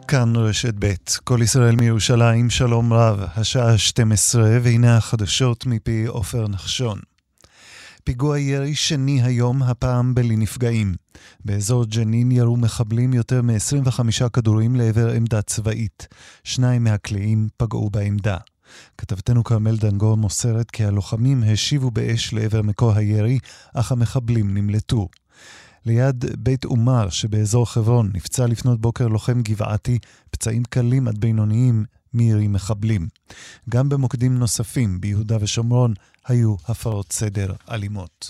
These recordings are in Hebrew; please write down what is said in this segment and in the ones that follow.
כאן רשת ב' כל ישראל מירושלים, שלום רב, השעה 12 והנה החדשות מפי עופר נחשון. פיגוע ירי שני היום, הפעם בלי נפגעים. באזור ג'נין ירו מחבלים יותר מ-25 כדורים לעבר עמדה צבאית. 2 מהקליעים פגעו בעמדה. כתבתנו כרמל דנגור מוסרת כי הלוחמים השיבו באש לעבר מקור הירי, אך המחבלים נמלטו. ליד בית עומר שבאזור חברון נפצע לפנות בוקר לוחם גבעתי, פצעים קלים עד בינוניים מירי מחבלים. גם במוקדים נוספים ביהודה ושומרון היו הפרות סדר אלימות.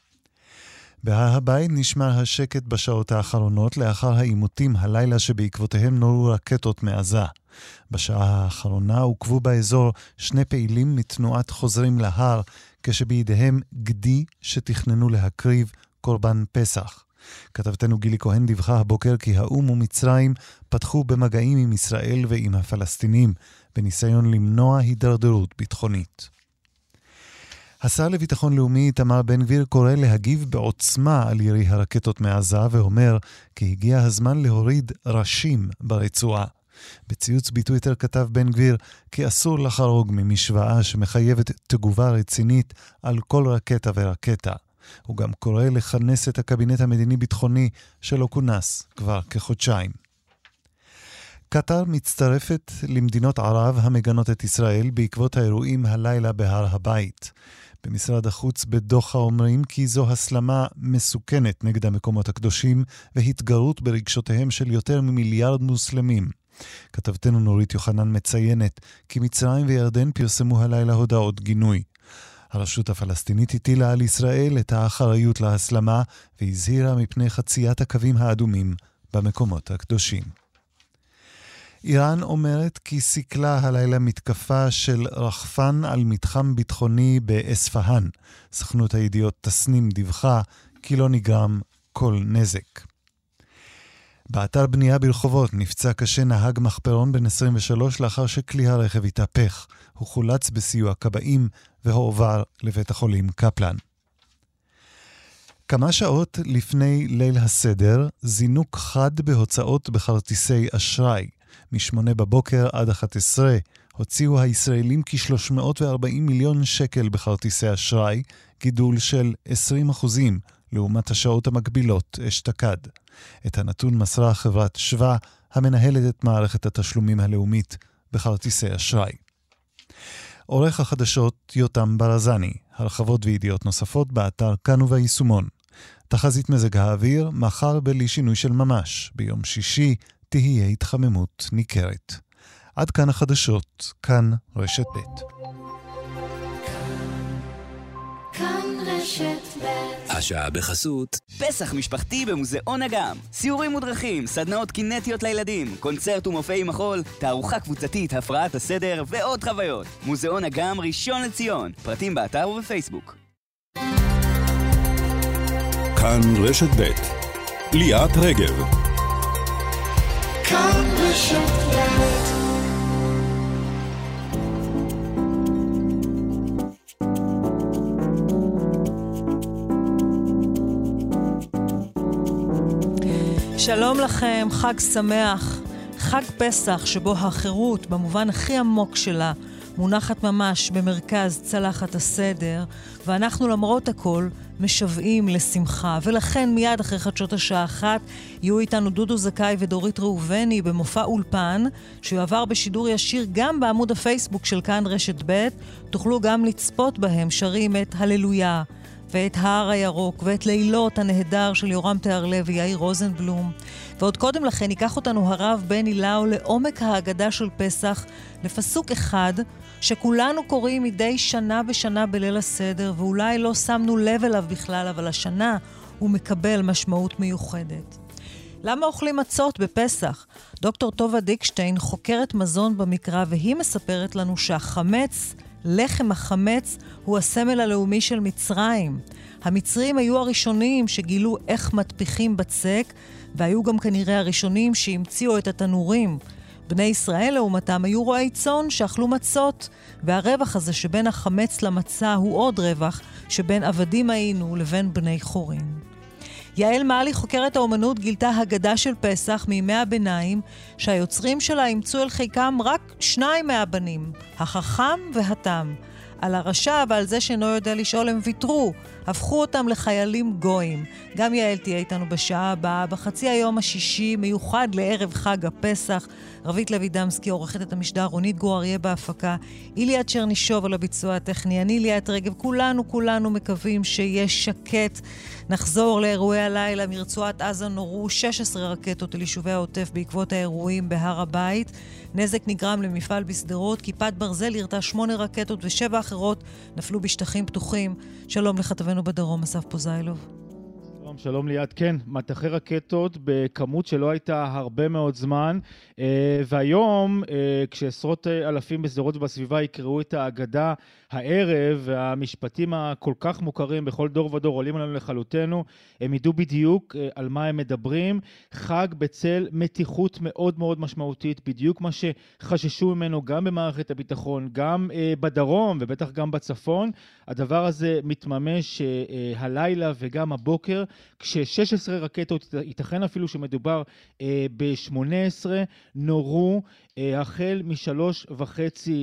בהר הבית נשמר השקט בשעות האחרונות לאחר העימותים הלילה שבעקבותיהם נורו רקטות מעזה. בשעה האחרונה עוקבו באזור 2 פעילים מתנועת חוזרים להר, כשבידיהם גדי שתכננו להקריב קורבן פסח. כתבתנו גילי כהן דיווחה הבוקר כי האום ומצרים פתחו במגעים עם ישראל ועם הפלסטינים, בניסיון למנוע הידרדרות ביטחונית. השר לביטחון לאומי איתמר בן גביר קורא להגיב בעוצמה על ירי הרקטות מעזה, ואומר כי הגיע הזמן להוריד ראשים ברצועה. בציוץ בטוויטר כתב בן גביר כי אסור לחרוג ממשוואה שמחייבת תגובה רצינית על כל רקטה ורקטה. הוא גם קורא לכנס את הקבינט המדיני-ביטחוני שלא כונס כבר כחודשיים. קטר מצטרפת למדינות ערב המגנות את ישראל בעקבות האירועים הלילה בהר הבית. במשרד החוץ בדוחה אומרים כי זו הסלמה מסוכנת נגד המקומות הקדושים והתגרות ברגשותיהם של יותר ממיליארד מוסלמים. כתבתנו נורית יוחנן מציינת כי מצרים וירדן פרסמו הלילה הודעות גינוי. הרשות הפלסטינית הטילה על ישראל את האחריות להסלמה והזהירה מפני חציית הקווים האדומים במקומות הקדושים. איראן אומרת כי סיכלה הלילה מתקפה של רחפן על מתחם ביטחוני באספהאן. סוכנות הידיעות תסנים דיווחה כי לא נגרם כל נזק. באתר בנייה ברחובות נפצע קשה נהג מחפרון בן 23 לאחר שכלי הרכב התהפך. הוא חולץ בסיוע כבאים והועבר לבית החולים קפלן. כמה שעות לפני ליל הסדר, זינוק חד בהוצאות בכרטיסי אשראי. מ-8 בבוקר עד 11 הוציאו הישראלים כ-340 מיליון שקל בכרטיסי אשראי, גידול של 20% לעומת השעות המקבילות אשתקד. את הנתון מסרה חברת שווה, המנהלת את מערכת התשלומים הלאומית בכרטיסי אשראי. עורך החדשות יותם ברזני, הרחבות וידיעות נוספות באתר כאן וביישומון. תחזית מזג האוויר, מחר בלי שינוי של ממש, ביום שישי תהיה התחממות ניכרת. עד כאן החדשות, כאן רשת ב'. כאן רשת ב'. השעה בחסות פסח משפחתי במוזיאון אגם. סיורים ודרכים, סדנאות קינטיות לילדים, קונצרט ומופעי מחול, תערוכה קבוצתית, הפרעת הסדר ועוד חוויות. מוזיאון אגם ראשון לציון. פרטים באתר ובפייסבוק. כאן רשת ב' ליאת רגב. כאן רשת ב'. שלום לכם, חג שמח, חג פסח שבו החירות במובן הכי עמוק שלה מונחת ממש במרכז צלחת הסדר, ואנחנו למרות הכל משוועים לשמחה. ולכן מיד אחרי חדשות השעה 1 יהיו איתנו דודו זכאי ודורית ראובני במופע אולפן, שיועבר בשידור ישיר גם בעמוד הפייסבוק של כאן רשת ב'. תוכלו גם לצפות בהם, שרים את הללויה ואת ההר הירוק ואת לילות הנהדר של יורם תיארלב ויאיר רוזנבלום. ועוד קודם לכן ייקח אותנו הרב בני לאו לעומק ההגדה של פסח, לפסוק אחד שכולנו קוראים מדי שנה בשנה בליל הסדר, ואולי לא שמנו לב אליו בכלל, אבל השנה הוא מקבל משמעות מיוחדת. למה אוכלים מצות בפסח? דוקטור טובה דיקשטיין חוקרת מזון במקרא, והיא מספרת לנו שהחמץ, לחם החמץ, הוא הסמל הלאומי של מצרים. המצרים היו הראשונים שגילו איך מטפיחים בצק, והיו גם כנראה הראשונים שהמציאו את התנורים. בני ישראל לעומתם היו רועי צאן שאכלו מצות, והרווח הזה שבין החמץ למצה הוא עוד רווח שבין עבדים היינו לבין בני חורים. יעל מעלי, חוקרת האומנות, גילתה הגדה של פסח מימי הביניים, שהיוצרים שלה אימצו אל חיקם רק 2 מהבנים, החכם והתם. על הרשע ועל זה שאינו יודע לשאול הם ויתרו, הפכו אותם לחיילים גויים. גם יעל תהיה איתנו בשעה הבאה, בחצי היום השישי, מיוחד לערב חג הפסח. רבית לוי דמסקי, עורכת את המשדר, רונית גור אריה בהפקה, איליה צ'רנישוב על הביצוע הטכני, אני ליאת רגב, כולנו מקווים שיש שקט. נחזור לאירועי הלילה. מרצועת עזה נורו 16 רקטות אל יישובי העוטף בעקבות האירועים בהר הבית. נזק נגרם למפעל בשדרות, כיפת ברזל ירתה 8 רקטות ו7 אחרות נפלו בשטחים פתוחים. שלום לכתבנו בדרום, אסף פוזיילוב. שלום ליד, כן, מטחי רקטות בכמות שלא הייתה הרבה מאוד זמן, והיום כשעשרות אלפים בשדרות ובסביבה יקראו את ההגדה הערב, והמשפטים הכל כך מוכרים בכל דור ודור עולים עלינו לחלוטנו, הם ידעו בדיוק על מה הם מדברים. חג בצל מתיחות מאוד מאוד משמעותית, בדיוק מה שחששו ממנו גם במערכת הביטחון, גם בדרום ובטח גם בצפון. הדבר הזה מתממש הלילה וגם הבוקר, כש-16 רקטות, ייתכן אפילו שמדובר ב-18, נורו החל מ3:30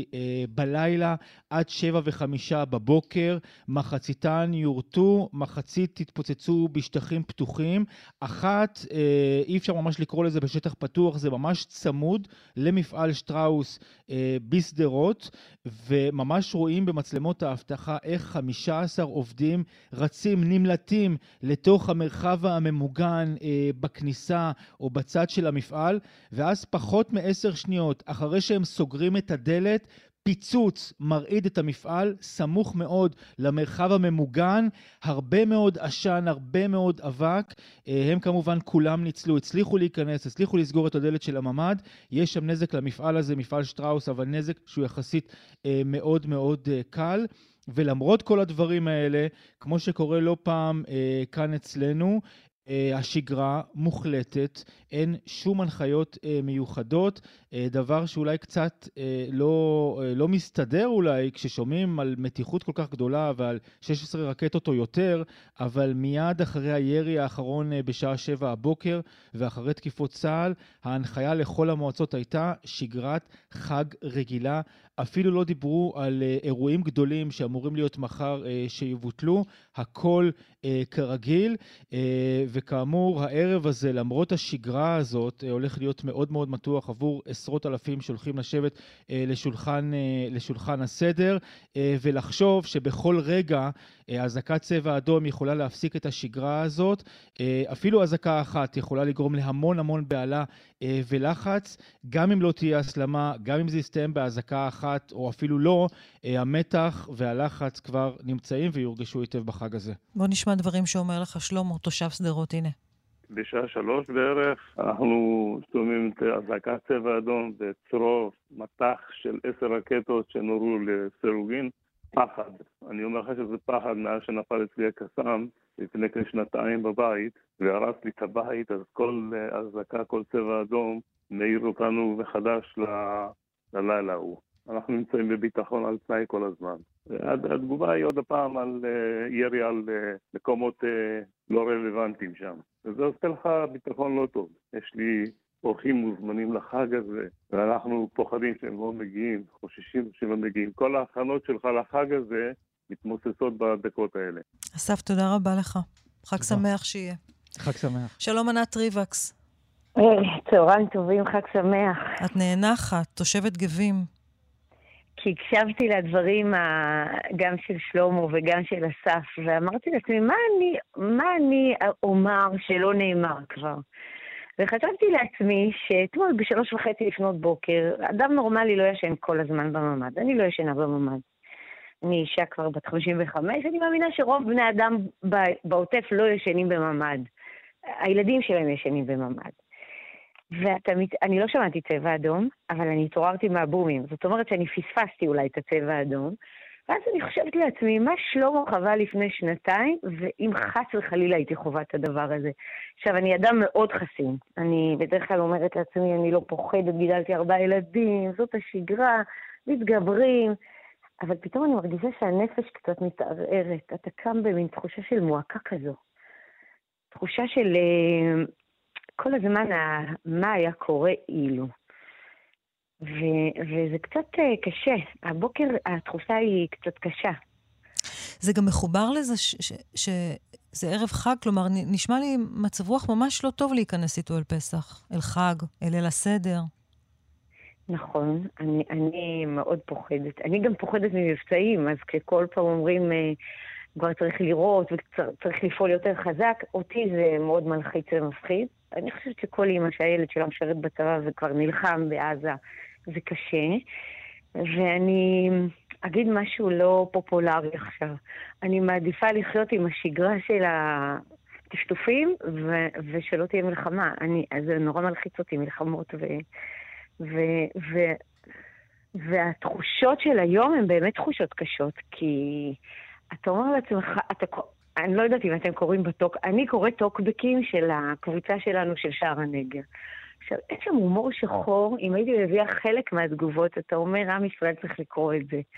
בלילה עד 7:05 בבוקר. מחציתן יורטו, מחצית התפוצצו בשטחים פתוחים. אחת, אי אפשר ממש לקרוא לזה בשטח פתוח, זה ממש צמוד למפעל שטראוס בשדרות, וממש רואים במצלמות האבטחה איך 15 עובדים רצים, נמלטים לתוך המרחב הממוגן בכניסה או בצד של המפעל, ואז פחות מ10 שניות אחרי שהם סוגרים את הדלת, פיצוץ מרעיד את המפעל, סמוך מאוד למרחב הממוגן, הרבה מאוד עשן, הרבה מאוד אבק. הם כמובן כולם ניצלו, הצליחו להיכנס, הצליחו לסגור את הדלת של הממ"ד. יש שם נזק למפעל הזה, מפעל שטראוס, אבל נזק שהוא יחסית מאוד מאוד קל. ולמרות כל הדברים האלה, כמו שקורה לא פעם כאן אצלנו, השגרה מוחלטת, אין שום הנחיות מיוחדות, דבר שאולי קצת לא מסתדר אולי כששומעים על מתיחות כל כך גדולה ועל 16 רקטות או יותר, אבל מיד אחרי הירי האחרון בשעה 7 הבוקר ואחרי תקיפות צה"ל, ההנחיה לכל המועצות הייתה שגרת חג רגילה. אפילו לא דיברו על אירועים גדולים שאמורים להיות מחר שיבוטלו, הכל כרגיל. וכאמור, הערב הזה, למרות השגרה הזאת, הולך להיות מאוד מאוד מתוח עבור עשרות אלפים שהולכים לשבת לשולחן הסדר, ולחשוב שבכל רגע אזעקת צבע אדום יכולה להפסיק את השגרה הזאת. אפילו אזעקה אחת יכולה לגרום להמון בעלה ולחץ. גם אם לא תהיה הסלמה, גם אם זה יסתיים באזעקה אחת או אפילו לא, המתח והלחץ כבר נמצאים ויורגשו היטב בחג הזה. בוא נשמע דברים שאומר לך שלמה, תושב שדרות, הנה. בשעה 3 בערך אנחנו שומעים את אזעקת צבע אדום בצרור מטח של 10 רקטות שנורו לסירוגין. פחד. אני אומר לך שזה פחד מאז שנפל אצלי הקסאם לפני כשנתיים בבית, והרס לי את הבית, אז כל אזעקה, כל צבע אדום מעיר אותנו מחדש ללילה ההוא. אנחנו נמצאים בביטחון על תנאי כל הזמן. התגובה היא עוד הפעם על ירי על מקומות לא רלוונטיים שם. וזה עושה לך ביטחון לא טוב. יש לי אורחים מוזמנים לחג הזה, ואנחנו פוחדים שהם לא מגיעים, חוששים שהם לא מגיעים. כל ההכנות שלך לחג הזה מתמוססות בדקות האלה. אסף, תודה רבה לך. חג שמח שיהיה. חג שמח. שלום ענת ריבקס. צהריים טובים, חג שמח. את נאנחת, תושבת גבים. כי הקשבתי לדברים גם של שלמה וגם של אסף, ואמרתי לעצמי, מה אני אומר שלא נאמר כבר? וחשבתי לעצמי שאתמול ב3:30 לפנות בוקר, אדם נורמלי לא ישן כל הזמן בממ"ד. אני לא ישנה בממ"ד. אני אישה כבר בת 55, אני מאמינה שרוב בני אדם בעוטף לא ישנים בממ"ד. הילדים שלהם ישנים בממ"ד. ואני לא שמעתי צבע אדום, אבל אני התעוררתי מהבומים. זאת אומרת שאני פספסתי אולי את הצבע האדום. ואז אני חושבת לעצמי, מה שלמה חווה לפני 2, ואם חס וחלילה הייתי חובה את הדבר הזה. עכשיו, אני אדם מאוד חסין. אני בדרך כלל אומרת לעצמי, אני לא פוחדת, גידלתי 4 ילדים, זאת השגרה, מתגברים. אבל פתאום אני מרגישה שהנפש קצת מתערערת. אתה קם במין תחושה של מועקה כזו. תחושה של כל הזמן מה היה קורה אילו. וזה קצת קשה. הבוקר התחושה היא קצת קשה. זה גם מחובר לזה שזה ערב חג, כלומר, נשמע לי מצב רוח ממש לא טוב להיכנס איתו אל פסח, אל חג, אל ליל הסדר. נכון, אני מאוד פוחדת. אני גם פוחדת ממבצעים, אז כשכל פעם אומרים, כבר צריך לראות וצריך לפעול יותר חזק, אותי זה מאוד מלחיץ ומפחיד. אני חושבת שכל אמא שהילד שלה משרת בצבא וכבר נלחם בעזה, זה קשה. ואני אגיד משהו לא פופולרי עכשיו. אני מעדיפה לחיות עם השגרה של הטפטופים ושלא תהיה מלחמה. זה נורא מלחיץ אותי, מלחמות והתחושות של היום הן באמת תחושות קשות, כי אתה אומר לעצמך, אני לא יודעת אם אתם קוראים בטוק, אני קוראת טוקבקים של הקבוצה שלנו של שער הנגב. עכשיו, יש שם הומור שחור, אם הייתי מביאה חלק מהתגובות, אתה אומר, עם ישראל צריך לקרוא את זה.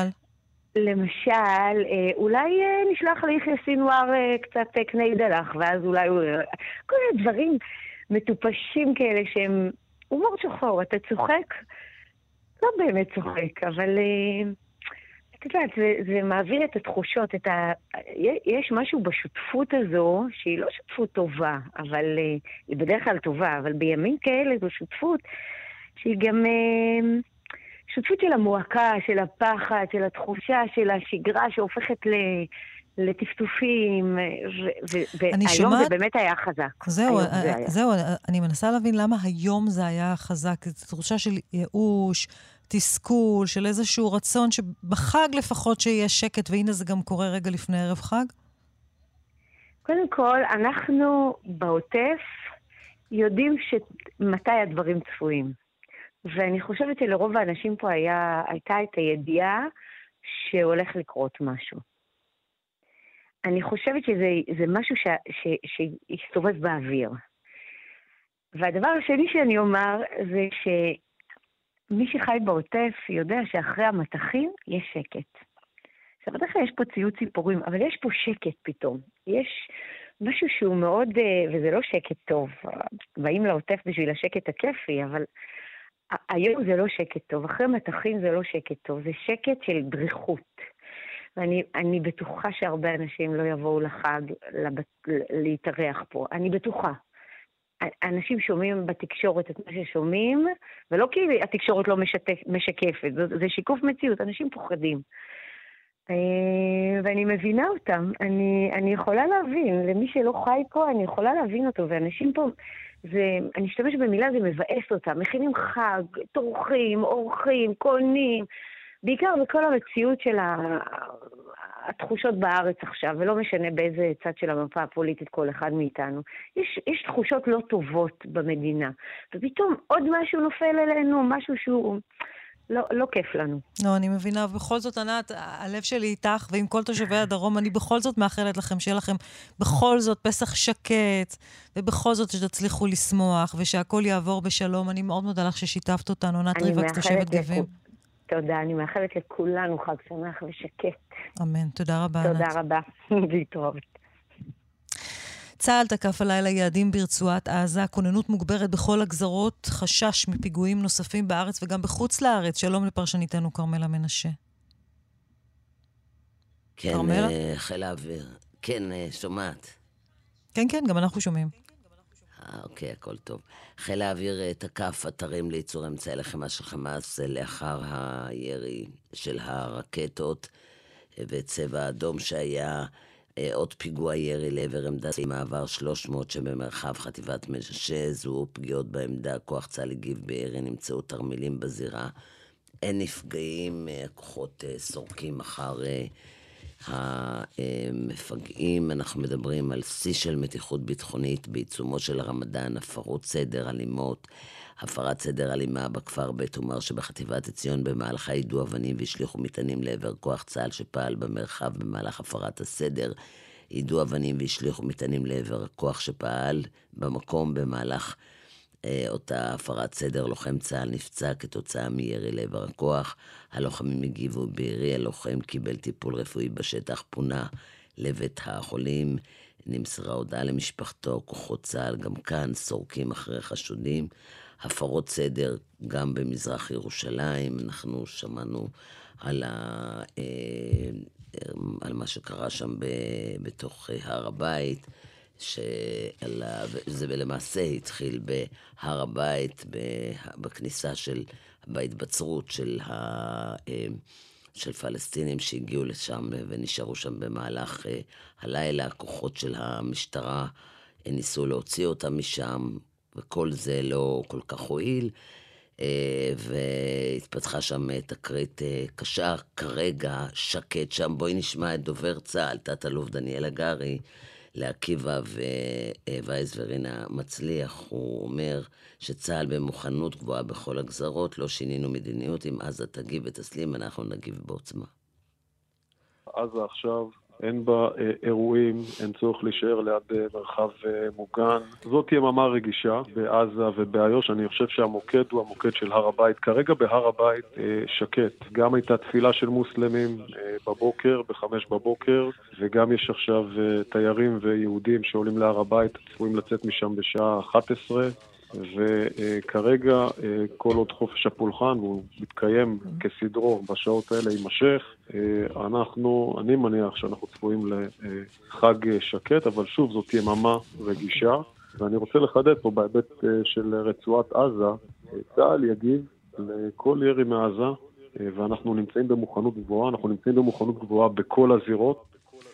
למשל, אולי נשלח ליחיא סינואר קצת קני דלח, ואז אולי כל מיני דברים מטופשים כאלה שהם הומור שחור, אתה צוחק? לא באמת צוחק, אבל את יודעת, זה מעביר את התחושות, יש משהו בשותפות הזו, שהיא לא שותפות טובה, אבל היא בדרך כלל טובה, אבל בימים כאלה זו שותפות, שהיא גם שותפות של המועקה, של הפחד, של התחושה, של השגרה שהופכת לטפטופים, והיום זה באמת היה חזק. זהו, אני מנסה להבין למה היום זה היה חזק, זו תחושה של ייאוש, תסכול, של איזשהו רצון שבחג לפחות שיהיה שקט, והנה זה גם קורה רגע לפני ערב חג? קודם כל, אנחנו בעוטף יודעים מתי הדברים צפויים. ואני חושבת שלרוב האנשים פה הייתה את הידיעה שהולך לקרות משהו. אני חושבת שזה משהו שיסתובב באוויר. והדבר השני שאני אומר זה שמי שחי בעוטף יודע שאחרי המתחים יש שקט. עכשיו, בדרך כלל יש פה ציוץ ציפורים, אבל יש פה שקט פתאום. יש משהו שהוא מאוד, וזה לא שקט טוב, באים לעוטף בשביל השקט הכיפי, אבל היום זה לא שקט טוב, אחרי מתחים זה לא שקט טוב, זה שקט של דריכות. ואני בטוחה שהרבה אנשים לא יבואו לחג להתארח פה. אני בטוחה. אנשים שומעים בתקשורת את מה ששומעים, ולא כי התקשורת לא משקפת, זה שיקוף מציאות, אנשים פוחדים. ואני מבינה אותם, אני יכולה להבין, למי שלא חי פה, אני יכולה להבין אותו, ואנשים פה, אני אשתמש במילה, זה מבאס אותם, מכינים חג, טורחים, אורחים, קונים, בעיקר בכל המציאות של התחושות בארץ עכשיו, ולא משנה באיזה צד של המפה הפוליטית כל אחד מאיתנו. יש תחושות לא טובות במדינה, ופתאום עוד משהו נופל אלינו, משהו שהוא לא כיף לנו. לא, אני מבינה, ובכל זאת, ענת, הלב שלי איתך, ועם כל תושבי הדרום, אני בכל זאת מאחלת לכם, שיהיה לכם בכל זאת פסח שקט, ובכל זאת שתצליחו לשמוח, ושהכל יעבור בשלום. אני מאוד מודה לך ששיתפת אותנו, ענת ריבק, תושבת גבים. תודה, אני מאחלת לכולנו חג שמח ושקט. אמן, תודה רבה, ענת. תודה רבה, להתראות. צה"ל תקף הלילה יעדים ברצועת עזה, כוננות מוגברת בכל הגזרות, חשש מפיגועים נוספים בארץ וגם בחוץ לארץ. שלום לפרשניתנו כרמלה מנשה. כן, חיל האוויר. כן, שומעת. כן, כן, גם אנחנו שומעים. אוקיי, הכל טוב. חיל האוויר תקף אתרים לייצור אמצעי לחימה של חמאס לאחר הירי של הרקטות וצבע אדום שהיה עוד פיגוע ירי לעבר עמדת מעבר 300 שבמרחב חטיבת מנשה. זו פגיעות בעמדה, כוח צה"ל הגיב בירי, נמצאו תרמילים בזירה. אין נפגעים, כוחות סורקים אחר המפגעים. אנחנו מדברים על שיא של מתיחות ביטחונית בעיצומו של הרמדאן, הפרות סדר אלימות, הפרת סדר אלימה בכפר בית עומר שבחטיבת עציון במהלכה יידו אבנים והשליחו מטענים לעבר כוח צה"ל שפעל במרחב במהלך הפרת הסדר. יידו אבנים והשליחו מטענים לעבר הכוח שפעל במקום במהלך אותה הפרת סדר. לוחם צה"ל נפצע כתוצאה מירי לעבר הכוח. הלוחמים הגיבו בירי, הלוחם קיבל טיפול רפואי בשטח, פונה לבית החולים. נמסרה הודעה למשפחתו, כוחות צה"ל גם כאן סורקים אחרי חשודים, הפרות סדר גם במזרח ירושלים, אנחנו שמענו על מה שקרה שם בתוך הר הבית, זה למעשה התחיל בהר הבית, בכניסה בהתבצרות של פלסטינים שהגיעו לשם ונשארו שם במהלך הלילה. הכוחות של המשטרה ניסו להוציא אותם משם, וכל זה לא כל כך הועיל, והתפתחה שם תקרית קשה. כרגע שקט שם. בואי נשמע את דובר צה"ל, תת-אלוף דניאל הגרי, לעקיבא ווייס ורינה מצליח. הוא אומר שצה"ל במוכנות גבוהה בכל הגזרות, לא שינינו מדיניות, אם עזה תגיב ותסלים, אנחנו נגיב בעוצמה. עזה עכשיו אין בה אירועים, אין צורך להישאר ליד מרחב מוגן. זאת יממה רגישה בעזה ובאיו"ש. אני חושב שהמוקד הוא המוקד של הר הבית. כרגע בהר הבית שקט. גם הייתה תפילה של מוסלמים בבוקר, ב-5 בבוקר, וגם יש עכשיו תיירים ויהודים שעולים להר הבית, צפויים לצאת משם בשעה 11. וכרגע כל עוד חופש הפולחן הוא מתקיים כסדרו בשעות האלה יימשך. אני מניח שאנחנו צפויים לחג שקט, אבל שוב זאת יממה רגישה, ואני רוצה לחדד פה בהיבט של רצועת עזה. צה"ל יגיב לכל ירי מעזה, ואנחנו נמצאים במוכנות גבוהה, אנחנו נמצאים במוכנות גבוהה בכל הזירות.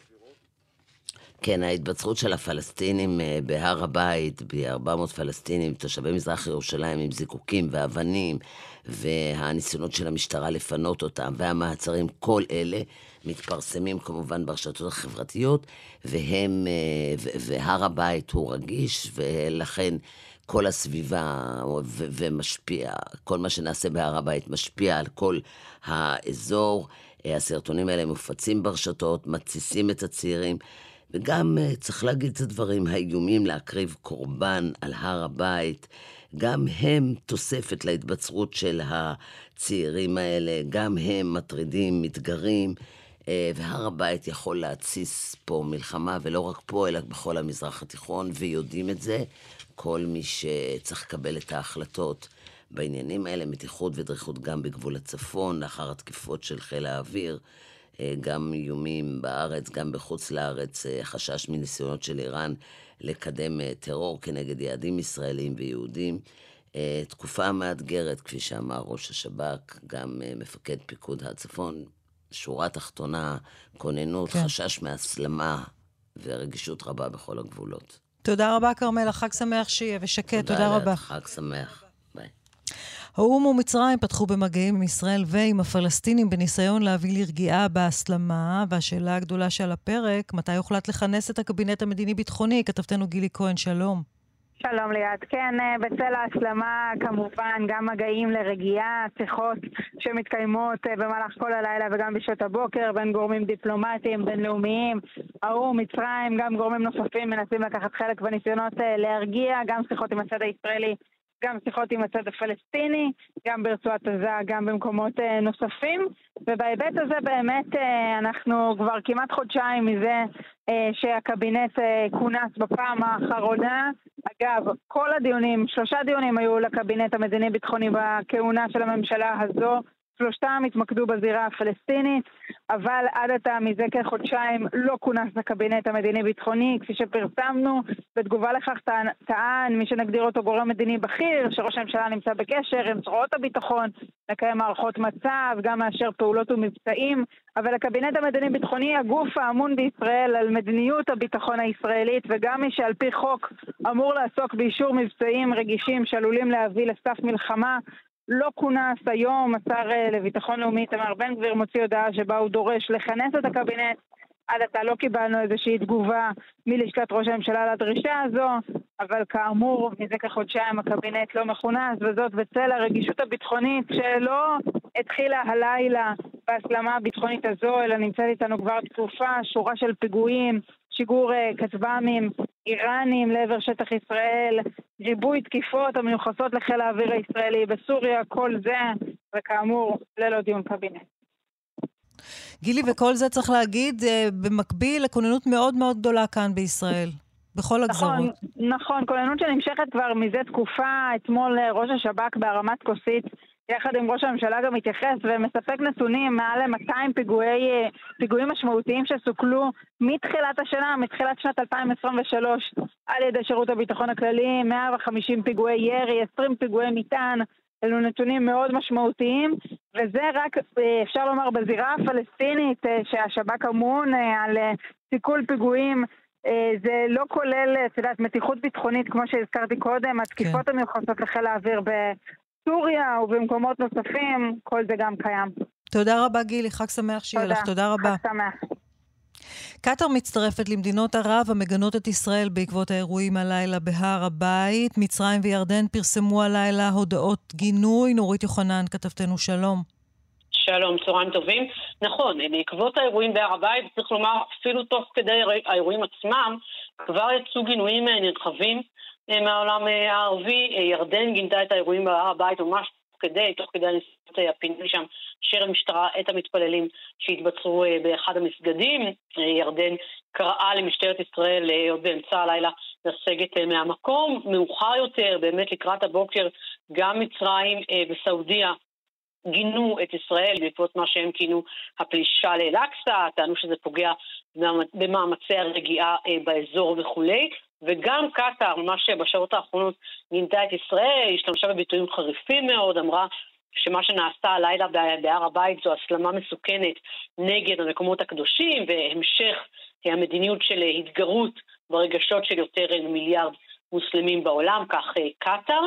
כן, ההתבצרות של הפלסטינים בהר הבית, ב-400 פלסטינים, תושבי מזרח ירושלים עם זיקוקים ואבנים, והניסיונות של המשטרה לפנות אותם, והמעצרים, כל אלה מתפרסמים כמובן ברשתות החברתיות, והר הבית הוא רגיש, ולכן כל הסביבה ומשפיע, כל מה שנעשה בהר הבית משפיע על כל האזור. הסרטונים האלה מופצים ברשתות, מתסיסים את הצעירים, וגם צריך להגיד את הדברים, האיומים להקריב קורבן על הר הבית, גם הם תוספת להתבצרות של הצעירים האלה, גם הם מטרידים, מתגרים, והר הבית יכול להציס פה מלחמה, ולא רק פה, אלא בכל המזרח התיכון, ויודעים את זה, כל מי שצריך לקבל את ההחלטות בעניינים האלה, מתיחות ודריכות גם בגבול הצפון, לאחר התקיפות של חיל האוויר, גם איומים בארץ, גם בחוץ לארץ, חשש מניסיונות של איראן לקדם טרור כנגד יעדים ישראלים ויהודים. תקופה מאתגרת, כפי שאמר ראש השב"כ, גם מפקד פיקוד הצפון, שורה תחתונה, כוננות, כן. חשש מהסלמה ורגישות רבה בכל הגבולות. תודה רבה, כרמלה, חג שמח שיהיה ושקט, תודה רבה. חג שמח, ביי. האו"ם ומצרים פתחו במגעים עם ישראל ועם הפלסטינים בניסיון להביא לרגיעה בהסלמה, והשאלה הגדולה שעל הפרק, מתי יוחלט לכנס את הקבינט המדיני-ביטחוני? כתבתנו גילי כהן, שלום. שלום ליד. כן, בצל ההסלמה כמובן גם מגעים לרגיעה, שיחות שמתקיימות במהלך כל הלילה וגם בשעות הבוקר בין גורמים דיפלומטיים, בינלאומיים, האו"ם, מצרים, גם גורמים נוספים מנסים לקחת חלק בניסיונות להרגיע, גם שיחות עם הצד הישראלי, גם שיחות עם הצד הפלסטיני, גם ברצועת עזה, גם במקומות נוספים, ובהיבט הזה באמת אנחנו כבר כמעט חודשיים מזה שהקבינט כונס בפעם האחרונה. אגב, כל הדיונים, 3 דיונים היו לקבינט המדיני-ביטחוני בכהונה של הממשלה הזו, 3 התמקדו בזירה הפלסטינית, אבל עד עתה מזה כחודשיים לא כונס הקבינט המדיני-ביטחוני, כפי שפרסמנו. בתגובה לכך טען מי שנגדיר אותו גורם מדיני בכיר, שראש הממשלה נמצא בקשר עם זרועות הביטחון, לקיים מערכות מצב, גם מאשר פעולות ומבצעים, אבל הקבינט המדיני-ביטחוני הגוף האמון בישראל על מדיניות הביטחון הישראלית, וגם מי שעל פי חוק אמור לעסוק באישור מבצעים רגישים שעלולים להביא לסף מלחמה, לא כונס. היום השר לביטחון לאומי איתמר בן גביר מוציא הודעה שבה הוא דורש לכנס את הקבינט. עד עתה לא קיבלנו איזושהי תגובה מלשכת ראש הממשלה לדרישה הזו, אבל כאמור מזה כחודשיים הקבינט לא מכונס, וזאת בצל הרגישות הביטחונית שלא התחילה הלילה בהסלמה הביטחונית הזו, אלא נמצאת איתנו כבר תקופה, שורה של פיגועים, שיגור כטב"מים איראנים לעבר שטח ישראל, ריבוי תקיפות המיוחסות לחיל האוויר הישראלי בסוריה, כל זה וכאמור ללא דיון קבינט. גילי, וכל זה צריך להגיד, במקביל לכוננות מאוד מאוד גדולה כאן בישראל, בכל הגזרות. נכון, כוננות שנמשכת כבר מזה תקופה. אתמול ראש השב"כ בהרמת כוסית, יחד עם ראש הממשלה גם התייחס ומספק נתונים מעל 200 פיגועים משמעותיים שסוכלו מתחילת השנה, מתחילת שנת 2023, על ידי שירות הביטחון הכללי, 150 פיגועי ירי, 20 פיגועי מטען. אלו נתונים מאוד משמעותיים, וזה רק, אפשר לומר, בזירה הפלסטינית שהשב"כ אמון על סיכול פיגועים. זה לא כולל, מתיחות ביטחונית, כמו שהזכרתי קודם, התקיפות המיוחסות לחיל האוויר בסוריה ובמקומות נוספים, כל זה גם קיים. תודה רבה גילי, חג שמח שיהיה לך, תודה רבה. חג שמח. קטר מצטרפת למדינות ערב המגנות את ישראל בעקבות האירועים הלילה בהר הבית. מצרים וירדן פרסמו הלילה הודעות גינוי. נורית יוחנן, כתבתנו, שלום. שלום, צהריים טובים. נכון, בעקבות האירועים בהר הבית, צריך לומר, אפילו תוך כדי האירועים עצמם, כבר יצאו גינויים נרחבים מהעולם הערבי. ירדן גינתה את האירועים בהר הבית ממש תוך כדי הניסיונות הפינוי שם של המשטרה את המתפללים שהתבצרו באחד המסגדים. ירדן קראה למשטרת ישראל עוד באמצע הלילה לסגת מהמקום. מאוחר יותר, באמת לקראת הבוקר, גם מצרים וסעודיה גינו את ישראל בעקבות מה שהם כינו הפלישה לאל-אקצה, טענו שזה פוגע במאמצי הרגיעה באזור וכולי. וגם קטר, ממש בשעות האחרונות, גינתה את ישראל, השתמשה בביטויים חריפים מאוד, אמרה שמה שנעשה הלילה בהר הבית זו הסלמה מסוכנת נגד המקומות הקדושים, והמשך המדיניות של התגרות ברגשות של יותר מיליארד מוסלמים בעולם, כך קטר.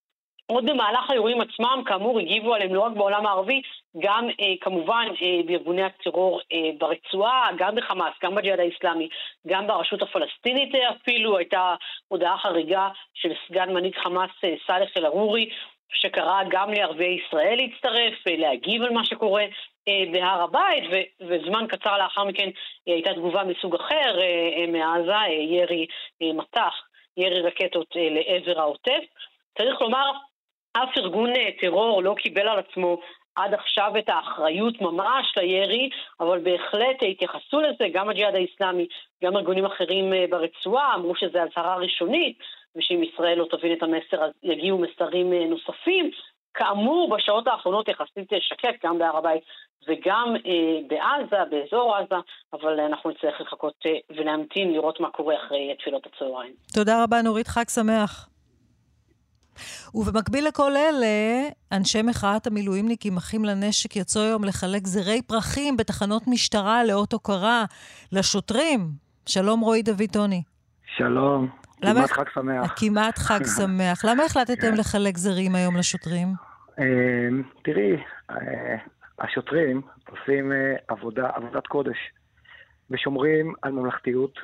עוד במהלך האירועים עצמם, כאמור, הגיבו עליהם לא רק בעולם הערבי, גם כמובן בארגוני הטרור ברצועה, גם בחמאס, גם בג'יהאד האסלאמי, גם ברשות הפלסטינית אפילו. הייתה הודעה חריגה של סגן מנהיג חמאס סאלח אל-ערורי, שקרא גם לערביי ישראל להצטרף, להגיב על מה שקורה בהר הבית, וזמן קצר לאחר מכן הייתה תגובה מסוג אחר מעזה, ירי מטח, ירי רקטות לעבר העוטף. צריך לומר, אף ארגון טרור לא קיבל על עצמו עד עכשיו את האחריות ממש לירי, אבל בהחלט התייחסו לזה, גם הג'יהאד האסלאמי, גם ארגונים אחרים ברצועה, אמרו שזה הצהרה ראשונית, ושאם ישראל לא תבין את המסר, אז יגיעו מסרים נוספים. כאמור, בשעות האחרונות יחסית שקט, גם בהר הבית וגם בעזה, באזור עזה, אבל אנחנו נצטרך לחכות ולהמתין, לראות מה קורה אחרי תפילות הצהריים. תודה רבה, נורית, חג שמח. ובמקביל לכל אלה, אנשי מחאת המילואימניקים אחים לנשק יצאו היום לחלק זרי פרחים בתחנות משטרה לאות הוקרה לשוטרים. שלום רועי דוידוני. שלום, כמעט חג שמח. כמעט חג שמח. למה החלטתם לחלק זרים היום לשוטרים? תראי, השוטרים עושים עבודת קודש ושומרים על ממלכתיות,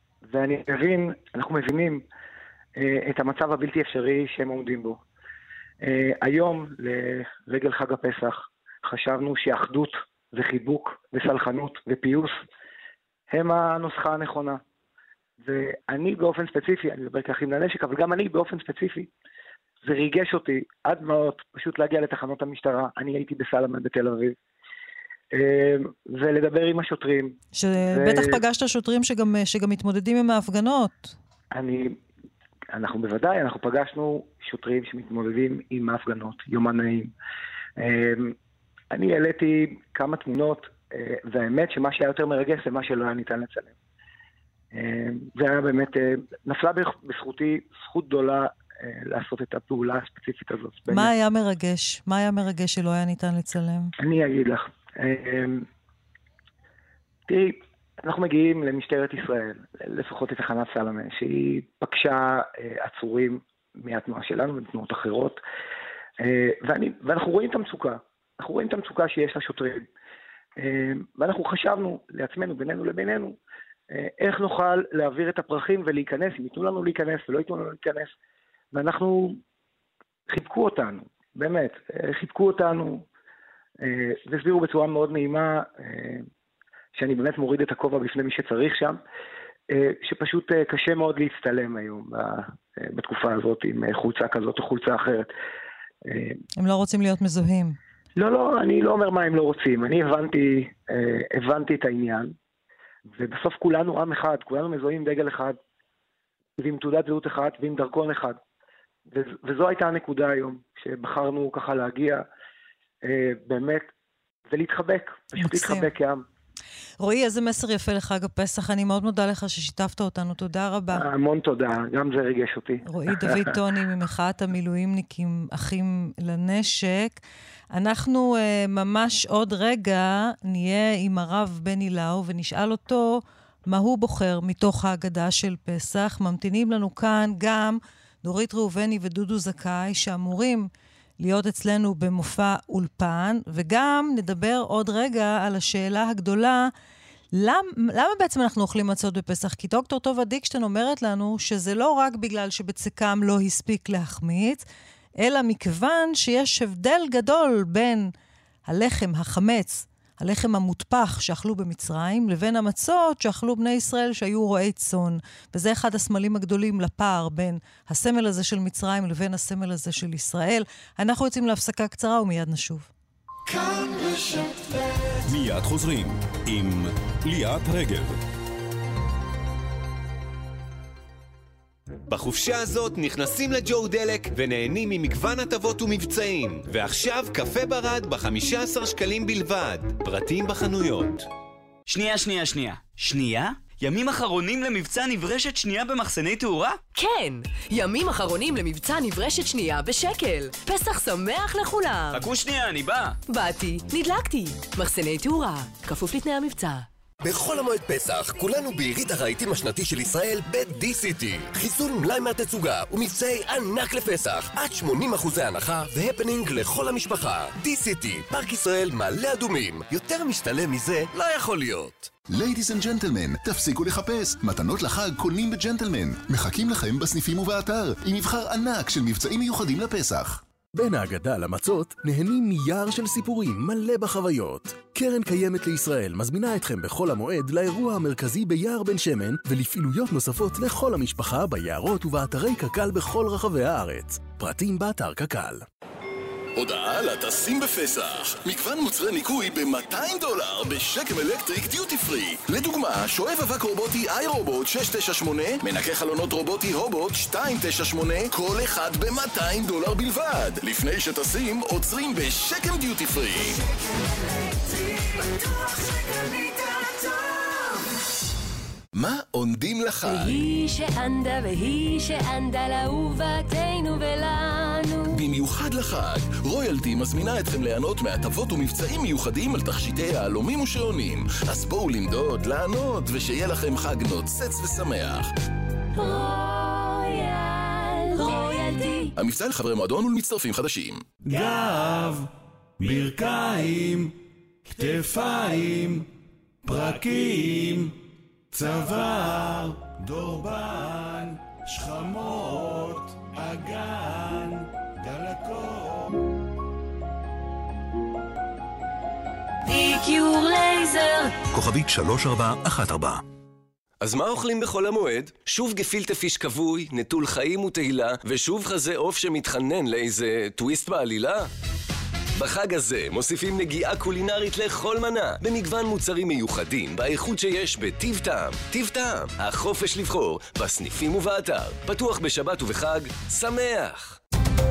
אנחנו מבינים את המצב הבלתי אפשרי שהם עומדים בו. היום, לרגל חג הפסח, חשבנו שאחדות וחיבוק וסלחנות ופיוס הם הנוסחה הנכונה. ואני באופן ספציפי, אני מדבר כאחים לנשק, אבל גם אני באופן ספציפי, זה ריגש אותי עד מאוד פשוט להגיע לתחנות המשטרה. אני הייתי בסלמה בתל אביב, ולדבר עם השוטרים. שבטח פגשת שוטרים שגם מתמודדים עם ההפגנות. אנחנו בוודאי, אנחנו פגשנו שוטרים שמתמודדים עם ההפגנות, יומנאים. אני העליתי כמה תמונות, והאמת שמה שהיה יותר מרגש זה מה שלא היה ניתן לצלם. זה היה באמת, נפלה בזכותי זכות גדולה לעשות את הפעולה הספציפית הזאת. מה היה מרגש? מה היה מרגש שלא היה ניתן לצלם? אני אגיד לך. תראי, אנחנו מגיעים למשטרת ישראל, לפחות לתחנת סלמה, שהיא פגשה עצורים מהתנועה שלנו ומתנועות אחרות, ואנחנו רואים את המצוקה. אנחנו רואים את המצוקה שיש לשוטרים. ואנחנו חשבנו לעצמנו, בינינו לבינינו, איך נוכל להעביר את הפרחים ולהיכנס, אם ייתנו לנו להיכנס ולא ייתנו לנו להיכנס. ואנחנו חיבקו אותנו, באמת, חיבקו אותנו, והסבירו בצורה מאוד נעימה, שאני באמת מוריד את הכובע בפני מי שצריך שם, שפשוט קשה מאוד להצטלם היום בתקופה הזאת עם חולצה כזאת או חולצה אחרת. הם לא רוצים להיות מזוהים. לא, אני לא אומר מה הם לא רוצים. אני הבנתי את העניין, ובסוף כולנו עם אחד, כולנו מזוהים דגל אחד, ועם תעודת זהות אחד, ועם דרכון אחד. וזו הייתה הנקודה היום, שבחרנו ככה להגיע, באמת, ולהתחבק, פשוט להתחבק כעם. רועי, איזה מסר יפה לחג הפסח, אני מאוד מודה לך ששיתפת אותנו, תודה רבה. המון תודה, גם זה ריגש אותי. רועי דוד טוני ממחאת המילואימניקים אחים לנשק. אנחנו ממש עוד רגע נהיה עם הרב בני לאו ונשאל אותו מה הוא בוחר מתוך ההגדה של פסח. ממתינים לנו כאן גם דורית ראובני ודודו זכאי שאמורים להיות אצלנו במופע אולפן, וגם נדבר עוד רגע על השאלה הגדולה, למה בעצם אנחנו אוכלים מצות בפסח? כי דוקטור טובה דיקשטיין אומרת לנו שזה לא רק בגלל שבצקם לא הספיק להחמיץ, אלא מכיוון שיש הבדל גדול בין הלחם, החמץ, הלחם המוטפח שאכלו במצרים, לבין המצות שאכלו בני ישראל שהיו רועי צאן. וזה אחד הסמלים הגדולים לפער בין הסמל הזה של מצרים לבין הסמל הזה של ישראל. אנחנו יוצאים להפסקה קצרה ומיד נשוב. מיד חוזרים עם ליאת רגב. בחופשה הזאת נכנסים לג'ו דלק ונהנים ממגוון הטבות ומבצעים. ועכשיו קפה ברד ב-15 שקלים בלבד. פרטים בחנויות. שנייה? ימים אחרונים למבצע נברשת שנייה במחסני תאורה? כן, ימים אחרונים למבצע נברשת שנייה בשקל. פסח שמח לכולם. חכו שנייה, אני בא. באתי, נדלקתי. מחסני תאורה, כפוף לתנאי המבצע. בכל המועד פסח, כולנו ביריד הרהיטים השנתי של ישראל ב-DCT. חיסול מלאי מהתצוגה ומבצעי ענק לפסח. עד 80% הנחה והפנינג לכל המשפחה. DCT, פארק ישראל מעלה אדומים. יותר משתלם מזה לא יכול להיות. Ladies and gentlemen, תפסיקו לחפש. מתנות לחג קונים בג'נטלמן. מחכים לכם בסניפים ובאתר, עם מבחר ענק של מבצעים מיוחדים לפסח. בין ההגדה למצות נהנים מיער של סיפורים מלא בחוויות. קרן קיימת לישראל מזמינה אתכם בכל המועד לאירוע המרכזי ביער בן שמן ולפעילויות נוספות לכל המשפחה ביערות ובאתרי קק"ל בכל רחבי הארץ. פרטים באתר קק"ל. הודעה לטסים בפסח. מגוון מוצרי ניקוי ב$200 בשקם אלקטריק דיוטי פרי. לדוגמה, שואב אבק רובוטי iRobot 698, מנקה חלונות רובוטי הובוט 298, כל אחד ב$200 בלבד. לפני שטסים, עוצרים בשקם דיוטי פרי. מה עונדים לחג? והיא שענדה לאהובתנו ולנו. במיוחד לחג, רויאלטי מזמינה אתכם ליהנות מהטבות ומבצעים מיוחדים על תכשיטי יהלומים ושעונים. אז בואו למדוד, לענות, ושיהיה לכם חג נוצץ ושמח. רויאלטי. המבצע לחברי מועדון ולמצטרפים חדשים. גב, ברכיים, כתפיים, פרקים, צוואר, דורבן, שכמות, אגן, דלקות. דיקיור לייזר. כוכבית 3414. אז מה אוכלים בחול המועד? שוב גפילטה פיש כבוי, נטול חיים ותהילה, ושוב חזה עוף שמתחנן לאיזה טוויסט בעלילה? בחג הזה מוסיפים נגיעה קולינרית לכל מנה, במגוון מוצרים מיוחדים, באיכות שיש בטיב טעם. טיב טעם, החופש לבחור, בסניפים ובאתר. פתוח בשבת ובחג, שמח!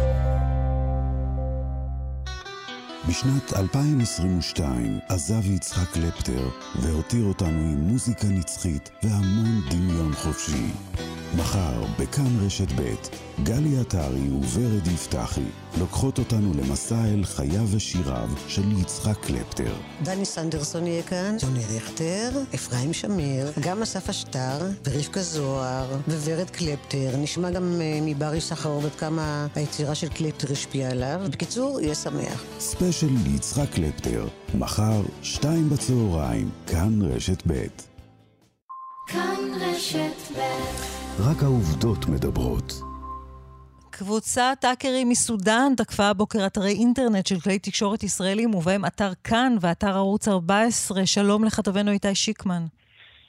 בשנת 2022 עזב יצחק קלפטר והותיר אותנו עם מוזיקה נצחית והמון דמיון חופשי. מחר בכאן רשת ב' גלי עטרי וורד יפתחי לוקחות אותנו למסע אל חייו ושיריו של יצחק קלפטר. דני סנדרסון יהיה כאן, ג'וני ריכטר, אפרים שמיר, גם אסף אשטר ורבקה זוהר וורד קלפטר. נשמע גם מברי סחרוב עד כמה היצירה של קלפטר השפיעה עליו. בקיצור, יהיה שמח. ספיישל ליצחק קלפטר, מחר 2 בצהריים, כאן רשת ב'. כאן רשת ב'. רק העובדות מדברות. קבוצת האקרים מסודן תקפה הבוקר אתרי אינטרנט של כלי תקשורת ישראלים ובהם אתר כאן ואתר ערוץ 14. שלום לכתבנו איתי שיקמן.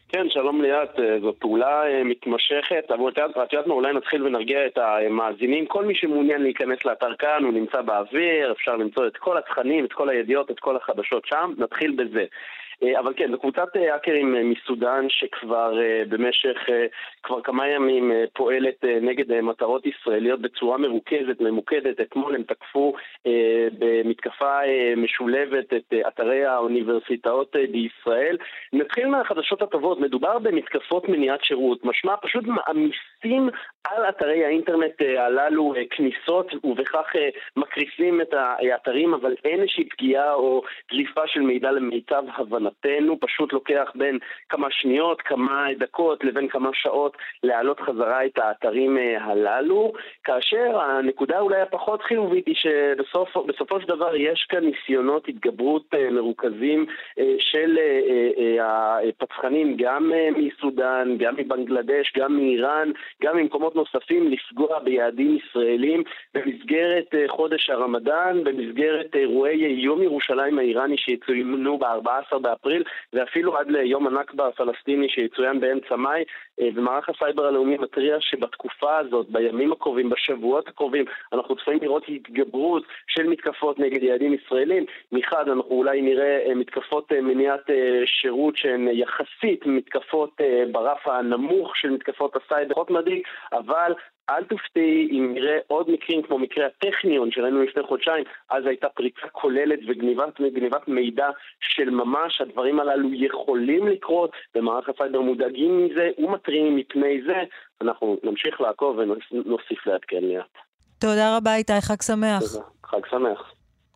כן, שלום ליאת, זו פעולה מתמשכת, אבל את יודעת מה, אולי נתחיל ונרגיע את המאזינים. כל מי שמעוניין להיכנס לאתר כאן, הוא נמצא באוויר, אפשר למצוא את כל התכנים, את כל הידיעות, את כל החדשות שם, נתחיל בזה. אבל כן, זו קבוצת האקרים מסודן שכבר במשך כבר כמה ימים פועלת נגד מטרות ישראליות בצורה מרוכזת, ממוקדת. אתמול הם תקפו במתקפה משולבת את אתרי האוניברסיטאות בישראל. נתחיל מהחדשות הטובות, מדובר במתקפות מניעת שירות, משמע פשוט מעמיסים על אתרי האינטרנט הללו כניסות ובכך מקריסים את האתרים, אבל אין איזושהי פגיעה או דליפה של מידע למיטב הבנתנו, פשוט לוקח בין כמה שניות, כמה דקות לבין כמה שעות להעלות חזרה את האתרים הללו, כאשר הנקודה אולי הפחות חיובית היא שבסופו של דבר יש כאן ניסיונות התגברות מרוכזים של הפצחנים גם מסודן, גם מבנגלדש, גם מאיראן, גם ממקומות נוספים לפגוע ביעדים ישראלים במסגרת חודש הרמדאן, במסגרת אירועי יום ירושלים האיראני שיצוינו ב-14 באפריל, ואפילו עד ליום הנכבה הפלסטיני שיצוין באמצע מאי. ומערך הסייבר הלאומי מטריע שבתקופה הזאת, בימים הקרובים, בשבועות הקרובים, אנחנו צפויים לראות התגברות של מתקפות נגד יעדים ישראלים. מחד אנחנו אולי נראה מתקפות מניעת שירות שהן יחסית מתקפות ברף הנמוך של מתקפות הסייבר, פחות מדאיג, אבל אל תופתעי אם נראה עוד מקרים כמו מקרה הטכניון שראינו לפני חודשיים, אז הייתה פריצה כוללת וגניבת מידע של ממש. הדברים הללו יכולים לקרות, במערך הסייבר מודאגים מזה ומתריעים מפני זה. אנחנו נמשיך לעקוב ונוסיף לעדכן ליאת. תודה רבה איתי, חג שמח. תודה, חג שמח.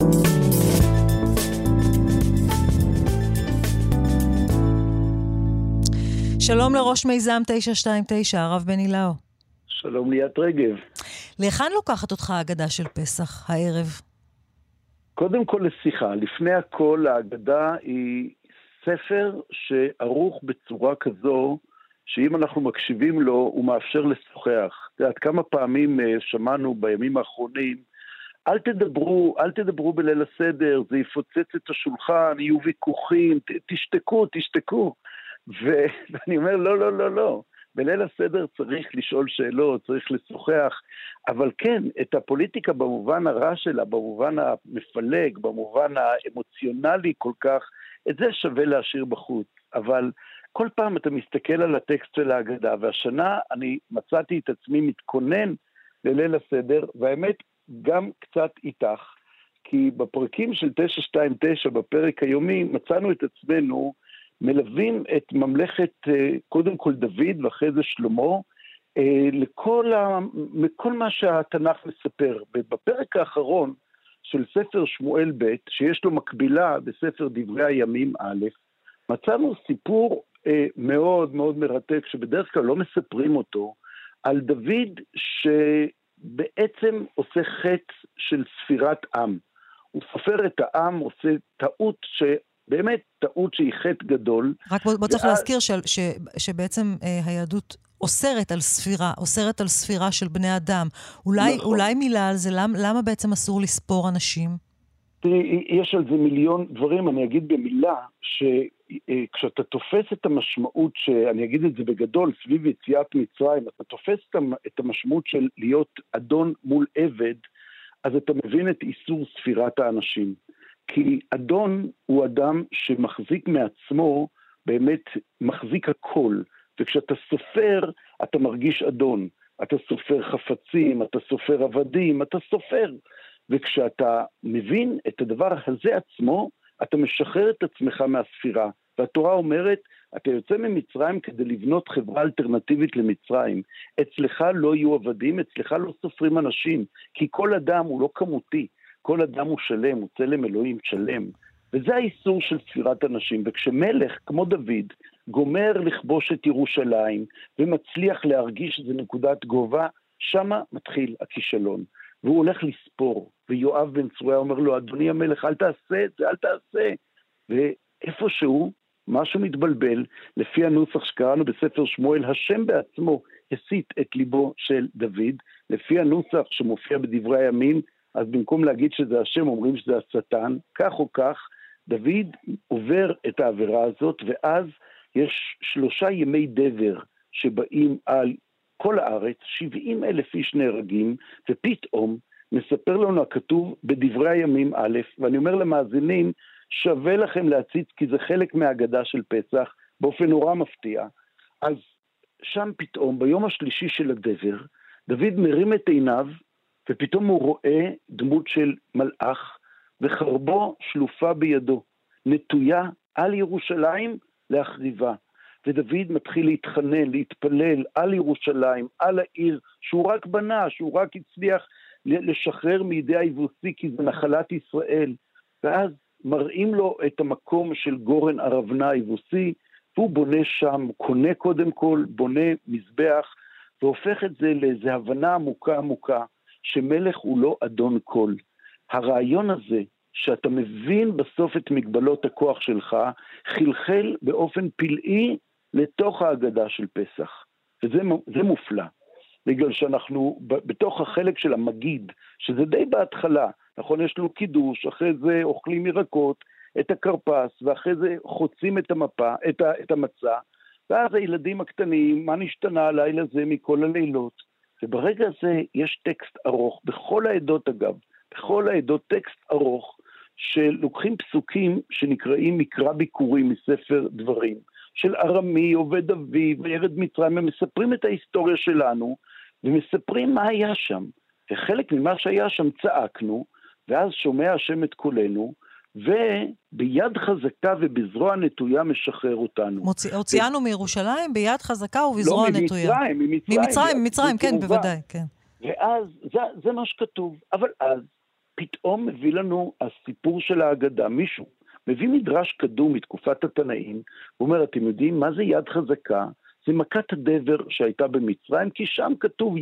שלום לראש מיזם 929, הרב בני לאו. שלום ליאת רגב. להיכן לוקחת אותך ההגדה של פסח הערב? קודם כל לשיחה. לפני הכל ההגדה היא ספר שערוך בצורה כזו שאם אנחנו מקשיבים לו הוא מאפשר לשוחח. את יודעת, כמה פעמים שמענו בימים האחרונים, אל תדברו בליל הסדר, זה יפוצץ את השולחן, יהיו ויכוחים, תשתקו. ואני אומר לא. בליל הסדר צריך לשאול שאלות, צריך לשוחח, אבל כן, את הפוליטיקה במובן הרע שלה, במובן המפלג, במובן האמוציונלי כל כך, את זה שווה להשאיר בחוץ. אבל כל פעם אתה מסתכל על הטקסט של ההגדה, והשנה אני מצאתי את עצמי מתכונן לליל הסדר, והאמת גם קצת איתך, כי בפרקים של 929, בפרק היומי, מצאנו את עצמנו, מלווים את ממלכת, קודם כל דוד ואחרי זה שלמה, מכל מה שהתנ"ך מספר. בפרק האחרון של ספר שמואל ב', שיש לו מקבילה בספר דברי הימים א', מצאנו סיפור מאוד מאוד מרתק, שבדרך כלל לא מספרים אותו, על דוד שבעצם עושה חטא של ספירת עם. הוא סופר את העם, עושה טעות באמת טעות שהיא חטא גדול. רק בוא צריך להזכיר שבעצם היהדות אוסרת על ספירה של בני אדם. אולי מילה על זה, למה בעצם אסור לספור אנשים? יש על זה מיליון דברים, אני אגיד במילה, שכשאתה תופס את המשמעות, שאני אגיד את זה בגדול, סביב יציאת מצרים, אתה תופס את המשמעות של להיות אדון מול עבד, אז אתה מבין את איסור ספירת האנשים. כי אדון הוא אדם שמחזיק מעצמו, באמת מחזיק הכל, וכשאתה סופר, אתה מרגיש אדון. אתה סופר חפצים, אתה סופר עבדים, אתה סופר. וכשאתה מבין את הדבר הזה עצמו, אתה משחרר את עצמך מהספירה. והתורה אומרת, אתה יוצא ממצרים כדי לבנות חברה אלטרנטיבית למצרים. אצלך לא יהיו עבדים, אצלך לא סופרים אנשים, כי כל אדם הוא לא כמותי. כל אדם הוא שלם, הוא צלם אלוהים שלם. וזה האיסור של ספירת אנשים. וכשמלך, כמו דוד, גומר לכבוש את ירושלים, ומצליח להרגיש איזו נקודת גובה, שמה מתחיל הכישלון. והוא הולך לספור, ויואב בן צרויה אומר לו, אדוני המלך, אל תעשה את זה, אל תעשה. ואיפשהו, משהו מתבלבל, לפי הנוסח שקראנו בספר שמואל, השם בעצמו הסית את ליבו של דוד, לפי הנוסח שמופיע בדברי הימים, אז במקום להגיד שזה השם, אומרים שזה השטן, כך או כך, דוד עובר את העבירה הזאת, ואז יש 3 ימי דבר שבאים על כל הארץ, 70,000 איש נהרגים, ופתאום מספר לנו הכתוב בדברי הימים א', ואני אומר למאזינים, שווה לכם להציץ, כי זה חלק מהאגדה של פסח, באופן נורא מפתיע. אז שם פתאום, ביום השלישי של הדבר, דוד מרים את עיניו, ופתאום הוא רואה דמות של מלאך, וחרבו שלופה בידו, נטויה על ירושלים להחריבה. ודוד מתחיל להתחנן, להתפלל על ירושלים, על העיר, שהוא רק בנה, שהוא רק הצליח לשחרר מידי היבוסי, כי זה נחלת ישראל. ואז מראים לו את המקום של גורן ארבנה היבוסי, והוא בונה שם, קונה קודם כל, בונה מזבח, והופך את זה לאיזו הבנה עמוקה עמוקה, שמלך הוא לא אדון כל. הרעיון הזה, שאתה מבין בסוף את מגבלות הכוח שלך, חלחל באופן פלאי לתוך ההגדה של פסח. וזה מופלא. בגלל שאנחנו בתוך החלק של המגיד, שזה די בהתחלה, נכון, יש לנו קידוש, אחרי זה אוכלים ירקות, את הקרפס, ואחרי זה חוצים את המפה, את המצה, ואז הילדים הקטנים, מה נשתנה הלילה זה מכל הלילות. וברגע הזה יש טקסט ארוך, בכל העדות אגב, בכל העדות טקסט ארוך, שלוקחים פסוקים שנקראים מקרא ביקורים מספר דברים, של ארמי, עובד אביב, וירד מצרים, הם מספרים את ההיסטוריה שלנו, ומספרים מה היה שם. וחלק ממה שהיה שם צעקנו, ואז שומע השם את קולנו, וביד חזקה ובזרוע נטויה משחרר אותנו. הוציאנו מירושלים ביד חזקה ובזרוע נטויה. לא, ממצרים, כן, בוודאי, כן. ואז זה מה שכתוב. אבל אז פתאום מביא לנו הסיפור של ההגדה, מישהו מביא מדרש קדום מתקופת התנאים, הוא אומר, אתם יודעים מה זה יד חזקה? זה מכת הדבר שהייתה במצרים, כי שם כתוב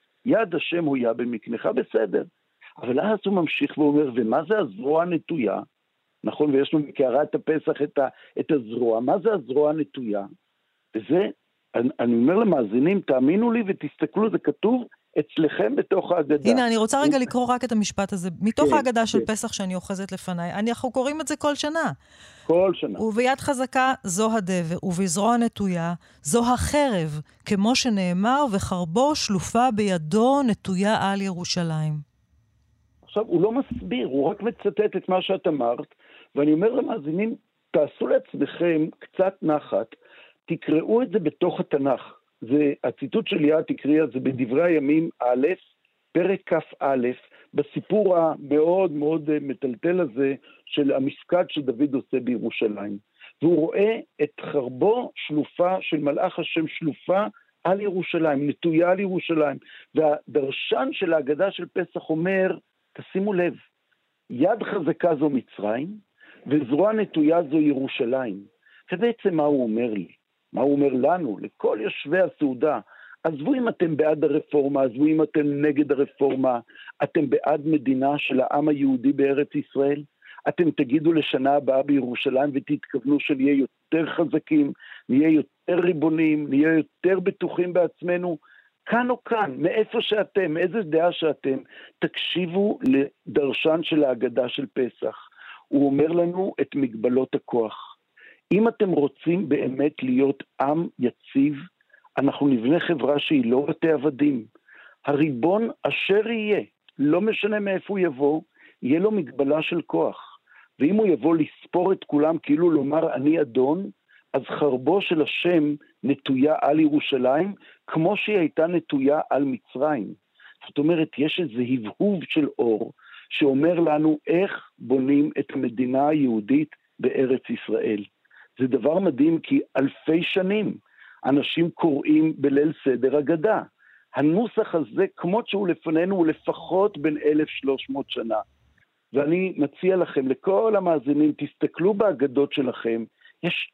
יד השם הויה במקנך, בסדר. אבל אז הוא ממשיך ואומר, ומה זה הזרוע הנטויה? נכון, ויש לנו בקערת הפסח את הזרוע. מה זה הזרוע הנטויה? וזה, אני אומר למאזינים, תאמינו לי ותסתכלו, זה כתוב אצלכם בתוך ההגדה. הנה, אני רוצה רגע לקרוא רק את המשפט הזה. מתוך ההגדה של פסח שאני אוחזת לפניי. אנחנו קוראים את זה כל שנה. כל שנה. וביד חזקה זו הדבר, ובזרוע נטויה זו החרב, כמו שנאמר, וחרבו שלופה בידו נטויה על ירושלים. עכשיו, הוא לא מסביר, הוא רק מצטט את מה שאת אמרת, ואני אומר למאזינים, תעשו לעצמכם קצת נחת, תקראו את זה בתוך התנ"ך. זה, הציטוט של ליאת הקריאה, זה בדברי הימים א', פרק כ"א, בסיפור המאוד מאוד מטלטל הזה של המפקד שדוד עושה בירושלים. והוא רואה את חרבו שלופה של מלאך השם שלופה על ירושלים, נטויה על ירושלים. והדרשן של ההגדה של פסח אומר, תשימו לב, יד חזקה זו מצרים, וזרוע נטויה זו ירושלים. ובעצם מה הוא אומר לי? מה הוא אומר לנו? לכל יושבי הסעודה, עזבו אם אתם בעד הרפורמה, עזבו אם אתם נגד הרפורמה, אתם בעד מדינה של העם היהודי בארץ ישראל, אתם תגידו לשנה הבאה בירושלים ותתכוונו שנהיה יותר חזקים, נהיה יותר ריבונים, נהיה יותר בטוחים בעצמנו, כאן או כאן, מאיפה שאתם, מאיזה דעה שאתם, תקשיבו לדרשן של ההגדה של פסח. הוא אומר לנו את מגבלות הכוח. אם אתם רוצים באמת להיות עם יציב, אנחנו נבנה חברה שהיא לא בתי עבדים. הריבון אשר יהיה, לא משנה מאיפה הוא יבוא, יהיה לו מגבלה של כוח. ואם הוא יבוא לספור את כולם, כאילו לומר אני אדון, אז חרבו של השם נטויה על ירושלים, כמו שהיא הייתה נטויה על מצרים. זאת אומרת, יש איזה הבהוב של אור, שאומר לנו איך בונים את המדינה היהודית בארץ ישראל. זה דבר מדהים, כי אלפי שנים אנשים קוראים בליל סדר הגדה. הנוסח הזה, כמו שהוא לפנינו, הוא לפחות בין 1,300 שנה. ואני מציע לכם, לכל המאזינים, תסתכלו בהגדות שלכם, יש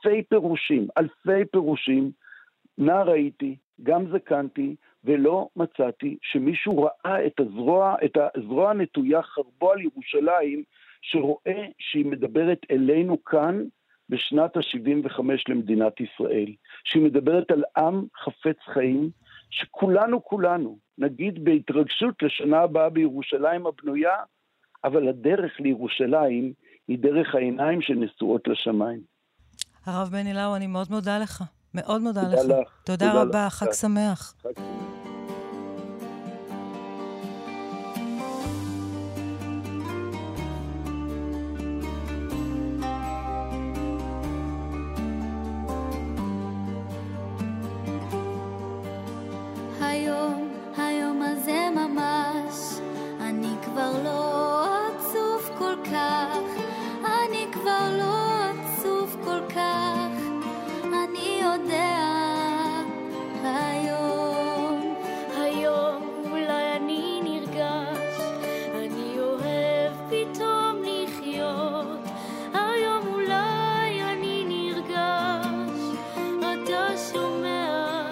אלפי פירושים, נער הייתי, גם זקנתי, ולא מצאתי שמישהו ראה את הזרוע הנטויה חרבו על ירושלים, שרואה שהיא מדברת אלינו כאן, בשנת ה-75 למדינת ישראל, שהיא מדברת על עם חפץ חיים, שכולנו נגיד בהתרגשות לשנה הבאה בירושלים הבנויה, אבל הדרך לירושלים היא דרך העיניים שנשואות לשמיים. הרב בן אליהו, אני מאוד מודה לך. מאוד מודה לך. תודה רבה, חג שמח. היום הזה ממש, אני כבר לא עצוב כל כך, אני כבר לא עצוב כל כך, אני יודע היום אולי אני נרגש, אני אוהב פתאום לחיות, היום אולי אני נרגש, אתה שומע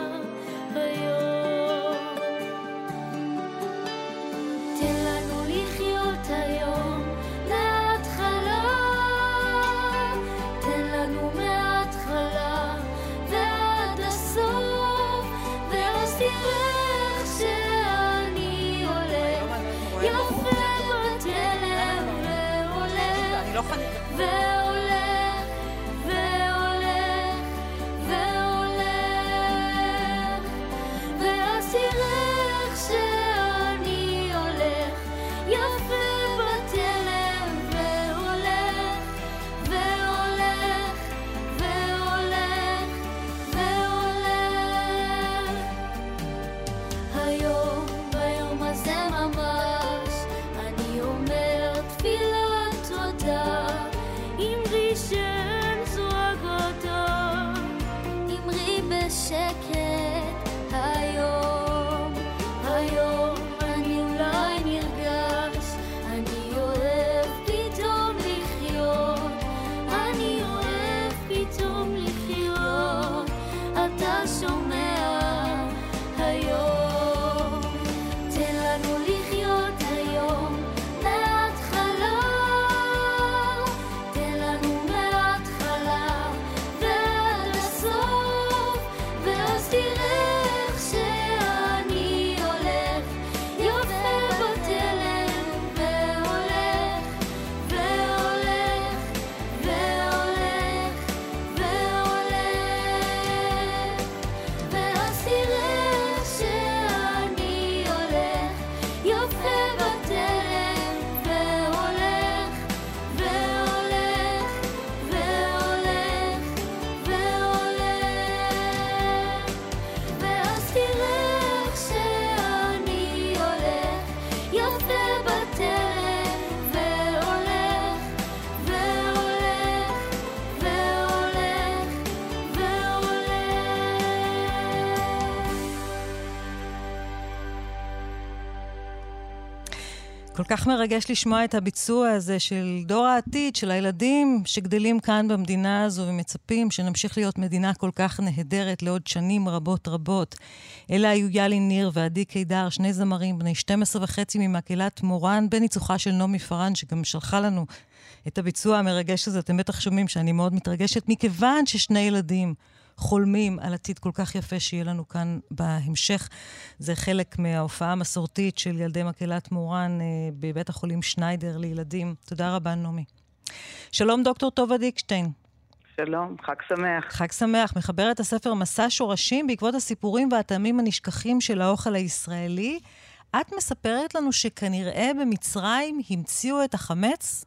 כל כך מרגש לשמוע את הביצוע הזה של דור העתיד, של הילדים שגדלים כאן במדינה הזו ומצפים שנמשיך להיות מדינה כל כך נהדרת לעוד שנים רבות רבות. אלה היו יאלי ניר ועדי קידר, שני זמרים בני 12.5 ממקהלת מורן, בניצוחה של נעמי פרן, שגם שלחה לנו את הביצוע המרגש הזה. אתם בטח שומעים שאני מאוד מתרגשת, מכיוון ששני ילדים חולמים על עתיד כל כך יפה שיהיה לנו כאן בהמשך. זה חלק מההופעה המסורתית של ילדי מקהלת מורן בבית החולים שניידר לילדים. תודה רבה, נעמי. שלום דוקטור טובה דיקשטיין. שלום, חג שמח. חג שמח. מחברת הספר מסע שורשים בעקבות הסיפורים והטעמים הנשכחים של האוכל הישראלי. את מספרת לנו שכנראה במצרים המציאו את החמץ?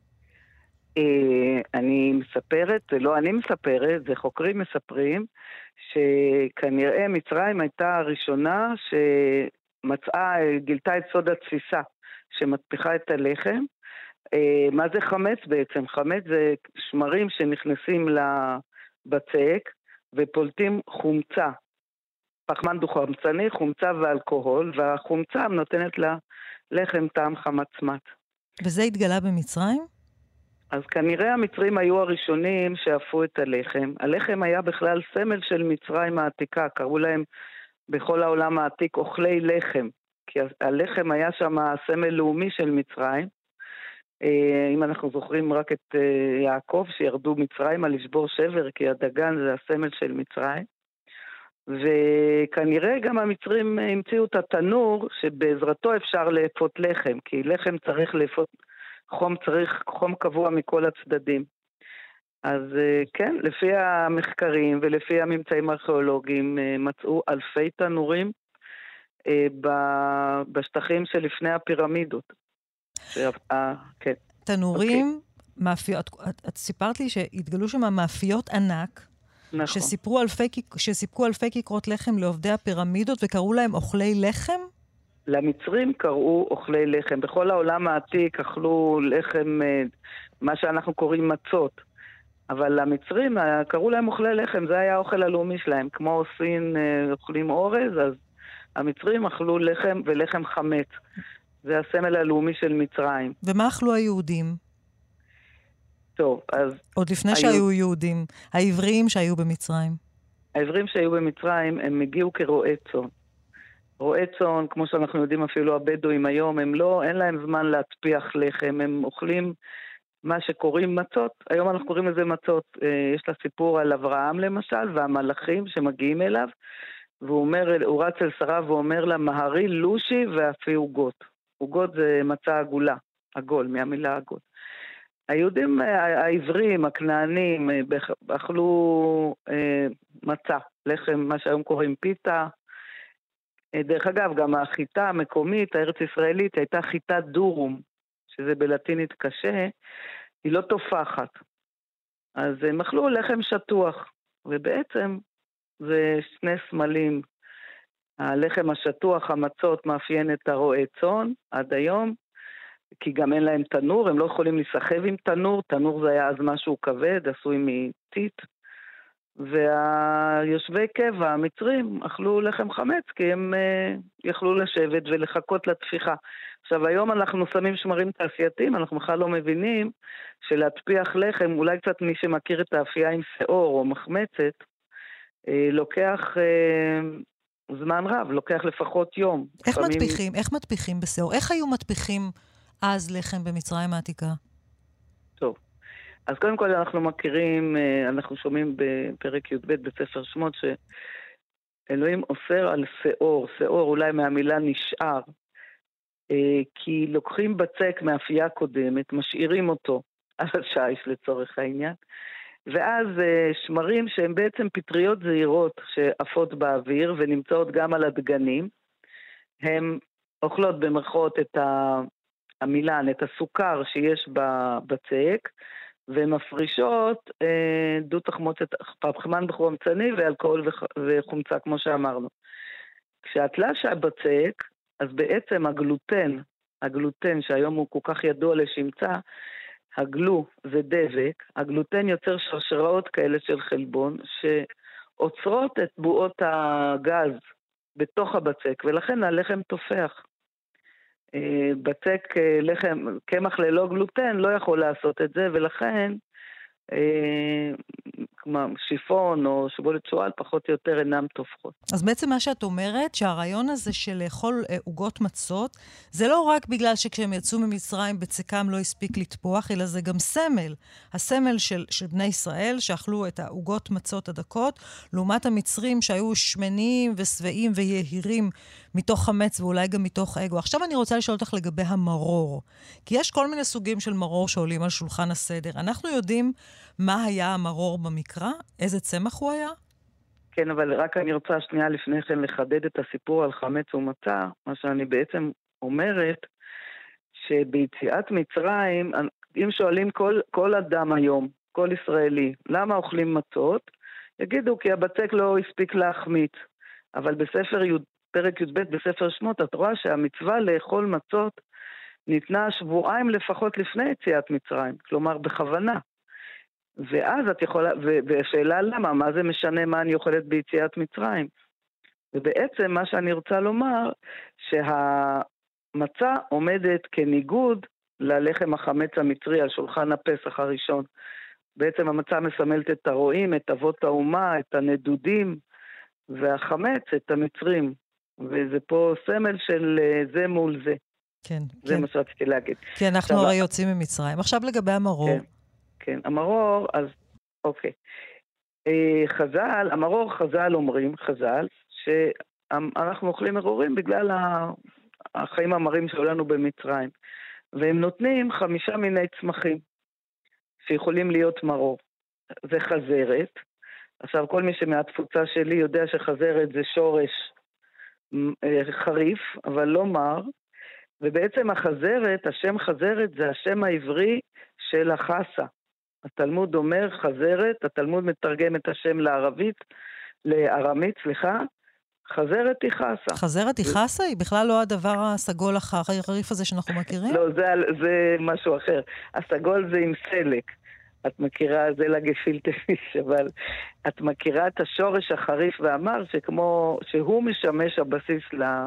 אני מספרת, זה לא אני מספרת, זה חוקרים מספרים, שכנראה מצרים הייתה הראשונה שמצאה, גילתה את סוד התסיסה, שמטפיחה את הלחם. מה זה חמץ בעצם? חמץ זה שמרים שנכנסים לבצק ופולטים חומצה, פחמן דו-חמצני, חומצה ואלכוהול, והחומצה נותנת ללחם טעם חמצמץ. וזה התגלה במצרים? אז כנראה המצרים היו הראשונים שאפו את הלחם. הלחם היה בכלל סמל של מצרים העתיקה, קראו להם בכל העולם העתיק אוכלי לחם, כי הלחם היה שם הסמל לאומי של מצרים. אם אנחנו זוכרים רק את יעקב שירדו מצרים על לשבור שבר, כי הדגן זה הסמל של מצרים. וכנראה גם המצרים המציאו את התנור שבעזרתו אפשר לאפות לחם, כי לחם צריך לאפות, צריך חום קבוע מכל הצדדים. אז כן, לפי המחקרים ולפי הממצאים הארכיאולוגיים מצאו אלפי תנורים בשטחים שלפני הפירמידות. כן. תנורים, מאפיות, את סיפרת לי שהתגלו שם מאפיות ענק, נכון. שסיפקו אלפי כיכרות לחם לעובדי הפירמידות וקראו להם אוכלי לחם? למצרים קראו אוכלי לחם. בכל העולם העתיק אכלו לחם, מה שאנחנו קוראים מצות. אבל למצרים קראו להם אוכלי לחם, זה היה האוכל הלאומי שלהם. כמו סין אוכלים אורז, אז המצרים אכלו לחם ולחם חמץ. זה הסמל הלאומי של מצרים. ומה אכלו היהודים? טוב, אז... עוד לפני שהיו יהודים, העבריים שהיו במצרים. העברים שהיו במצרים, הם הגיעו כרועי צאן. רועי צאן, כמו שאנחנו יודעים אפילו הבדואים היום, אין להם זמן להטפיח לחם, הם אוכלים מה שקוראים מצות. היום אנחנו קוראים לזה מצות. יש לה סיפור על אברהם למשל, והמלאכים שמגיעים אליו, הוא רץ אל שרה ואומר לה, מהרי לושי ואפי עוגות. עוגות זה מצה עגולה, עגול, מהמילה עגול. היהודים העברים, הכנענים, אכלו מצה, לחם, מה שהיום קוראים פיתה. דרך אגב, גם החיטה המקומית, הארץ ישראלית, הייתה חיטת דורום, שזה בלטינית קשה, היא לא תופחת. אז הם אכלו לחם שטוח, ובעצם זה שני סמלים. הלחם השטוח, המצות, מאפיין את הרועי צאן עד היום, כי גם אין להם תנור, הם לא יכולים להיסחב עם תנור, תנור זה היה אז משהו כבד, עשוי מטיט, והיושבי קבע, המצרים, אכלו לחם חמץ, כי הם יכלו לשבת ולחכות לתפיחה. עכשיו, היום אנחנו שמים שמרים תעשייתיים, אנחנו בכלל לא מבינים שלהטפיח לחם, אולי קצת מי שמכיר את האפייה עם שיעור או מחמצת, לוקח זמן רב, לוקח לפחות יום. איך מטפיחים בשיעור? איך היו מטפיחים אז לחם במצרים העתיקה? טוב. אז קודם כל אנחנו מכירים, אנחנו שומעים בפרק י"ב בספר שמות, שאלוהים אוסר על שיעור, שיעור אולי מהמילה נשאר, כי לוקחים בצק מאפייה קודמת, משאירים אותו על השיש לצורך העניין, ואז שמרים שהם בעצם פטריות זעירות שעפות באוויר ונמצאות גם על הדגנים, הן אוכלות במרכאות את המילן, את הסוכר שיש בבצק, ומפרישות דו תחמוצת פחמן בחומצני ואלכוהול וחומצה, כמו שאמרנו. כשהתלש הבצק, אז בעצם הגלוטן שהיום הוא כל כך ידוע לשמצה, הגלו זה דבק, הגלוטן יוצר שרשראות כאלה של חלבון, שעוצרות את בועות הגז בתוך הבצק, ולכן הלחם תופח. בצק לחם, קמח ללא גלוטן לא יכול לעשות את זה, ולכן כמו שיפון או שבולת שועל פחות או יותר אינם תופחות. אז בעצם מה שאת אומרת, שהרעיון הזה של לאכול עוגות מצות, זה לא רק בגלל שכשהם יצאו ממצרים בצקם לא הספיק לטפוח, אלא זה גם סמל. הסמל של בני ישראל שאכלו את העוגות מצות הדקות, לעומת המצרים שהיו שמנים ושבעים ויהירים מתוך חמץ ואולי גם מתוך אגו. עכשיו אני רוצה לשאול אותך לגבי המרור. כי יש כל מיני סוגים של מרור שעולים על שולחן הסדר. אנחנו יודעים מה היה המרור במקרא? איזה צמח הוא היה? כן, אבל רק אני רוצה שנייה לפני כן לחדד את הסיפור על חמץ ומצה. מה שאני בעצם אומרת, שביציאת מצרים, אם שואלים כל אדם היום, כל ישראלי, למה אוכלים מצות? יגידו כי הבצק לא הספיק להחמיץ. אבל פרק י"ב בספר שמות, את רואה שהמצווה לאכול מצות ניתנה שבועיים לפחות לפני יציאת מצרים, כלומר בכוונה. ואז את יכולה, והשאלה למה, מה זה משנה מה אני אוכלת ביציאת מצרים? ובעצם מה שאני רוצה לומר, שהמצה עומדת כניגוד ללחם החמץ המצרי על שולחן הפסח הראשון. בעצם המצה מסמלת את הרועים, את אבות האומה, את הנדודים, והחמץ את המצרים. וזה פה סמל של זה מול זה. כן. זה מה שרציתי להגיד. כי אנחנו הרי יוצאים ממצרים. עכשיו לגבי המרור. כן, המרור, אז אוקיי. חז"ל אומרים, שאנחנו אוכלים מרורים בגלל החיים המרים שהיו לנו במצרים. והם נותנים 5 מיני צמחים שיכולים להיות מרור. זה חזרת. עכשיו, כל מי שמהתפוצה שלי יודע שחזרת זה שורש חריף, אבל לא מר, ובעצם החזרת, השם חזרת זה השם העברי של החסה. התלמוד אומר חזרת, התלמוד מתרגם את השם לארמית, חזרת היא חסה. חזרת היא חסה? היא בכלל לא הדבר הסגול החריף הזה שאנחנו מכירים? לא, זה משהו אחר. הסגול זה עם סלק. את מכירה, זה לגפילטה פיש, אבל את מכירה את השורש החריף והמר, שהוא משמש הבסיס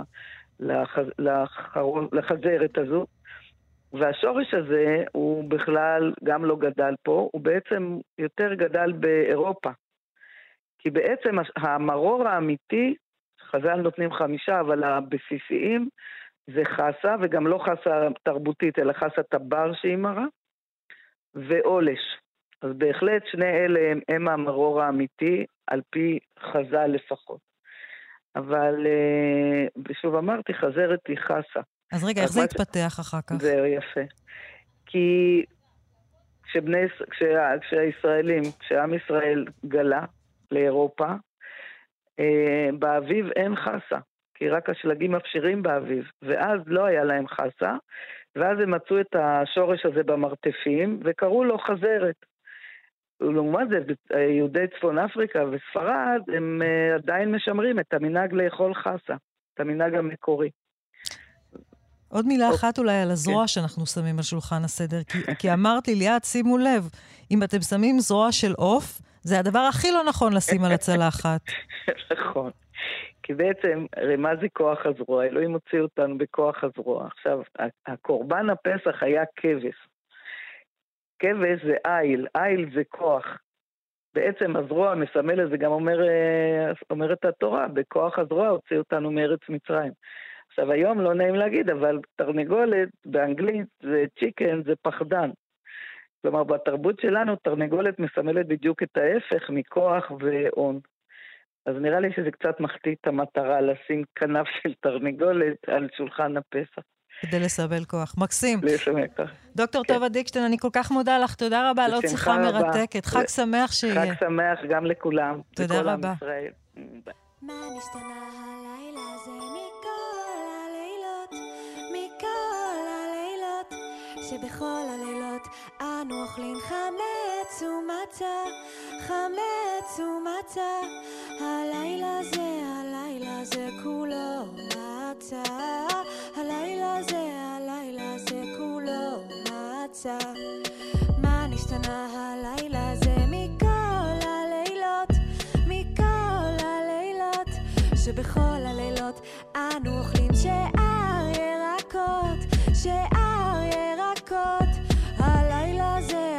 לחזרת הזו, והשורש הזה הוא בכלל גם לא גדל פה, הוא בעצם יותר גדל באירופה. כי בעצם המרור האמיתי, חז"ל נותנים 5, אבל הבסיסיים זה חסה, וגם לא חסה תרבותית, אלא חסה טבר שהיא מרה, ואולש. אז בהחלט שני אלה הם המרור האמיתי, על פי חז"ל לפחות. אבל שוב אמרתי, חזרת היא חסה. אז רגע, איך זה התפתח אחר כך? זהו, יפה. כי כשהישראלים, כשעם ישראל גלה לאירופה, באביב אין חסה, כי רק השלגים מפשירים באביב, ואז לא היה להם חסה, ואז הם מצאו את השורש הזה במרתפים, וקראו לו חזרת. ולעומת זה, יהודי צפון אפריקה וספרד, הם עדיין משמרים את המנהג לאכול חסה, את המנהג המקורי. עוד מילה אחת אולי על הזרוע שאנחנו שמים על שולחן הסדר, כי אמרת לי, ליאת, שימו לב, אם אתם שמים זרוע של עוף, זה הדבר הכי לא נכון לשים על הצלחת. נכון. כי בעצם, הרי מה זה כוח הזרוע? אלוהים הוציא אותנו בכוח הזרוע. עכשיו, הקורבן הפסח היה כבש. כבש זה איל זה כוח. בעצם הזרוע מסמל, זה גם אומרת התורה, בכוח הזרוע הוציא אותנו מארץ מצרים. עכשיו, היום לא נעים להגיד, אבל תרנגולת באנגלית זה צ'יקן, זה פחדן. כלומר, בתרבות שלנו, תרנגולת מסמלת בדיוק את ההפך מכוח ועון. אז נראה לי שזה קצת מחטיא את המטרה לשים כנף של תרנגולת על שולחן הפסח. כדי לסבל כוח. מקסים. לסבל כוח. דוקטור טובה דיקשטיין, אני כל כך מודה לך. תודה רבה על עוד שיחה מרתקת. חג שמח שיהיה. חג שמח גם לכולם. תודה רבה. מה נשתנה הלילה זה מכל הלילות, מכל הלילות, שבכל הלילות אנו אוכלים חמץ ומצה, חמץ ומצה. הלילה זה כולו מצה, הלילה זה כולו מצה. מה נשתנה הלילה זה מכל הלילות, מכל הלילות, שבכל הלילות אנו אוכלים שאר ירקות, שאר ירקות. הלילה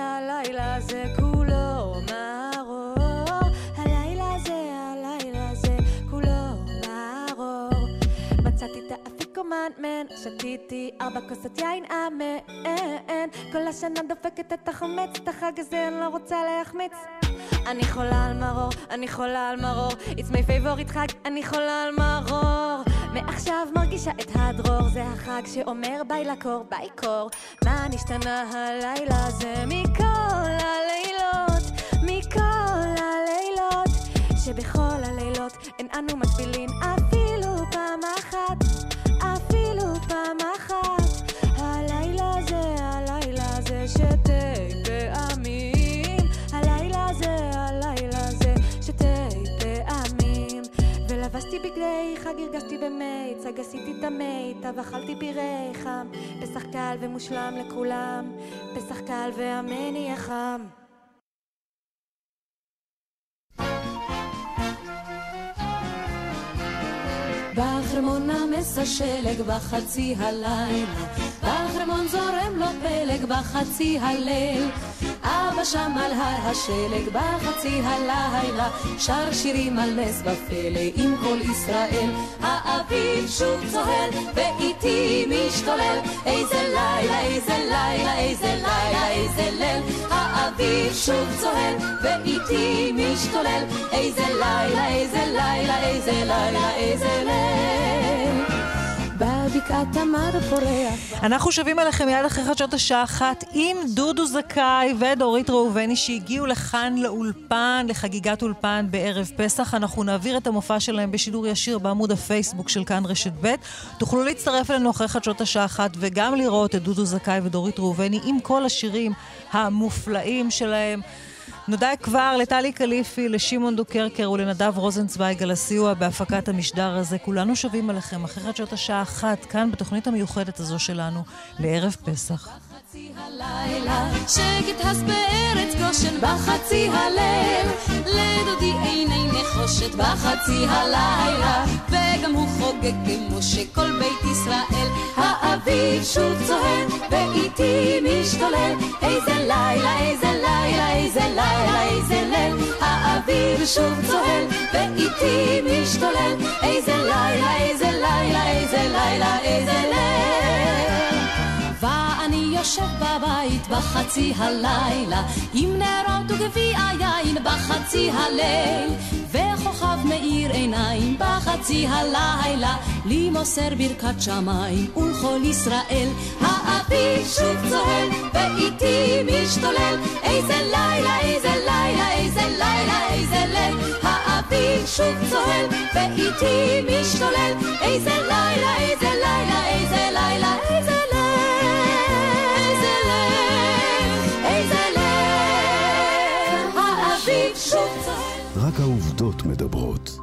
זה כולו מרור, הלילה זה כולו מרור. מצאתי את האפיקומן, שתיתי 4 כוסות יין אמן, כל השנה דופקת את החמץ, את החג הזה אני לא רוצה להחמיץ. אני חולה על מרור, אני חולה על מרור, It's my favorite חג, אני חולה על מרור. מעכשיו מרגישה את הדרור, זה החג שאומר ביי לקור, ביי קור. מה נשתנה הלילה זה מכל הלילות, מכל הלילות, שבכל הלילות אין אנו מטבילין אפילו פעם אחת, אפילו פעם אחת. הלילה זה שתי פעמים, הלילה זה שתי פעמים. ולבשתי בגדי חג, הרגשתי במיצג, עשיתי את המיטב, אכלתי בירי חם. פסח קל ומושלם לכולם, פסח קל והמן יהיה חם. בחרמון נמס השלג בחצי הלילה, בחרמון זורם לו פלג בחצי הליל. אבא שם על הר השלג בחצי הלילה, שר שירים על נס בפלא עם כל ישראל. האביב שוב צוהל ואיתי משתולל, איזה לילה, איזה לילה, איזה לילה, איזה ליל. האביב שוב צוהל ואיתי משתולל, איזה לילה, איזה לילה, איזה לילה, איזה ליל. בבקעה התמר פורח. אנחנו שווים עליכם מיד אחרי חדשות השעה 1 עם דודו זכאי ודורית ראובני שהגיעו לכאן לאולפן, לחגיגת אולפן בערב פסח. אנחנו נעביר את המופע שלהם בשידור ישיר בעמוד הפייסבוק של כאן רשת ב'. תוכלו להצטרף אלינו אחרי חדשות השעה 1 וגם לראות את דודו זכאי ודורית ראובני עם כל השירים המופלאים שלהם. נודע כבר לטלי קליפי, לשימון דוקרקר ולנדב רוזנצוויג על הסיוע בהפקת המשדר הזה. כולנו שווים עליכם אחרי חדשות השעה 1 כאן בתוכנית המיוחדת הזו שלנו לערב פסח. הלילה שקט הס בארץ גושן בחצי הליל לדודי עיני נחושת בחצי הלילה וגם הוא חוגג כמו שכל בית ישראל האביב שוב צוהל ואיתי משתולל איזה לילה איזה לילה איזה לילה איזה ליל האביב שוב צוהל ואיתי משתולל איזה לילה איזה לילה איזה לילה איזה ליל ואני יושב בבית בחצי הלילה עם נרות וגביע יין בחצי הליל וכוכב מאיר עיניים בחצי הלילה לי מוסר ברכת שמיים ולכל ישראל האביב שוב צוהל ואיתי משתולל איזה לילה איזה לילה איזה לילה איזה ליל האביב שוב צוהל ואיתי משתולל איזה לילה איזה לילה איזה לילה איזה ליל רק העובדות מדברות.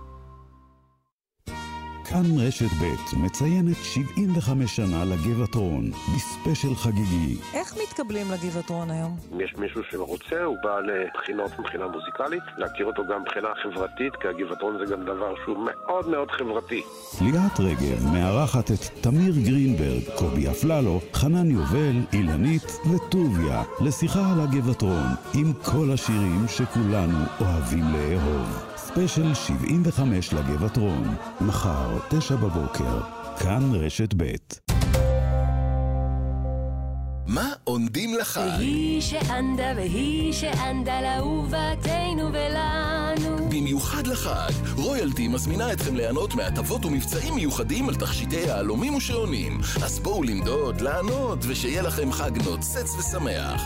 כאן רשת ב' מציינת 75 שנה לגבעתרון, בספיישל חגיגי. איך מתקבלים לגבעתרון היום? אם יש מישהו שרוצה, הוא בא לבחינות מבחינה מוזיקלית, להכיר אותו גם מבחינה חברתית, כי הגבעתרון זה גם דבר שהוא מאוד מאוד חברתי. ליאת רגב מארחת את תמיר גרינברג, קובי אפללו, חנן יובל, אילנית וטוביה לשיחה על הגבעתרון, עם כל השירים שכולנו אוהבים לאהוב. ספיישל 75 לגבעתרון, מחר 9 בבוקר, כאן רשת ב'. מה עונדים לחג? והיא שענדה לאהובתנו ולנו. במיוחד לחג, רויאלטי מזמינה אתכם ליהנות מהטבות ומבצעים מיוחדים על תכשיטי יהלומים ושעונים. אז בואו למדוד, לענות, ושיהיה לכם חג נוצץ ושמח.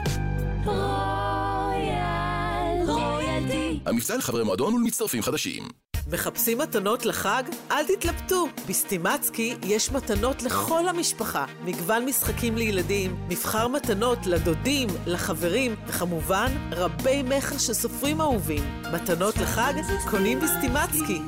רויאלטי. המבצע לחברי מועדון ולמצטרפים חדשים. מחפשים מתנות לחג? אל תתלבטו. בסטימצקי יש מתנות לכל המשפחה. מגוון משחקים לילדים, מבחר מתנות לדודים, לחברים, וכמובן רבי מחר שסופרים אהובים. מתנות לחג קונים בסטימצקי.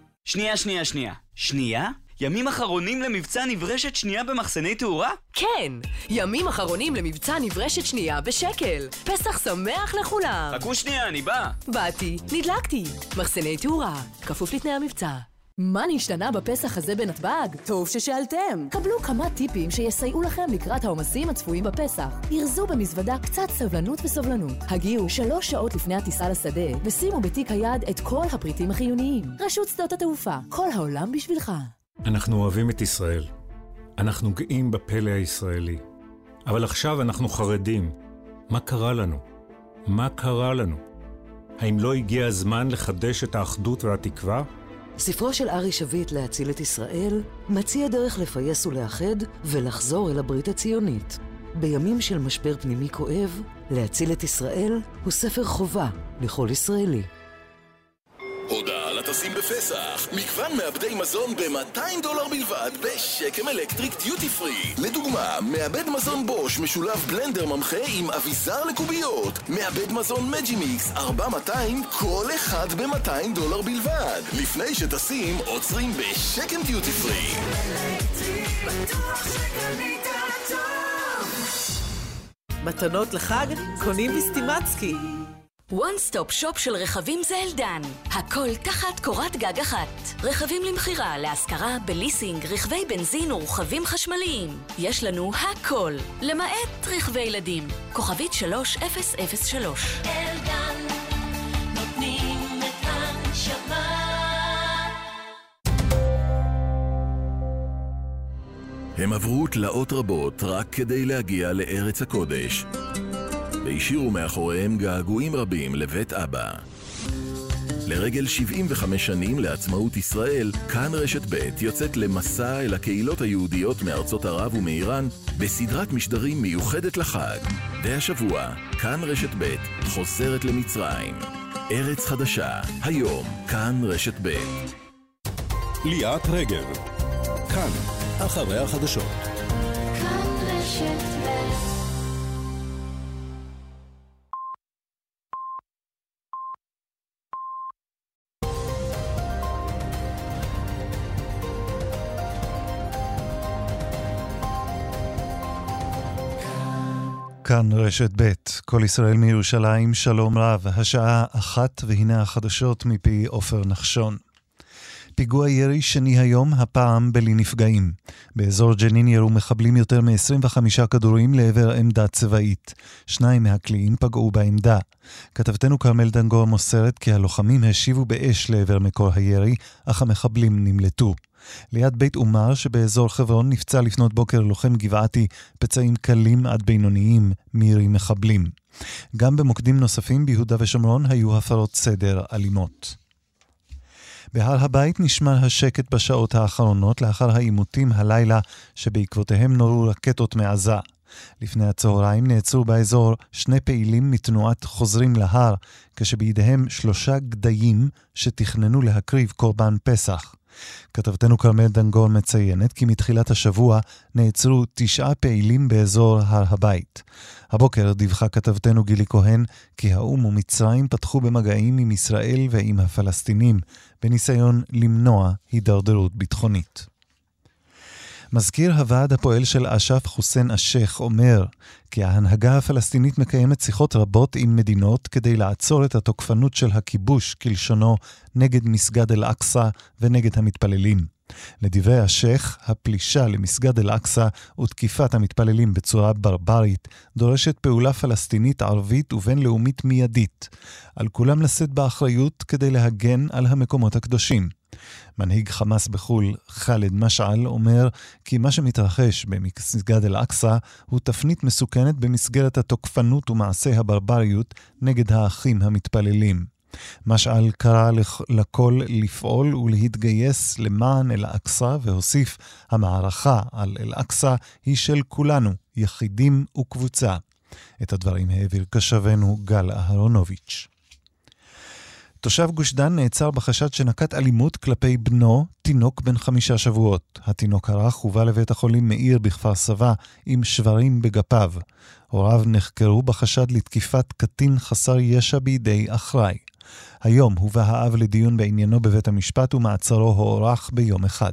שנייה? ימים אחרונים למבצע נברשת שנייה במחסני תאורה? כן, ימים אחרונים למבצע נברשת שנייה בשקל. פסח שמח לכולם. חכו שנייה, אני בא. באתי, נדלקתי. מחסני תאורה, כפוף לתנאי המבצע. מה נשתנה בפסח הזה בנתב"ג? טוב ששאלתם. קבלו כמה טיפים שיסייעו לכם לקראת העומסים הצפויים בפסח. ירזו במזוודה קצת סבלנות וסובלנות. הגיעו 3 שעות לפני הטיסה לשדה, ושימו בתיק היד את כל הפריטים החיוניים. רשות שדות התעופה, כל העולם בשבילך. אנחנו אוהבים את ישראל. אנחנו גאים בפלא הישראלי. אבל עכשיו אנחנו חרדים. מה קרה לנו? מה קרה לנו? האם לא הגיע הזמן לחדש את האחדות והתקווה? ספרו של ארי שביט להציל את ישראל מציע דרך לפייס ולאחד ולחזור אל הברית הציונית. בימים של משבר פנימי כואב, להציל את ישראל הוא ספר חובה לכל ישראלי. הודעה לטסים בפסח. מגוון מעבדי מזון ב$200 בלבד בשקם אלקטריק דיוטי פרי. לדוגמה, מעבד מזון בוש משולב בלנדר ממחה עם אביזר לקוביות. מעבד מזון מג'י מיקס 4,200, כל אחד ב$200 בלבד. לפני שטסים, עוצרים בשקם דיוטי פרי. מתנות לחג קונים בסטימצקי. One Stop Shop של רכבים זה אלדן. הכל תחת קורת גג אחת. רכבים למחירה, להשכרה, בליסינג, רכבי בנזין ורכבים חשמליים. יש לנו הכל, למעט רכבי ילדים. כוכבית 3003. אלדן, נותנים את הנשמה. הם עברו תלאות רבות רק כדי להגיע לארץ הקודש. והשאירו מאחוריהם געגועים רבים לבית אבא. לרגל 75 שנים לעצמאות ישראל, כאן רשת ב' יוצאת למסע אל הקהילות היהודיות מארצות ערב ומאיראן בסדרת משדרים מיוחדת לחג. והשבוע, כאן רשת ב' חוזרת למצרים. ארץ חדשה, היום, כאן רשת ב'. ליאת רגב, כאן, אחרי החדשות. כאן רשת ב'. כאן רשת ב', כל ישראל מירושלים, שלום רב, השעה 1 והנה החדשות מפי עופר נחשון. פיגוע ירי שני היום, הפעם בלי נפגעים. באזור ג'נין ירו מחבלים יותר מ-25 כדורים לעבר עמדה צבאית. 2 מהקליעים פגעו בעמדה. כתבתנו כרמל דנגור מוסרת כי הלוחמים השיבו באש לעבר מקור הירי, אך המחבלים נמלטו. ליד בית עומר שבאזור חברון נפצע לפנות בוקר לוחם גבעתי פצעים קלים עד בינוניים מירי מחבלים. גם במוקדים נוספים ביהודה ושומרון היו הפרות סדר אלימות. בהר הבית נשמר השקט בשעות האחרונות לאחר העימותים הלילה שבעקבותיהם נורו רקטות מעזה. לפני הצהריים נעצרו באזור 2 פעילים מתנועת חוזרים להר, כשבידיהם 3 גדיים שתכננו להקריב קורבן פסח. כתבתנו כרמל דנגור מציינת כי מתחילת השבוע נעצרו 9 פעילים באזור הר הבית. הבוקר דיווחה כתבתנו גילי כהן כי האום ומצרים פתחו במגעים עם ישראל ועם הפלסטינים בניסיון למנוע הידרדרות ביטחונית. מזכיר הוועד הפועל של אש"ף חוסיין השייח אומר כי ההנהגה הפלסטינית מקיימת שיחות רבות עם מדינות כדי לעצור את התוקפנות של הכיבוש כלשונו נגד מסגד אל-אקצא ונגד המתפללים. לדברי השייח, הפלישה למסגד אל-אקצא ותקיפת המתפללים בצורה ברברית דורשת פעולה פלסטינית ערבית ובינלאומית מיידית. על כולם לשאת באחריות כדי להגן על המקומות הקדושים. מנהיג חמאס בחול חאלד משעל אומר כי מה שמתרחש במסגד אל-אקצא הוא תפנית מסוכנת במסגרת התוקפנות ומעשי הברבריות נגד האחים המתפללים. משעל קרא לכל לפעול ולהתגייס למען אל-אקצא והוסיף המערכה על אל-אקצא היא של כולנו, יחידים וקבוצה. את הדברים העביר קשבנו גל אהרונוביץ'. תושב גוש דן נעצר בחשד שנקט אלימות כלפי בנו, תינוק בן 5 שבועות. התינוק הרך הובא לבית החולים מאיר בכפר סבא עם שברים בגפיו. הוריו נחקרו בחשד לתקיפת קטין חסר ישע בידי אחראי. היום הובא האב לדיון בעניינו בבית המשפט ומעצרו הוארך ביום אחד.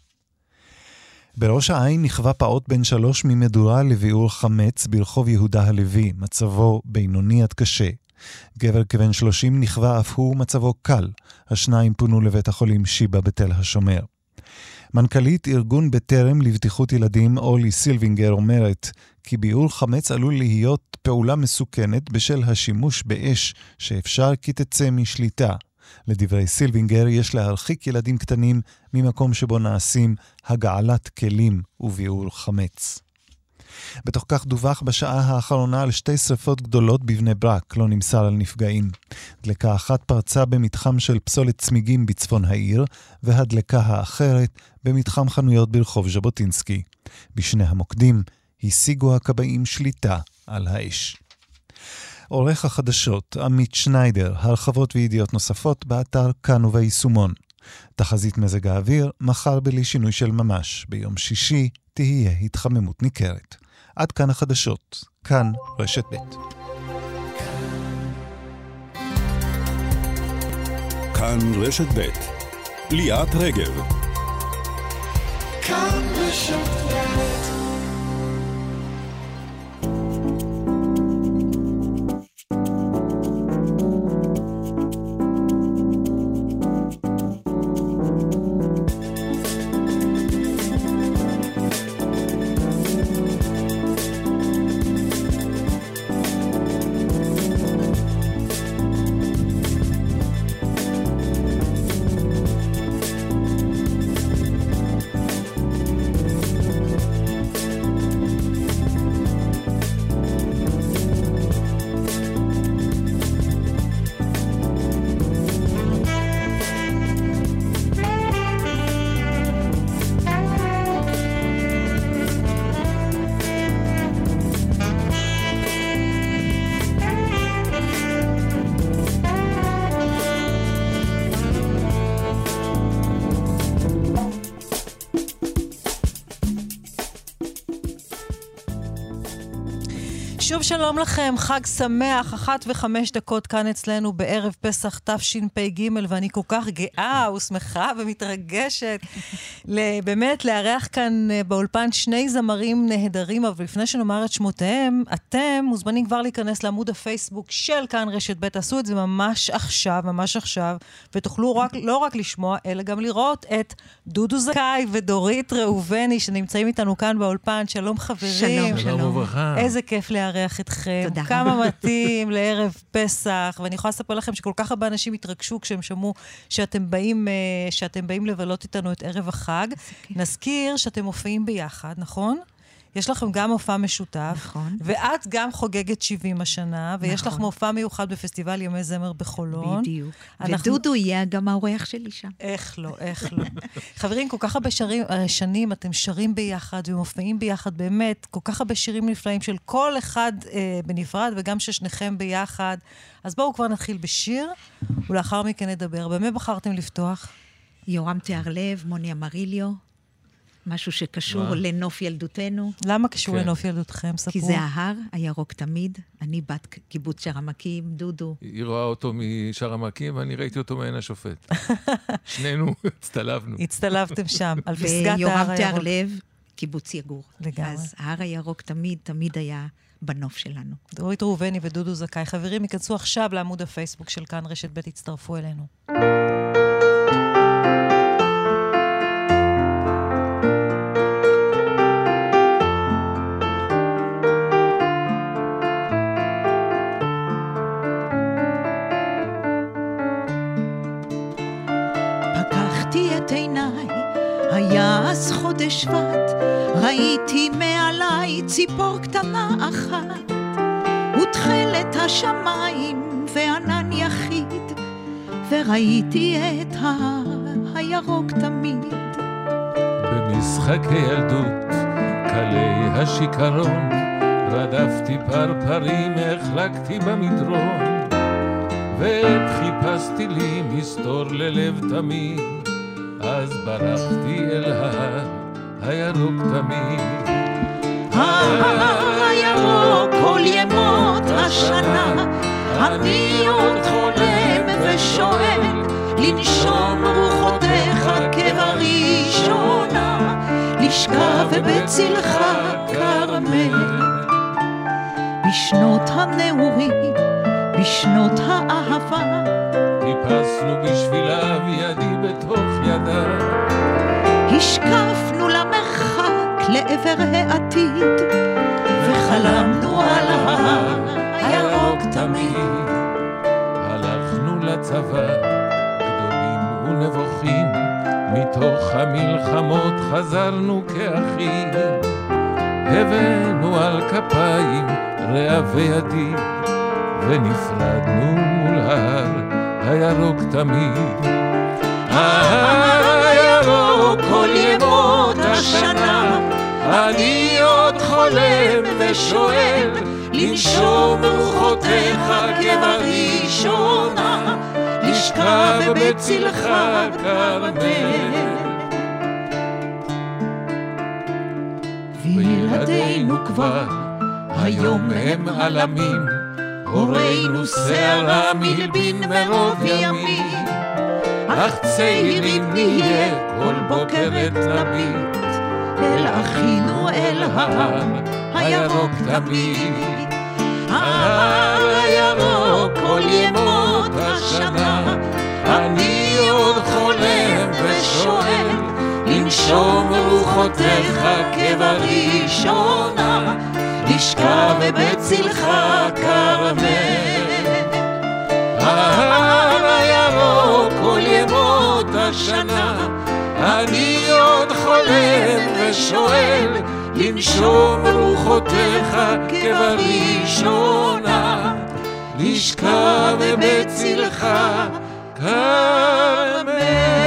בראש העין נכווה פעוט בן 3 ממדורה לביאור חמץ ברחוב יהודה הלוי, מצבו בינוני עד קשה. גבר כבן 30 נכווה אף הוא, מצבו קל. השניים פונו לבית החולים שיבא בתל השומר. מנכ"לית ארגון בטרם לבטיחות ילדים אורלי סילבינגר אומרת כי ביאור חמץ עלול להיות פעולה מסוכנת בשל השימוש באש שאפשר כי תצא משליטה. לדברי סילבינגר יש להרחיק ילדים קטנים ממקום שבו נעשים הגעלת כלים וביאור חמץ. בתוך כך דווח בשעה האחרונה על 2 שריפות גדולות בבני ברק, לא נמסר על נפגעים. דלקה אחת פרצה במתחם של פסולת צמיגים בצפון העיר, והדלקה האחרת במתחם חנויות ברחוב ז'בוטינסקי. בשני המוקדים השיגו הכבאים שליטה על האש. עורך החדשות עמית שניידר, הרחבות וידיעות נוספות באתר כאן וביישומון. תחזית מזג האוויר, מחר בלי שינוי של ממש, ביום שישי תהיה התחממות ניכרת. עד כאן החדשות, כאן רשת ב'. כאן רשת ב'. ליאת רגב. כאן רשת ב'. שוב שלום לכם, חג שמח, 1:05 כאן אצלנו בערב פסח תשפ"ג, ואני כל כך גאה ושמחה ומתרגשת באמת לארח כאן באולפן שני זמרים נהדרים, אבל לפני שנאמר את שמותיהם, אתם מוזמנים כבר להיכנס לעמוד הפייסבוק של כאן רשת ב', תעשו את זה ממש עכשיו, ותוכלו לא רק לשמוע, אלא גם לראות את דודו זכאי ודורית ראובני שנמצאים איתנו כאן באולפן. שלום חברים. שלום וברכה. איזה כיף לארח אתכם. תודה. כמה מתאים לערב פסח, ואני יכולה לספר לכם שכל כך הרבה אנשים התרגשו כשהם שמעו שאתם באים לבלות איתנו את ערב החג. נזכיר שאתם מופיעים ביחד, נכון? יש לכם גם מופע משותף, נכון. ואת גם חוגגת 70 השנה, ויש נכון. לך מופע מיוחד בפסטיבל ימי זמר בחולון. בדיוק. ודודו יהיה גם האורח שלי שם. איך לא. חברים, כל כך הרבה שנים אתם שרים ביחד ומופיעים ביחד, באמת, כל כך הרבה שירים נפלאים של כל אחד בנפרד, וגם ששניכם ביחד. אז בואו כבר נתחיל בשיר, ולאחר מכן נדבר. במה בחרתם לפתוח? יורם תיארלב, מוני אמריליו. משהו שקשור לנוף ילדותנו. למה קשור לנוף ילדותכם? ספרו. כי זה ההר, הירוק תמיד. אני בת קיבוץ שער עמקים, דודו. היא רואה אותו משער עמקים, ואני ראיתי אותו מעין השופט. שנינו הצטלבנו. הצטלבתם שם, על פסגת ההר הירוק. ויורם תיארלב, קיבוץ יגור. לגמרי. אז ההר הירוק תמיד היה בנוף שלנו. דורית ראובני ודודו זכאי. חברים, ייכנסו עכשיו לעמוד הפייסבוק של כאן רשת ב', הצטרפו אלינו. היה אז חודש שבט, ראיתי מעליי ציפור קטנה אחת, ותכלת השמיים וענן יחיד, וראיתי את ההר הירוק תמיד. במשחקי ילדות, קלי השיקרון, רדפתי פרפרים, החלקתי במדרון, ועת חיפשתי לי מסתור ללב תמיד, אז ברחתי אל ההר הירוק תמיד. ההר הירוק כל ימות השנה, אני עוד חולם ושואל, לנשום רוחותיך כבראשונה, לשכב בצלך כרמל. בשנות הנעורים, בשנות האהבה, חיפשנו בשבילה וידי בתוך ידה, השקפנו למרחק לעבר העתיד, וחלמנו על ההר הירוק תמיד. הלכנו לצבא גדולים ונבוכים, מתוך המלחמות חזרנו כאחים, הבאנו על כפיים רעבי ידי, ונפרדנו מול ההר הירוק תמיד. ההר הירוק כל ימות השנה, אני עוד חולם ושואל, לנשום רוחותיך כבראשונה, לשכב בצלך כרמל. וילדינו כבר היום הם עלמים, הורינו שערה מלבין מרוב ימים, אך צעירים נהיה כל בוקר נביט, אל אחינו אל ההר הירוק תמיד. ההר הירוק כל ימות השנה, אני עוד חולם ושואל, לנשום רוחותיך כבראשונה, לשכב בצלך כרמל. ההר הירוק כל ימות השנה, אני עוד חולם ושואל, לנשום רוחותיך כבראשונה, לשכב בצלך כרמל.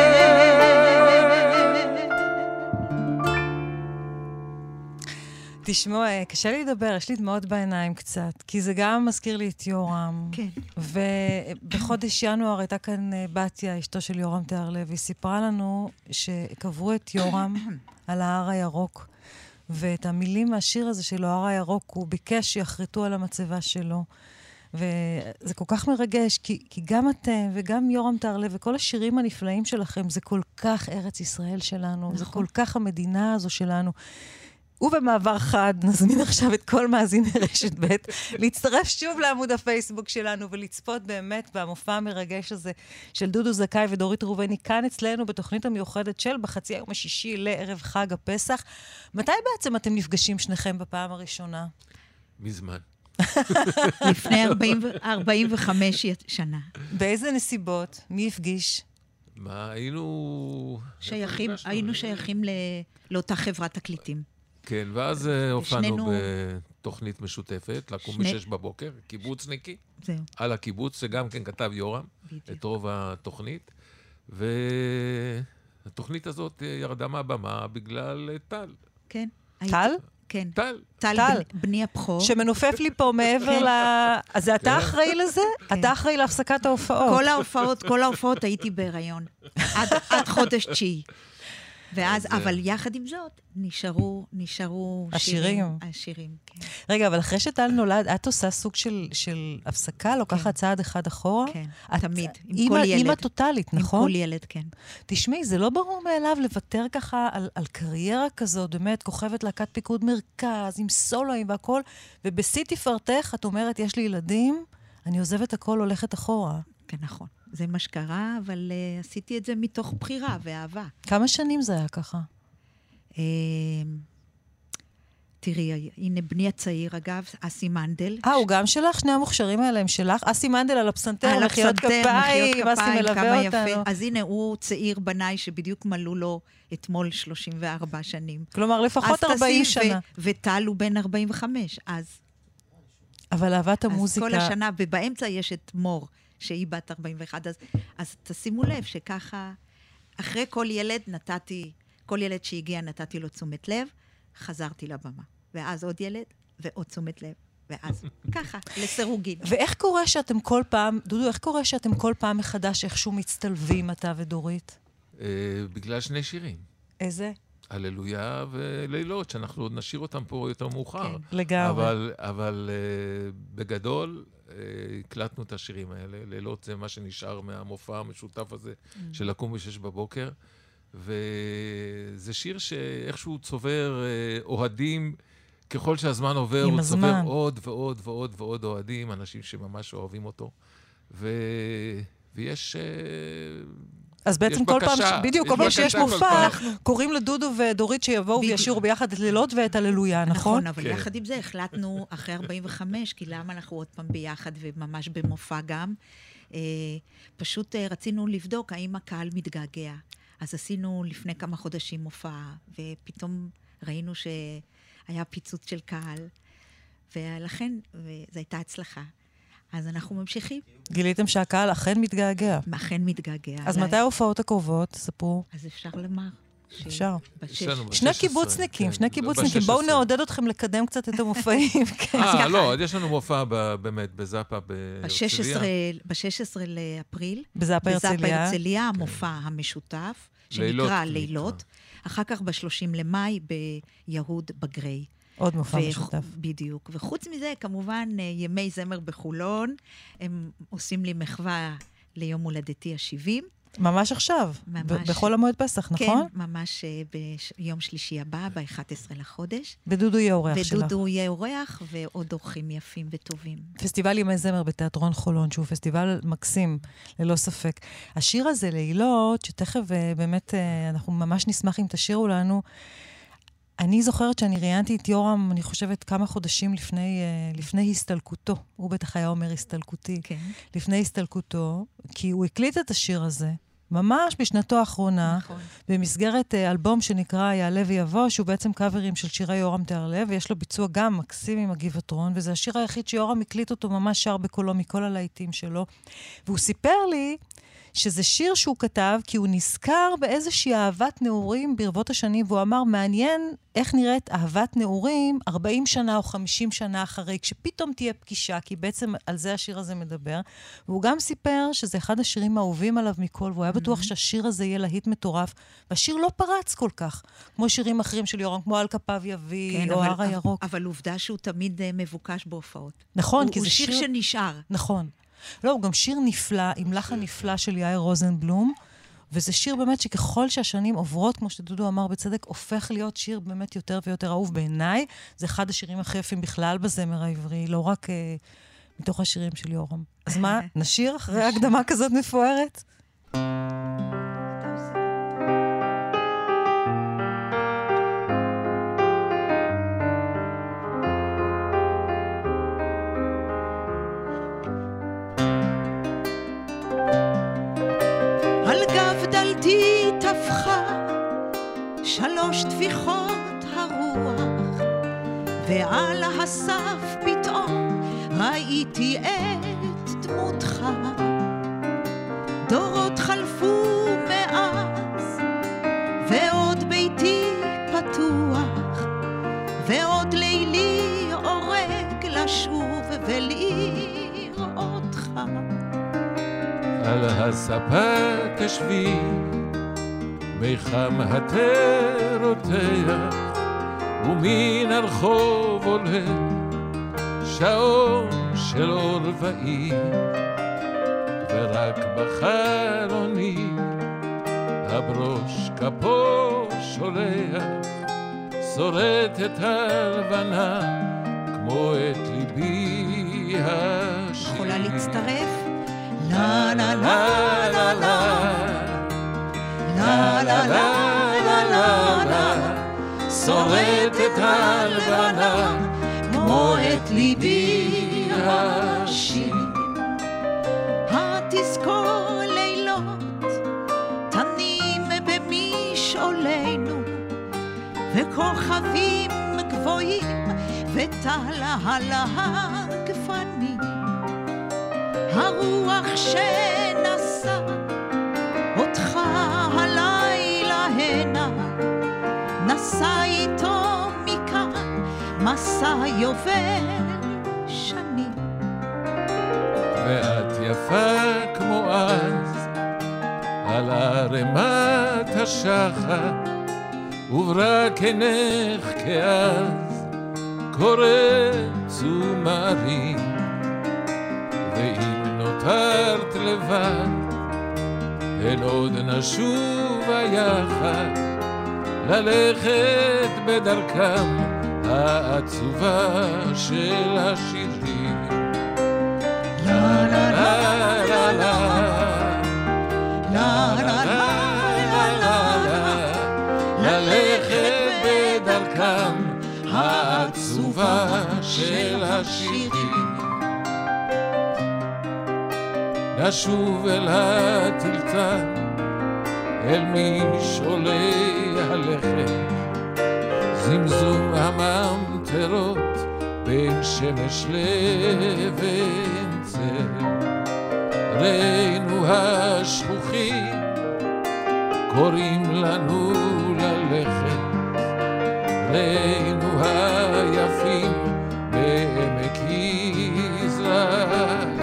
תשמעו, קשה לי לדבר, יש לי דמעות בעיניים קצת, כי זה גם מזכיר לי את יורם. כן. ובחודש ינואר הייתה כאן בתיה, אשתו של יורם תיארלב, היא סיפרה לנו שקברו את יורם על ההר הירוק, ואת המילים מהשיר הזה שלו, הר הירוק, הוא ביקש שיחרטו על המצבה שלו. וזה כל כך מרגש, כי גם אתם וגם יורם טהרלב וכל השירים הנפלאים שלכם, זה כל כך ארץ ישראל שלנו, נכון. זה כל כך המדינה הזו שלנו. ובמעבר חד, נזמין עכשיו את כל מאזיני רשת ב' להצטרף שוב לעמוד הפייסבוק שלנו ולצפות באמת במופע המרגש הזה של דודו זכאי ודורית ראובני כאן אצלנו בתוכנית המיוחדת של בחצי היום השישי לערב חג הפסח. מתי בעצם אתם נפגשים שניכם בפעם הראשונה? מזמן. לפני 45 שנה. באיזה נסיבות? מי הפגיש? מה, היינו שייכים לאותה חברת תקליטים. כן, ואז הופענו בתוכנית משותפת, לקום ב-6 בבוקר, קיבוצניקי, על הקיבוץ, שגם כן כתב יורם, את רוב התוכנית, והתוכנית הזאת ירדה מהבמה בגלל טל. כן. טל? כן. טל. בני הבכור. שמנופף לי פה מעבר אז זה אתה אחראי לזה? אתה אחראי להפסקת ההופעות. כל ההופעות הייתי בהיריון. עד חודש 9. ואז, אבל יחד עם זאת, נשארו השירים. כן. רגע, אבל אחרי שטל נולד, את עושה סוג של הפסקה, לוקחת צעד אחד אחורה? כן, תמיד, עם כל ילד. אימא טוטלית, נכון? עם כל ילד, כן. תשמעי, זה לא ברור מאליו לוותר ככה על קריירה כזאת, באמת, כוכבת להקת פיקוד מרכז, עם סולואים והכל, ובשיא תפארתך, את אומרת, יש לי ילדים, אני עוזבת הכל, הולכת אחורה. כן, נכון. זה מה שקרה, אבל עשיתי את זה מתוך בחירה ואהבה. כמה שנים זה היה ככה? תראי, הנה בני הצעיר, אגב, אסי מנדל. הוא גם שלך? שני המוכשרים האלה הם שלך? אסי מנדל על הפסנתר, מחיאות כפיים, אסי מלווה אותנו. אז הנה, הוא צעיר בניי שבדיוק מלאו לו אתמול 34 שנים. כלומר, לפחות 40 שנה. וטל הוא בן 45, אז... אבל אהבת המוזיקה... אז כל השנה, ובאמצע יש את מור. שהיא בת 41, אז תשימו לב שככה, אחרי כל ילד שהגיע נתתי לו תשומת לב, חזרתי לבמה. ואז עוד ילד, ועוד תשומת לב. ואז ככה, לסירוגין. ואיך קורה שאתם כל פעם, דודו, איך קורה שאתם כל פעם מחדש איכשהו מצטלבים, אתה ודורית? בגלל שני שירים. איזה? הללויה ולילות, שאנחנו עוד נשאיר אותם פה יותר מאוחר. כן, לגמרי. אבל בגדול... הקלטנו את השירים האלה, לילות זה מה שנשאר מהמופע המשותף הזה של לקום ב-6 בבוקר, וזה שיר שאיכשהו צובר אוהדים, ככל שהזמן עובר הוא צובר עוד ועוד ועוד ועוד אוהדים, אנשים שממש אוהבים אותו, ויש... אז בעצם כל פעם, בדיוק, כל פעם שיש מופע, קוראים לדודו ודורית שיבואו וישירו ביחד את לילות ואת הללויה, נכון? נכון, אבל יחד עם זה החלטנו אחרי 45, כי למה אנחנו עוד פעם ביחד וממש במופע גם, פשוט רצינו לבדוק האם הקהל מתגעגע. אז עשינו לפני כמה חודשים מופע, ופתאום ראינו שהיה פיצוץ של קהל, ולכן זו הייתה הצלחה. אז אנחנו ממשיכים. גיליתם שהקהל אכן מתגעגע. אכן מתגעגע. אז מתי ההופעות הקרובות? ספרו. אז אפשר לומר. אפשר. שני קיבוצניקים. בואו נעודד אתכם לקדם קצת את המופעים. לא, יש לנו מופע באמת בזאפה בהרצליה. ב-16 לאפריל. בזאפה הרצליה, המופע המשותף, שנקרא לילות. אחר כך ב-30 למאי ביהוד בגרי. עוד מופע משותף. בדיוק. וחוץ מזה, כמובן, ימי זמר בחולון, הם עושים לי מחווה ליום הולדתי ה-70. ממש עכשיו, בכל המועד פסח, נכון? כן, ממש ביום שלישי הבא, ב-11 לחודש. ודודו יהיה אורח שלך. ודודו יהיה אורח, ועוד אורחים יפים וטובים. פסטיבל ימי זמר בתיאטרון חולון, שהוא פסטיבל מקסים, ללא ספק. השיר הזה, לילות, שתכף באמת אנחנו ממש נשמח אם תשירו לנו, אני זוכרת שאני ראיינתי את יורם, אני חושבת, כמה חודשים לפני הסתלקותו. הוא בטח היה אומר הסתלקותי. כן. לפני הסתלקותו, כי הוא הקליט את השיר הזה, ממש בשנתו האחרונה, נכון. במסגרת אלבום שנקרא יעלה ויבוא, שהוא בעצם קאברים של שירי יורם טהרלב, ויש לו ביצוע גם מקסים עם הגבעתרון, וזה השיר היחיד שיורם הקליט אותו ממש שר בקולו מכל הלהיטים שלו. והוא סיפר לי שזה שיר שהוא כתב, כי הוא נזכר באיזושהי אהבת נעורים ברבות השנים, והוא אמר, מעניין איך נראית אהבת נעורים 40 שנה או 50 שנה אחרי, כשפתאום תהיה פגישה, כי בעצם על זה השיר הזה מדבר. והוא גם סיפר שזה אחד השירים האהובים עליו מכל, והוא היה בטוח שהשיר הזה יהיה להיט מטורף, והשיר לא פרץ כל כך, כמו שירים אחרים של יורם, כמו על כפיו יביא, כן, או הר הירוק. אבל עובדה שהוא תמיד מבוקש בהופעות. נכון, כי הוא זה שיר שנשאר. נכון. לא, הוא גם שיר נפלא, עם לחן נפלא של יאיר רוזנבלום, וזה שיר באמת שככל שהשנים עוברות, כמו שדודו אמר בצדק, הופך להיות שיר באמת יותר ויותר אהוב בעיניי. זה אחד השירים הכי יפים בכלל בזמר העברי, לא רק מתוך השירים של יורם. אז מה, נשיר אחרי הקדמה כזאת מפוארת? תפחה 3 טפיחות הרוח, ועל הסף פתאום ראיתי את דמותך. דורות חלפו מאז, ועוד ביתי פתוח, ועוד לילי אורג לשוב ולראותך. על הספה תשבי, ביחם התרותח, ומן הרחוב עולה שעון של אור ואי, ורק בחלוני הברוש כפו שולח, שורט את הלבנה כמו את ליבי השיר. יכולה להצטרף? לה לה לה לה לה לה לה לה לה לה, שורט את הלבנה כמו את ליבי השיר. התזכור לילות תנים במשעולנו, וכוכבים גבוהים וטלה על הגפנים. הרוח שנשא אותך הלילה הנה, נסע איתו מכאן מסע יובל שנים. ואת יפה כמו אז על ערמת השחר, וברק עינך כאז קורץ ומרים, ואם נותרת לבד הן עוד נשובה יחד, ללכת בדרכם העצובה של השירים. לה לה לה לה לה לה לה לה לה, ללכת בדרכם העצובה של השירים. נשוב אל הטלטן, אל משעולי הלכת, זמזום הממטרות בין שמש לבין צל. ראינו השכוחים קוראים לנו ללכת, ראינו היפים בעמק יזרעאל,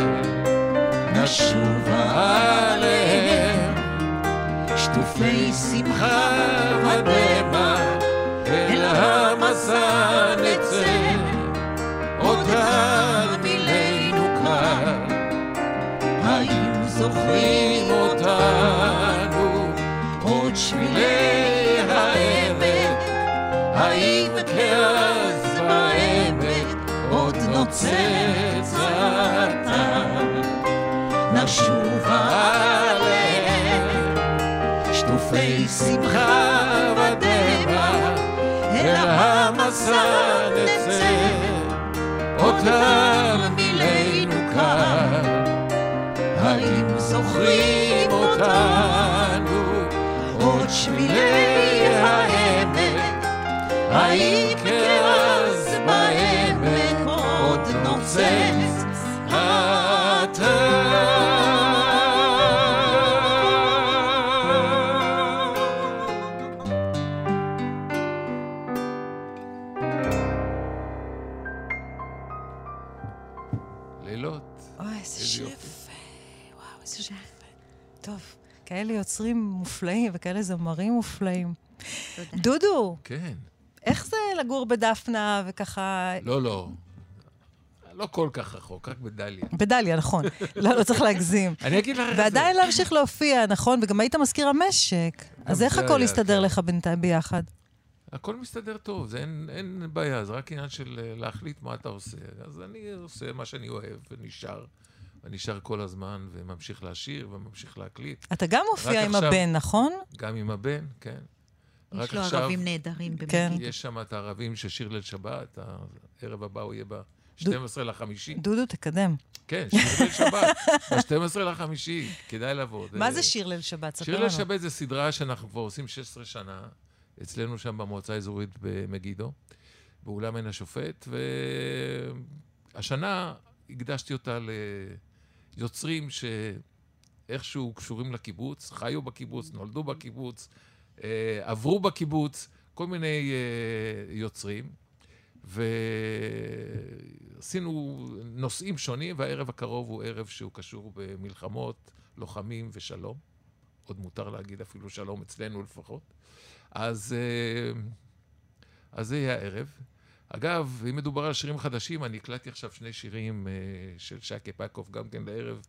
נשובה עליהם שטופי שמחה ודמע, אל המסע נצא עוד תרמילנו קל. האם זוכרים אותנו עוד שבילי העמק? האם כאז בעמק עוד נוצץ הטל? נשובה עליהם שטופי שמחה ודמע, אל המסע נצא עוד תרמילנו קל. האם זוכרים אותנו עוד שבילי העמק? האם כאז בעמק עוד נוצץ הטל? כאלה יוצרים מופלאים וכאלה זמרים מופלאים. דודו, כן. איך זה לגור בדפנה וככה... לא. לא כל כך רחוק, רק בדליה. בדליה, נכון. לא צריך להגזים. אני אגיד לך איך זה. ועדיין להמשיך להופיע, נכון? וגם היית מזכיר המשק. אז איך הכל יסתדר לך בינתיים ביחד? הכל מסתדר טוב, אין בעיה, זה רק עניין של להחליט מה אתה עושה. אז אני עושה מה שאני אוהב, ונשאר כל הזמן, וממשיך לשיר, וממשיך להקליט. אתה גם מופיע עם הבן, נכון? גם עם הבן, כן. יש לו ערבים נהדרים במגידו. כן. יש שם את הערבים של שיר ליל שבת, הערב הבא הוא יהיה ב-12 לחמישי. דודו, תקדם. כן, שיר ליל שבת, ב-12 לחמישי, כדאי לעבוד. מה זה שיר ליל שבת? שיר ליל שבת זה סדרה שאנחנו כבר עושים 16 שנה, אצלנו שם במועצה האזורית במגידו, באולם עין השופט, והשנה הקדשתי אותה ליוצרים שאיכשהו קשורים לקיבוץ, חיו בקיבוץ, נולדו בקיבוץ, עברו בקיבוץ, כל מיני יוצרים, ועשינו נושאים שונים, והערב הקרוב הוא ערב שהוא קשור במלחמות, לוחמים ושלום. עוד מותר להגיד אפילו שלום אצלנו לפחות. אז זה יהיה הערב. אגב, אם מדובר על שירים חדשים, אני הקלטתי עכשיו 2 שירים של שייקה פייקוב, גם כן לערב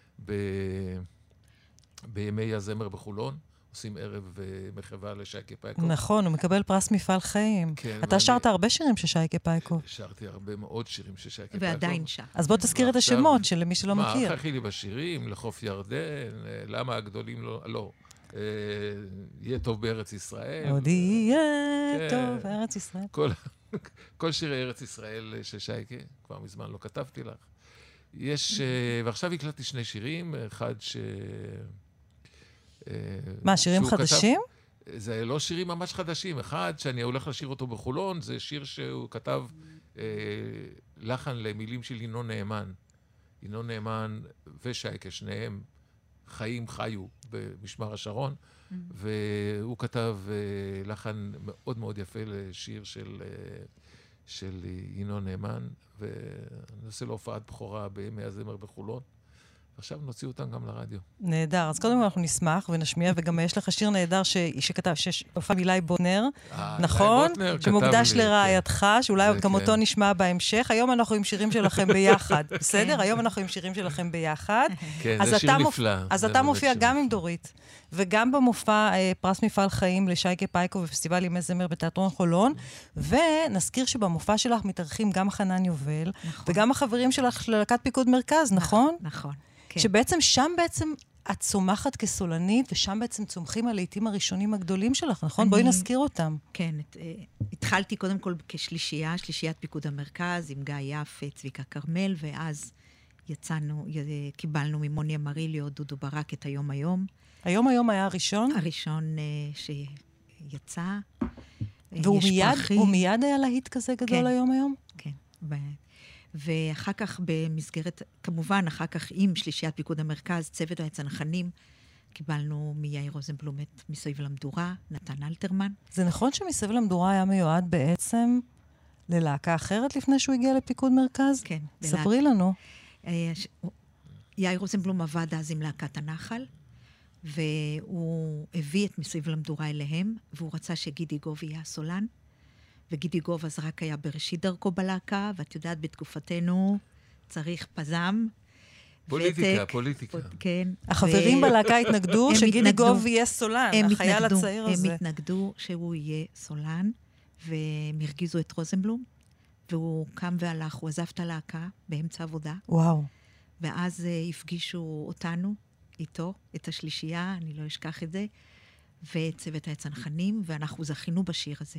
בימי הזמר בחולון. עושים ערב מחווה לשייקה פייקוב. נכון, הוא מקבל פרס מפעל חיים. כן, אתה שרת הרבה שירים של שייקה פייקוב. שרתי הרבה מאוד שירים של שייקה פייקוב. ועדיין שר. אז בוא תזכיר את השמות של מי שלא מכיר. מה הכי לי בשירים, לחוף ירדן, למה הגדולים לא... יהיה טוב בארץ ישראל. עוד יהיה טוב בארץ ישראל. כל שירי ארץ ישראל של שייקה, כבר מזמן לא כתבתי לך. יש, ועכשיו הקלטתי 2 שירים, אחד מה, שירים חדשים? זה לא שירים ממש חדשים. אחד שאני הולך לשיר אותו בחולון, זה שיר שהוא כתב לחן למילים של ינון נאמן. ינון נאמן ושייקה, שניהם חיו במשמר השרון, והוא כתב לחן מאוד מאוד יפה לשיר של ינון נאמן, ונעשה לו הופעת בכורה בימי הזמר בחולון. עכשיו נוציא אותם גם לרדיו. נהדר. אז קודם כל אנחנו נשמח ונשמיע, וגם יש לך שיר נהדר שכתב, שהופע אילי בוטנר, נכון? שמוקדש לרעייתך, שאולי גם אותו נשמע בהמשך. היום אנחנו עם שירים שלכם ביחד, בסדר? היום אנחנו עם שירים שלכם ביחד. כן, זה שיר נפלא. אז אתה מופיע גם עם דורית, וגם במופע פרס מפעל חיים לשייקה פייקוב בפסטיבל ימי זמר בתיאטרון חולון, ונזכיר שבמופע שלך מתארחים גם חנן יובל, וגם החברים שלך ללהקת פיקוד מרכז, נכון? נכון. שבעצם שם את צומחת כסולנית, ושם בעצם צומחים הלעיתים הראשונים הגדולים שלך, נכון? בואי נזכיר אותם. כן, התחלתי קודם כל שלישיית פיקוד המרכז, עם גיא יפה, צביקה קרמל, ואז קיבלנו ממוני אמריליו, דודו ברק, את היום היום. היום היה הראשון? הראשון שיצא. והוא מיד היה להיט כזה גדול היום? כן. ואחר כך במסגרת, כמובן, אחר כך עם שלישיית פיקוד המרכז, צוות הצנחנים, קיבלנו מיאיר רוזנבלום את מסביב למדורה, נתן אלתרמן. זה נכון שמסביב למדורה היה מיועד בעצם ללהקה אחרת לפני שהוא הגיע לפיקוד מרכז? כן. ספרי לנו. יאיר רוזנבלום עבד אז עם להקת הנחל, והוא הביא את מסביב למדורה אליהם, והוא רצה שגידי גוב יהיה הסולן, וגידי גוב אז רק היה בראשית דרכו בלהקה, ואת יודעת, בתקופתנו צריך פזם. פוליטיקה. כן. החברים בלהקה התנגדו שגידי גוב יהיה סולן, החייל הצעיר הזה. הם התנגדו שהוא יהיה סולן, והם הרגיזו את רוזנבלום, והוא קם והלך, הוא עזב את הלהקה באמצע עבודה. וואו. ואז הפגישו אותנו, איתו, את השלישייה, אני לא אשכח את זה, וצוות הצנחנים, ואנחנו זכינו בשיר הזה.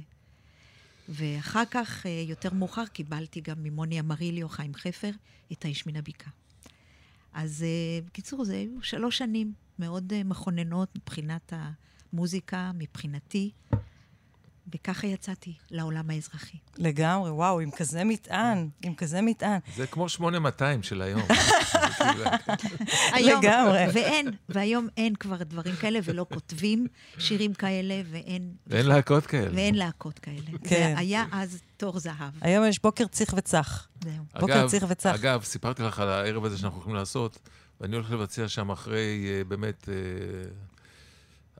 ואחר כך, יותר מאוחר, קיבלתי גם ממוני אמריליו, חיים חפר, את האיש מן הבקעה. אז בקיצור, זה היו 3 שנים מאוד מכוננות מבחינת המוזיקה, מבחינתי, וככה יצאתי לעולם האזרחי. לגמרי, וואו, עם כזה מטען, זה כמו 8200 של היום. לגמרי. והיום אין כבר דברים כאלה, ולא כותבים שירים כאלה, ואין להקות כאלה. כן. היה אז תור זהב. היום יש בוקר צריך וצח. בוקר צריך וצח. אגב, סיפרתי לך על הערב הזה שאנחנו הולכים לעשות, ואני הולך לבצע שם אחרי באמת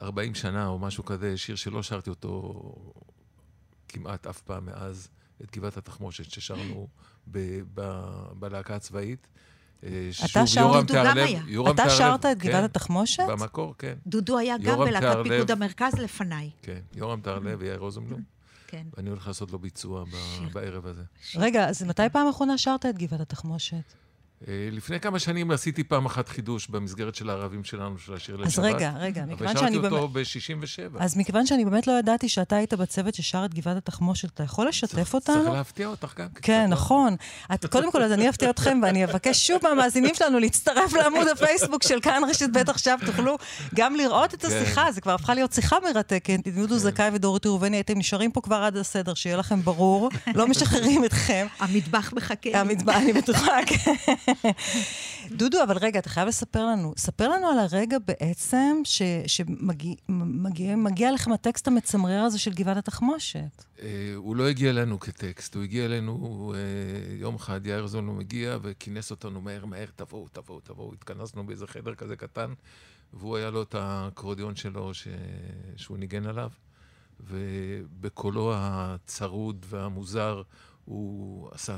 40 שנה או משהו כזה, שיר שלא שרתי אותו כמעט אף פעם מאז, את גבעת התחמושת ששרנו בלהקה הצבאית. אתה שרת את גבעת התחמושת? במקור, כן. דודו היה גם בלהקת פיקוד המרכז לפניי. כן, יורם תהרלב ויאיר רוזנבלום. כן. ואני הולך לעשות לו ביצוע בערב הזה. רגע, אז מתי פעם אחרונה שרת את גבעת התחמושת? לפני כמה שנים עשיתי פעם אחת חידוש במסגרת של הערבים שלנו, של השיר לשבת. אז רגע, אבל שרתי אותו ב-67. אז מכיוון שאני באמת לא ידעתי שאתה היית בצוות ששר את גבעת התחמושת, אתה יכול לשתף אותנו? צריך להפתיע אותך גם. כן, נכון. קודם כל, אז אני אפתיע אתכם, ואני אבקש שוב מהמאזינים שלנו להצטרף לעמוד הפייסבוק של כאן רשת ב' עכשיו, תוכלו גם לראות את השיחה, זה כבר הפכה להיות שיחה מרתקת. דודו זכאי ודורית ראובני, אתם נשארים פה כבר עד הסדר, שיהיה לכם ברור, לא משחררים אתכם. המטבח מחכה. המטבח, אני בטוחה. דודו, אבל רגע, אתה חייב ספר לנו על הרגע בעצם שמגיע לכם הטקסט המצמרר הזה של גבעת התחמושת. הוא לא הגיע לנו כטקסט, הוא הגיע לנו יום אחד, יאיר רוזנבלום הגיע וכינס אותנו מהר, תבואו, התכנסנו באיזה חדר כזה קטן, והוא היה לו את האקורדיון שלו שהוא ניגן עליו, ובקולו הצרוד והמוזר, הוא עשה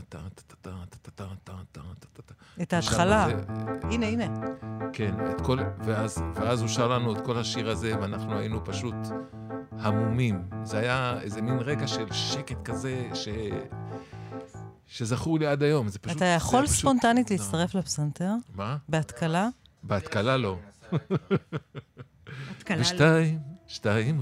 את ההתחלה. הנה. כן, ואז הוא שר לנו את כל השיר הזה, ואנחנו היינו פשוט המומים. זה היה איזה מין רגע של שקט כזה, שזכור לי עד היום. אתה יכול ספונטנית להצטרף לפסנתר? מה? בהתקלה? בהתקלה לא. ב2:30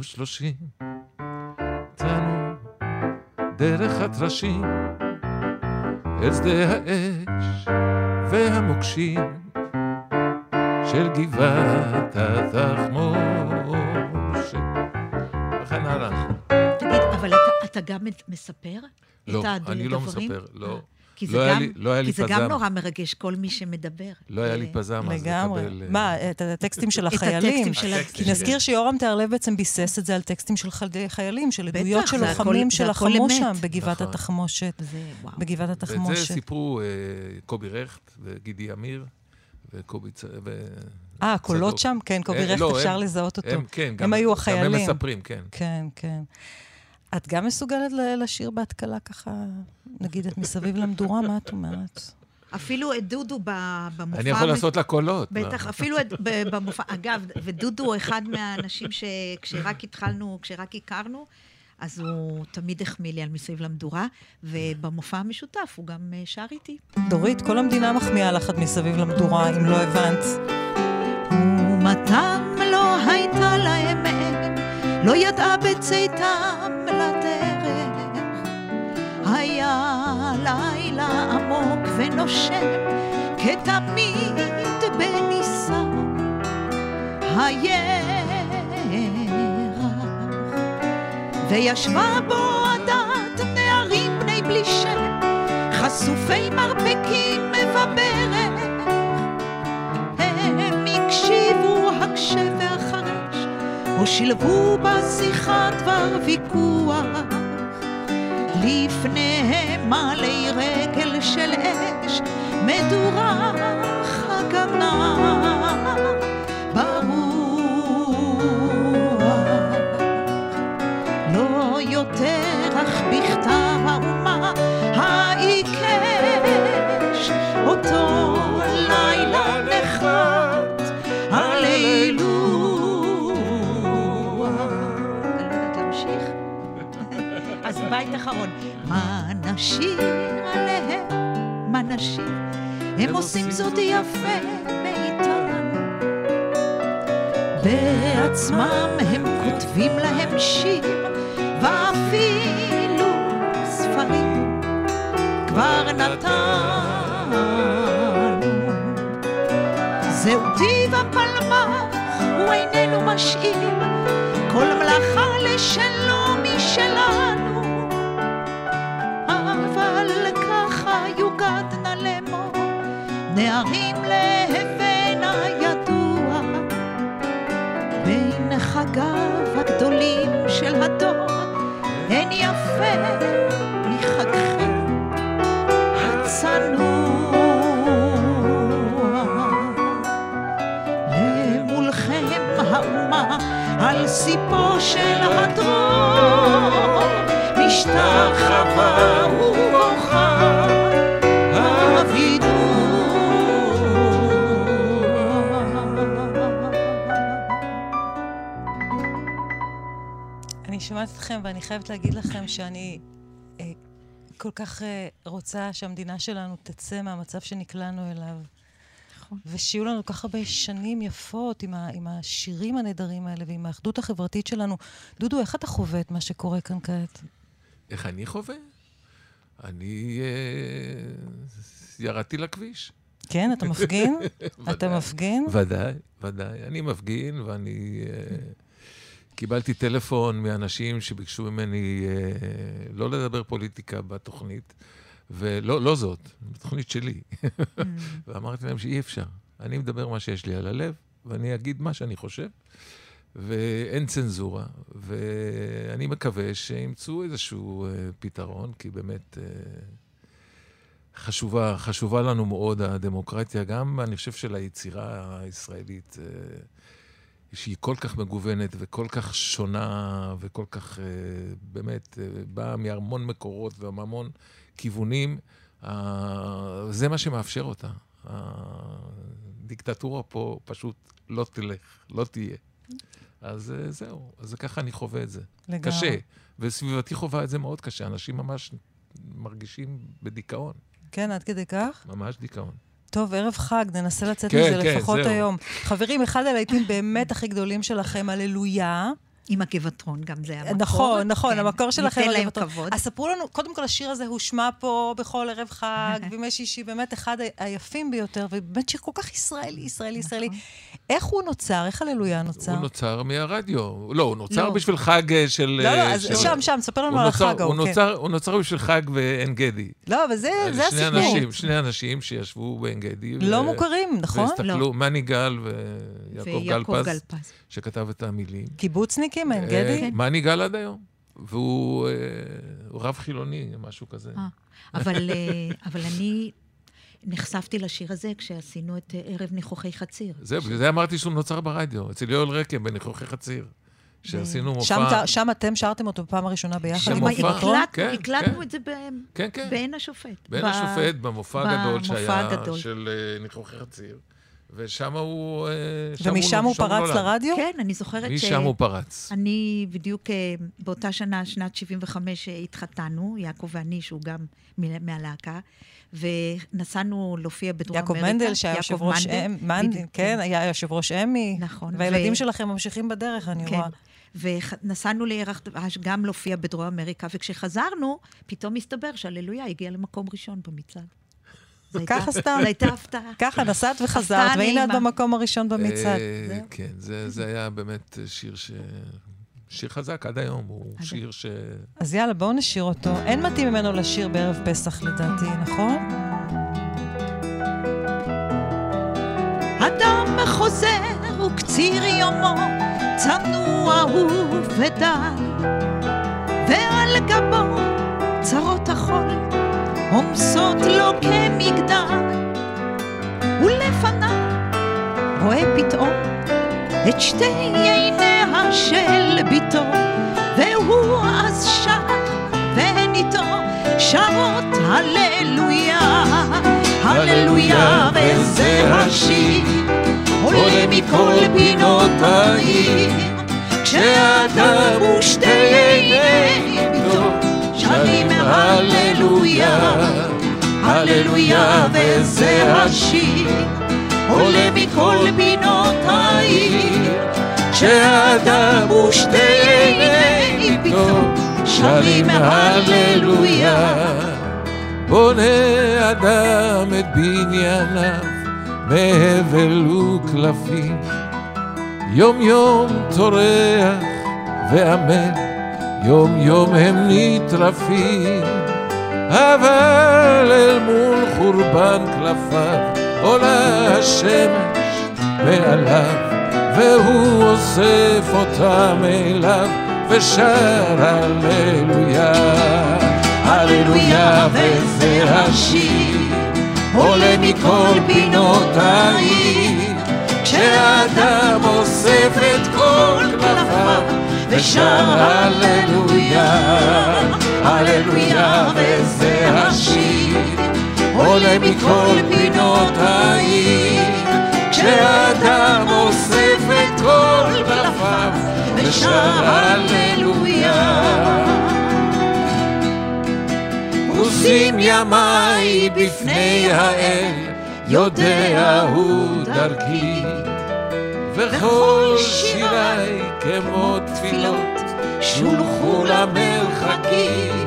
צאנו דרך הטרשים אל שדה האש והמוקשים של גבעת התחמושת. וכן הלאה. תגיד, אבל אתה גם מספר? לא, אני לא מספר, לא. כי זה גם נורא מרגש, כל מי שמדבר. לא היה לי פזם, אז לקבל... מה, את הטקסטים של החיילים? כי נזכיר שיורם תהרלב בעצם ביסס את זה על טקסטים של חיילים, של עדויות של לוחמים שלחמו שם בגבעת התחמושת. בגבעת התחמושת. ואת זה סיפרו קובי רכט וגידי אמיר וקובי... קולות שם? כן, קובי רכט אפשר לזהות אותו. הם היו החיילים. גם הם מספרים, כן. כן, כן. את גם מסוגלת לשיר בהתקלה ככה, נגיד את מסביב למדורה, מה את אומרת? אפילו את דודו במופע... אני יכול לעשות לה קולות. בטח, אפילו במופע... אגב, ודודו הוא אחד מהאנשים שכשרק התחלנו, כשרק הכרנו, אז הוא תמיד החמיא לי על מסביב למדורה, ובמופע המשותף הוא גם שר איתי. דורית, כל המדינה מחמיאה לך את מסביב למדורה, אם לא הבנת. ומתם לא הייתה להם לא ידעה בצאתם לדרך, היה לילה עמוק ונושם כתמיד בניסה הירח, וישבה בו עדת נערים בני בלי שם חשופי מרפקים וברך, הם הקשיבו הקשב והחרש או שילבו בשיחה דבר ויכוח, לפניהם מלא רגל של אש מדורה חגנה ברוח, לא יותר אך בכתב האומה העיקש אותו לילה נחת עלינו. אז בית אחרון, מה נשיר עליהם, מה נשיר, הם עושים זאת יפה מאיתנו, בעצמם הם כותבים להם שיר, ואפילו ספרים כבר נתנו, זהו טיב הפלמח, הוא איננו משאיר, כל מלאכה לשלו משלנו, אבל ככה יוגדנה למו נערים לבן הידוע, בין חגיו הגדולים של הדור אין יפה מחגכם הצנוע, למולכם האומה על סיפו של הדרום, משתחווה ובוכה אבידו. אני שומעת אתכם ואני חייבת להגיד לכם שאני כל כך רוצה שהמדינה שלנו תצא מהמצב שנקלענו אליו. ושיהיו לנו כך הרבה שנים יפות עם השירים הנהדרים האלה ועם האחדות החברתית שלנו. דודו, איך אתה חווה את מה שקורה כאן כעת? איך אני חווה? אני ירדתי לכביש. כן, אתה מפגין? אתה מפגין? ודאי, ודאי. אני מפגין ואני קיבלתי טלפון מאנשים שביקשו ממני לא לדבר פוליטיקה בתוכנית. ולא זאת, בתוכנית שלי. ואמרתי להם שאי אפשר. אני מדבר מה שיש לי על הלב, ואני אגיד מה שאני חושב, ואין צנזורה, ואני מקווה שימצאו איזשהו פתרון, כי באמת חשובה לנו מאוד הדמוקרטיה, גם אני חושב של היצירה הישראלית, שהיא כל כך מגוונת וכל כך שונה, וכל כך באמת באה מהמון מקורות והמון כיוונים, זה מה שמאפשר אותה. הדיקטטורה פה פשוט לא תלך, לא תהיה. אז זהו, אז ככה אני חווה את זה. לגמרי. קשה, וסביבתי חווה את זה מאוד קשה. אנשים ממש מרגישים בדיכאון. כן, עד כדי כך? ממש דיכאון. טוב, ערב חג, ננסה לצאת מזה לפחות היום. חברים, אחד הלהיטים באמת הכי גדולים שלכם, הללויה. עם הגבעטרון, גם זה המקור. נכון, נכון, המקור שלכם. ניתן להם כבוד. אז ספרו לנו, קודם כל השיר הזה הושמע פה בכל ערב חג, בימי שישי, באמת אחד היפים ביותר, ובאמת שיר כל כך ישראלי. איך הוא נוצר? איך הללויה נוצר? הוא נוצר מהרדיו. לא, הוא נוצר בשביל חג של... לא, אז שם, ספר לנו על החג. הוא נוצר בשביל חג בעין גדי. לא, אבל זה הסיפור. שני אנשים שישבו בעין גדי. לא מוכרים, נכון? והסתכלו, מני גל ויעקב גלפז, שכתב את המילים. קיבוצניק מעין גדי? מני גל עד היום. והוא רב חילוני, משהו כזה. אבל אני נחשפתי לשיר הזה כשעשינו את ערב ניחוחי חציר. זהו, בגלל זה אמרתי שהוא נוצר ברדיו, אצל יואל רקם בניחוחי חציר. שעשינו מופע... שם אתם שרתם אותו בפעם הראשונה ביחד עם הגבעטרון? הקלטנו את זה בעין השופט. בעין השופט, במופע הגדול שהיה של ניחוחי חציר. ושם הוא... ומשם הוא פרץ לרדיו? כן, אני זוכרת משם הוא פרץ. אני בדיוק באותה שנה, שנת 75, התחתנו, יעקב ואני, שהוא גם מהלהקה, ונסענו להופיע בדרום אמריקה. יעקב מנדל, שהיה יושב ראש אמי. כן, היה יושב ראש אמי. נכון. והילדים שלכם ממשיכים בדרך, אני רואה. ונסענו לירח גם להופיע בדרום אמריקה, וכשחזרנו, פתאום מסתבר שהללויה הגיעה למקום ראשון במצעד. ככה סתם. זו הייתה הפתעה. ככה נסעת וחזרת, והנה את במקום הראשון במצעד. כן, זה היה באמת שיר חזק עד היום, הוא שיר ש... אז יאללה, בואו נשיר אותו. אין מתאים ממנו לשיר בערב פסח לדעתי, נכון? אדם חוזר וקציר יומו, צנוע הוא ודל, ועל גבו צרות החול עומסות לו כמגדל, ולפניו רואה פתאום את שתי עיניה של ביתו, והוא אז שר והן איתו שרות הללויה, הללויה, וזה השיר עולה מכל פינות העיר, כשאדם ושתי עיני ביתו שרים הללויה, הללויה, וזה השיר עולה מכל פינות העיר, כשאדם ושתי עיני ביתו שרים הללויה. בונה אדם את בנייניו מהבל וקלפים, יום יום טורח ועמל, יום יום הם נטרפים, אבל אל מול חורבן כלפיו עולה השמש מעליו, והוא אוסף אותם אליו ושר הללויה, הללויה, וזה השיר עולה מכל פינות העיר, כשאדם אוסף את כל כנפיו ושר הללויה, הללויה, וזה השיר עולה מכל פינות העיר. כשאדם אוסף את כל כנפיו ושר הללויה. פרוסים ימיי בפני האל, יודע הוא דרכי, וכל שיריי כמו תפילות שולחו למרחקים.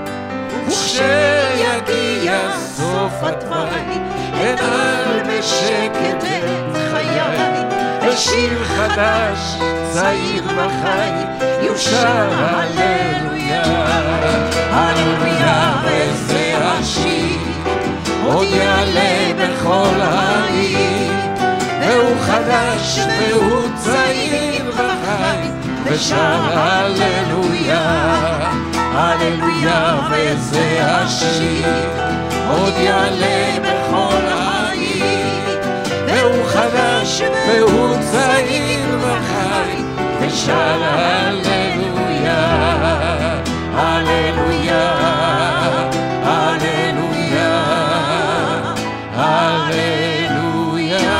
וכשיגיע סוף הדברי אנעל בשקט את חיי, ושיר חדש צעיר וחי יושר הללויה, הללויה, וזה השיר עוד יעלה בכל העיר, והוא חדש והוא צעיר וחי ושר הללויה, הללויה, וזה השיר עוד יעלה בכל העיר, והוא חדש והוא צעיר וחי ושר הללויה, הללויה, הללויה, הללויה.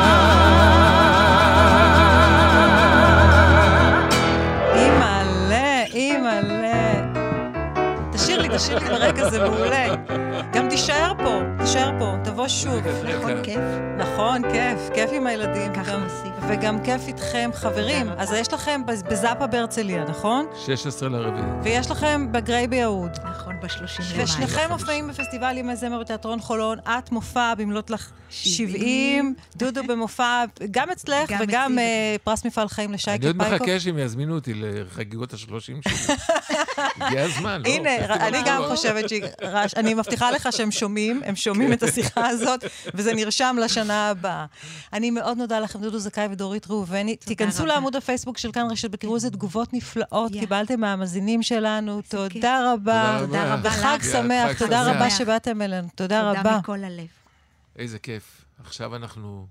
תשאיר לי ברגע זה מעולה. גם תישאר פה, תבוא שוב. נכון, כיף. נכון, כיף עם הילדים. וגם כיף איתכם, חברים. אז יש לכם בזאפה בהרצליה, נכון? 16 לרביעי. ויש לכם בגריי ביהוד. נכון, ב-30 למאי. ושניכם מופעים בפסטיבל ימי זמר בתיאטרון חולון. את מופע במלאת לך 70, דודו במופע, גם אצלך וגם פרס מפעל חיים לשייקי פייקוב. אני עוד מחכה שהם יזמינו אותי לחגיגות ה-30 שלי. הגיע הזמן, לא? הנה, אני גם חושבת אני מבטיחה לך שהם שומעים את השיחה הזאת, וזה נרשם לשנה הבאה. אני מאוד נודה לכם, דודו זכאי ודורית ראובני. תיכנסו לעמוד הפייסבוק של כאן רשת, ותראו איזה תגובות נפלאות קיבלתם מהמאזינים שלנו. תודה רבה. וחג שמח. תודה רבה שבאתם אלינו. תודה רבה. תודה מכל הלב. איזה כיף. עכשיו אנחנו...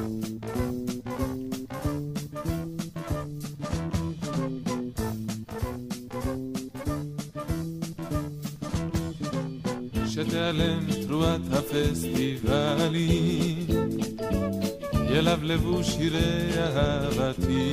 שתיעלם תרועת הפסטיבלים, ילבלבו שירי אהבתי,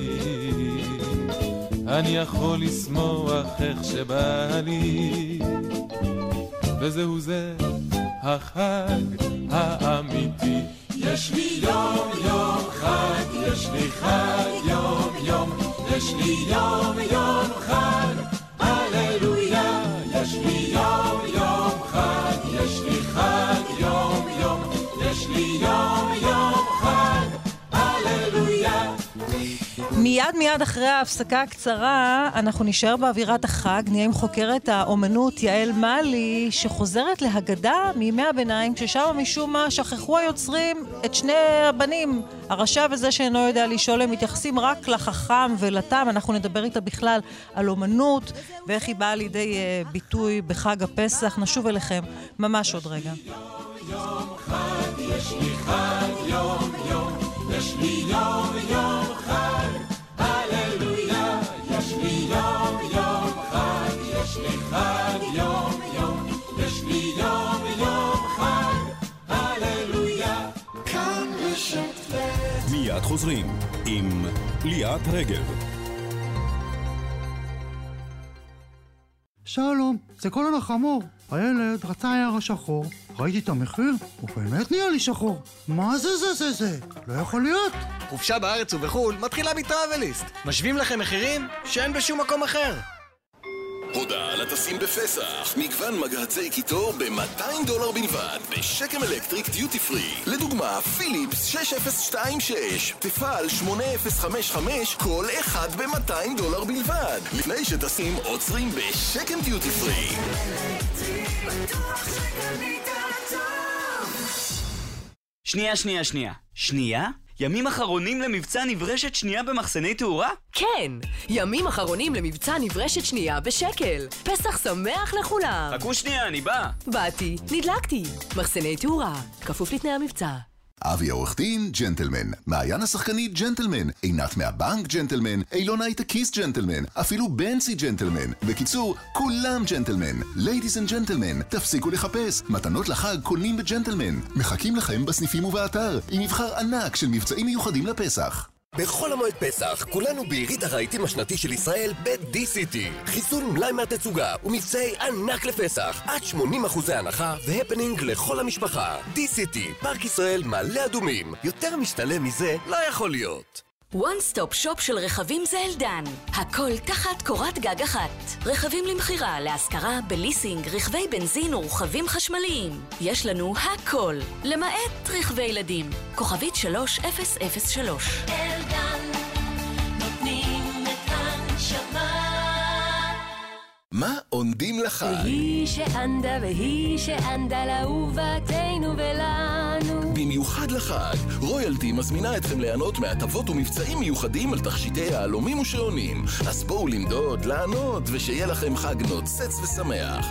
אני יכול לשמוח איך שבא לי, וזהו זה החג האמיתי. יש לי יום יום חג, יש לי חג יום יום, יש לי יום יום חג, הללויה. יש לי יום יום חג, יש לי חג יום יום, יש לי יום יום חג, הללויה. מיד אחרי ההפסקה הקצרה, אנחנו נשאר באווירת החג, נהיה עם חוקרת האומנות יעל מלי, שחוזרת להגדה מימי הביניים, כששם משום מה שכחו היוצרים את שני הבנים, הרשע וזה שאינו יודע לשאול, הם מתייחסים רק לחכם ולתם. אנחנו נדבר איתה בכלל על אומנות, ואיך היא באה לידי ביטוי בחג הפסח. נשוב אליכם ממש עוד רגע. יום חג, יש לי חג יום יום, יש לי יום יום חג, הללויה. יש לי יום יום חג, יש לי חג יום יום, יש לי יום יום חג, הללויה. כאן רשת ב'. מיד חוזרים עם ליאת רגב. שלום, זה קולן החמור. הילד רצה יער השחור, ראיתי את המחיר, הוא באמת נהיה לי שחור. מה זה? לא יכול להיות. חופשה בארץ ובחול מתחילה בטראבליסט. משווים לכם מחירים שאין בשום מקום אחר. הודעה על הטסים בפסח, מגוון מגהצי קיטור ב$200 בלבד, בשקם אלקטריק דיוטי פרי. לדוגמה, פיליפס 6026, תפעל 8055, כל אחד ב$200 בלבד. לפני שטסים עוצרים בשקם דיוטי פרי. שנייה? ימים אחרונים למבצע נברשת שנייה במחסני תאורה? כן, ימים אחרונים למבצע נברשת שנייה בשקל. פסח שמח לכולם. חכו שנייה, אני בא. באתי, נדלקתי. מחסני תאורה, כפוף לתנאי המבצע. אבי העורך דין, ג'נטלמן. מעיין השחקנית, ג'נטלמן. עינת מהבנק, ג'נטלמן. אילונה איתקיס, ג'נטלמן. אפילו בנצי, ג'נטלמן. בקיצור, כולם ג'נטלמן. Ladies and gentlemen, תפסיקו לחפש. מתנות לחג קונים בג'נטלמן. מחכים לכם בסניפים ובאתר, עם מבחר ענק של מבצעים מיוחדים לפסח. בכל המועד פסח, כולנו ביריד הרהיטים השנתי של ישראל ב-DCT. חיסול מלאי מהתצוגה ומבצעי ענק לפסח. עד 80% הנחה והפנינג לכל המשפחה. DCT, פארק ישראל מעלה אדומים. יותר משתלם מזה לא יכול להיות. One Stop Shop של רכבים זה אלדן. הכל תחת קורת גג אחת. רכבים למחירה, להשכרה, בליסינג, רכבי בנזין ורכבים חשמליים. יש לנו הכל, למעט רכבי ילדים. כוכבית 3003. אלדן, נותנים את הנשמה. מה עונדים לחג? והיא שענדה לאהובתנו ולנו. במיוחד לחג, רויאלטי מזמינה אתכם ליהנות מהטבות ומבצעים מיוחדים על תכשיטי יהלומים ושעונים. אז בואו למדוד, לענות, ושיהיה לכם חג נוצץ ושמח.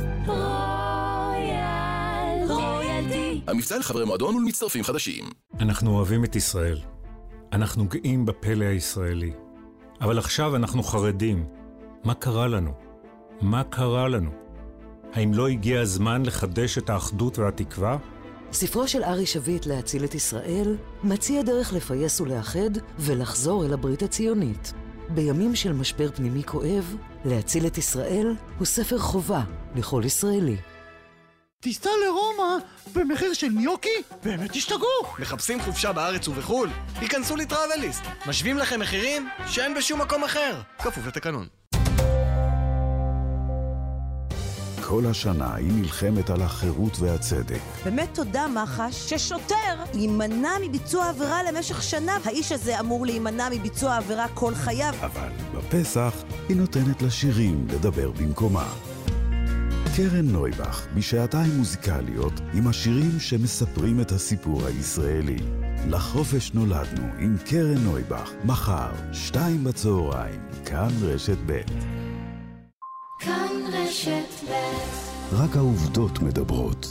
רויאלטי. המבצע לחברי מועדון ולמצטרפים חדשים. אנחנו אוהבים את ישראל. אנחנו גאים בפלא הישראלי. אבל עכשיו אנחנו חרדים. מה קרה לנו? מה קרה לנו? האם לא הגיע הזמן לחדש את האחדות והתקווה? ספרו של ארי שביט להציל את ישראל מציע דרך לפייס ולאחד ולחזור אל הברית הציונית. בימים של משבר פנימי כואב, להציל את ישראל הוא ספר חובה לכל ישראלי. תיסע לרומא במחיר של ניוקי? באמת תשתגעו! מחפשים חופשה בארץ ובחול? היכנסו לטראבליסט. משווים לכם מחירים שאין בשום מקום אחר. כפוף לתקנון. כל השנה היא נלחמת על החירות והצדק. באמת תודה מח"ש ששוטר יימנע מביצוע עבירה למשך שנה. האיש הזה אמור להימנע מביצוע עבירה כל חייו. אבל בפסח היא נותנת לשירים לדבר במקומה. קרן נויבך בשעתיים מוזיקליות עם השירים שמספרים את הסיפור הישראלי. לחופש נולדנו עם קרן נויבך, מחר 14:00, כאן רשת ב'. כאן רשת ב'. רק העובדות מדברות.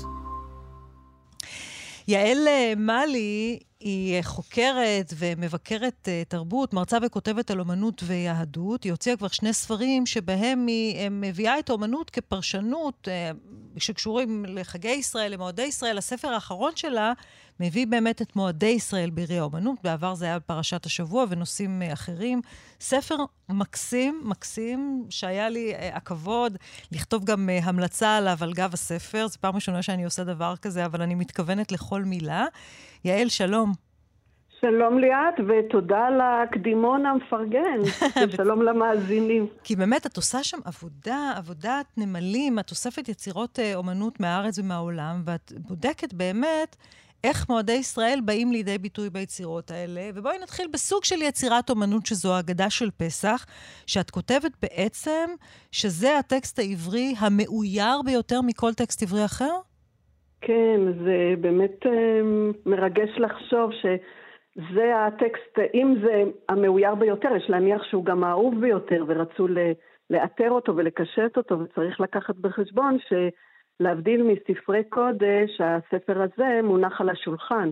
יעל מלי היא חוקרת ומבקרת תרבות, מרצה וכותבת על אומנות ויהדות. היא הוציאה כבר 2 ספרים שבהם היא מביאה את האומנות כפרשנות שקשורים לחגי ישראל, למועדי ישראל. הספר האחרון שלה מביא באמת את מועדי ישראל בעירי האומנות. בעבר זה היה פרשת השבוע ונושאים אחרים. ספר מקסים, מקסים, שהיה לי הכבוד לכתוב גם המלצה עליו על גב הספר. זו פעם ראשונה שאני עושה דבר כזה, אבל אני מתכוונת לכל מילה. יעל, שלום. שלום ליאת, ותודה לקדימון המפרגן, ושלום למאזינים. כי באמת את עושה שם עבודת נמלים, את אוספת יצירות אומנות מהארץ ומהעולם, ואת בודקת באמת איך מועדי ישראל באים לידי ביטוי ביצירות האלה, ובואי נתחיל בסוג של יצירת אומנות שזו ההגדה של פסח, שאת כותבת בעצם שזה הטקסט העברי המאויר ביותר מכל טקסט עברי אחר? כן, זה באמת מרגש לחשוב שזה הטקסט, אם זה המאויר ביותר, יש להניח שהוא גם האהוב ביותר, ורצו לאתר אותו ולקשט אותו, וצריך לקחת בחשבון שלהבדיל מספרי קודש, הספר הזה מונח על השולחן,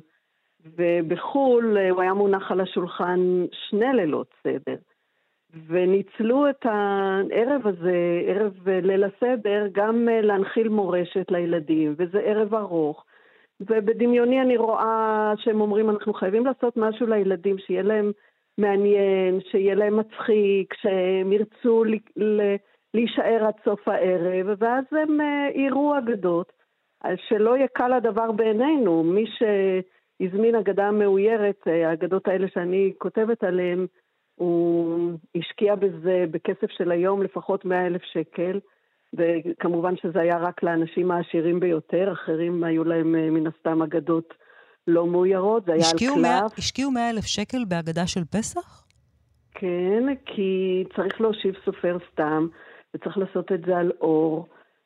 ובחול הוא היה מונח על השולחן 2 לילות סדר. וניצלו את הערב הזה, ערב ליל הסדר, גם להנחיל מורשת לילדים, וזה ערב ארוך. ובדמיוני אני רואה שהם אומרים, אנחנו חייבים לעשות משהו לילדים, שיהיה להם מעניין, שיהיה להם מצחיק, שהם ירצו להישאר עד סוף הערב, ואז הם יראו אגדות, שלא יקל הדבר בעינינו. מי שהזמין אגדה מאוירת, האגדות האלה שאני כותבת עליהן, הוא השקיע בזה בכסף של היום לפחות 100,000 שקל, וכמובן שזה היה רק לאנשים העשירים ביותר, אחרים היו להם מן הסתם אגדות לא מאוירות, זה היה על קלף. השקיעו 100,000 שקל בהגדה של פסח? כן, כי צריך להושיב סופר סתם, וצריך לעשות את זה על אור.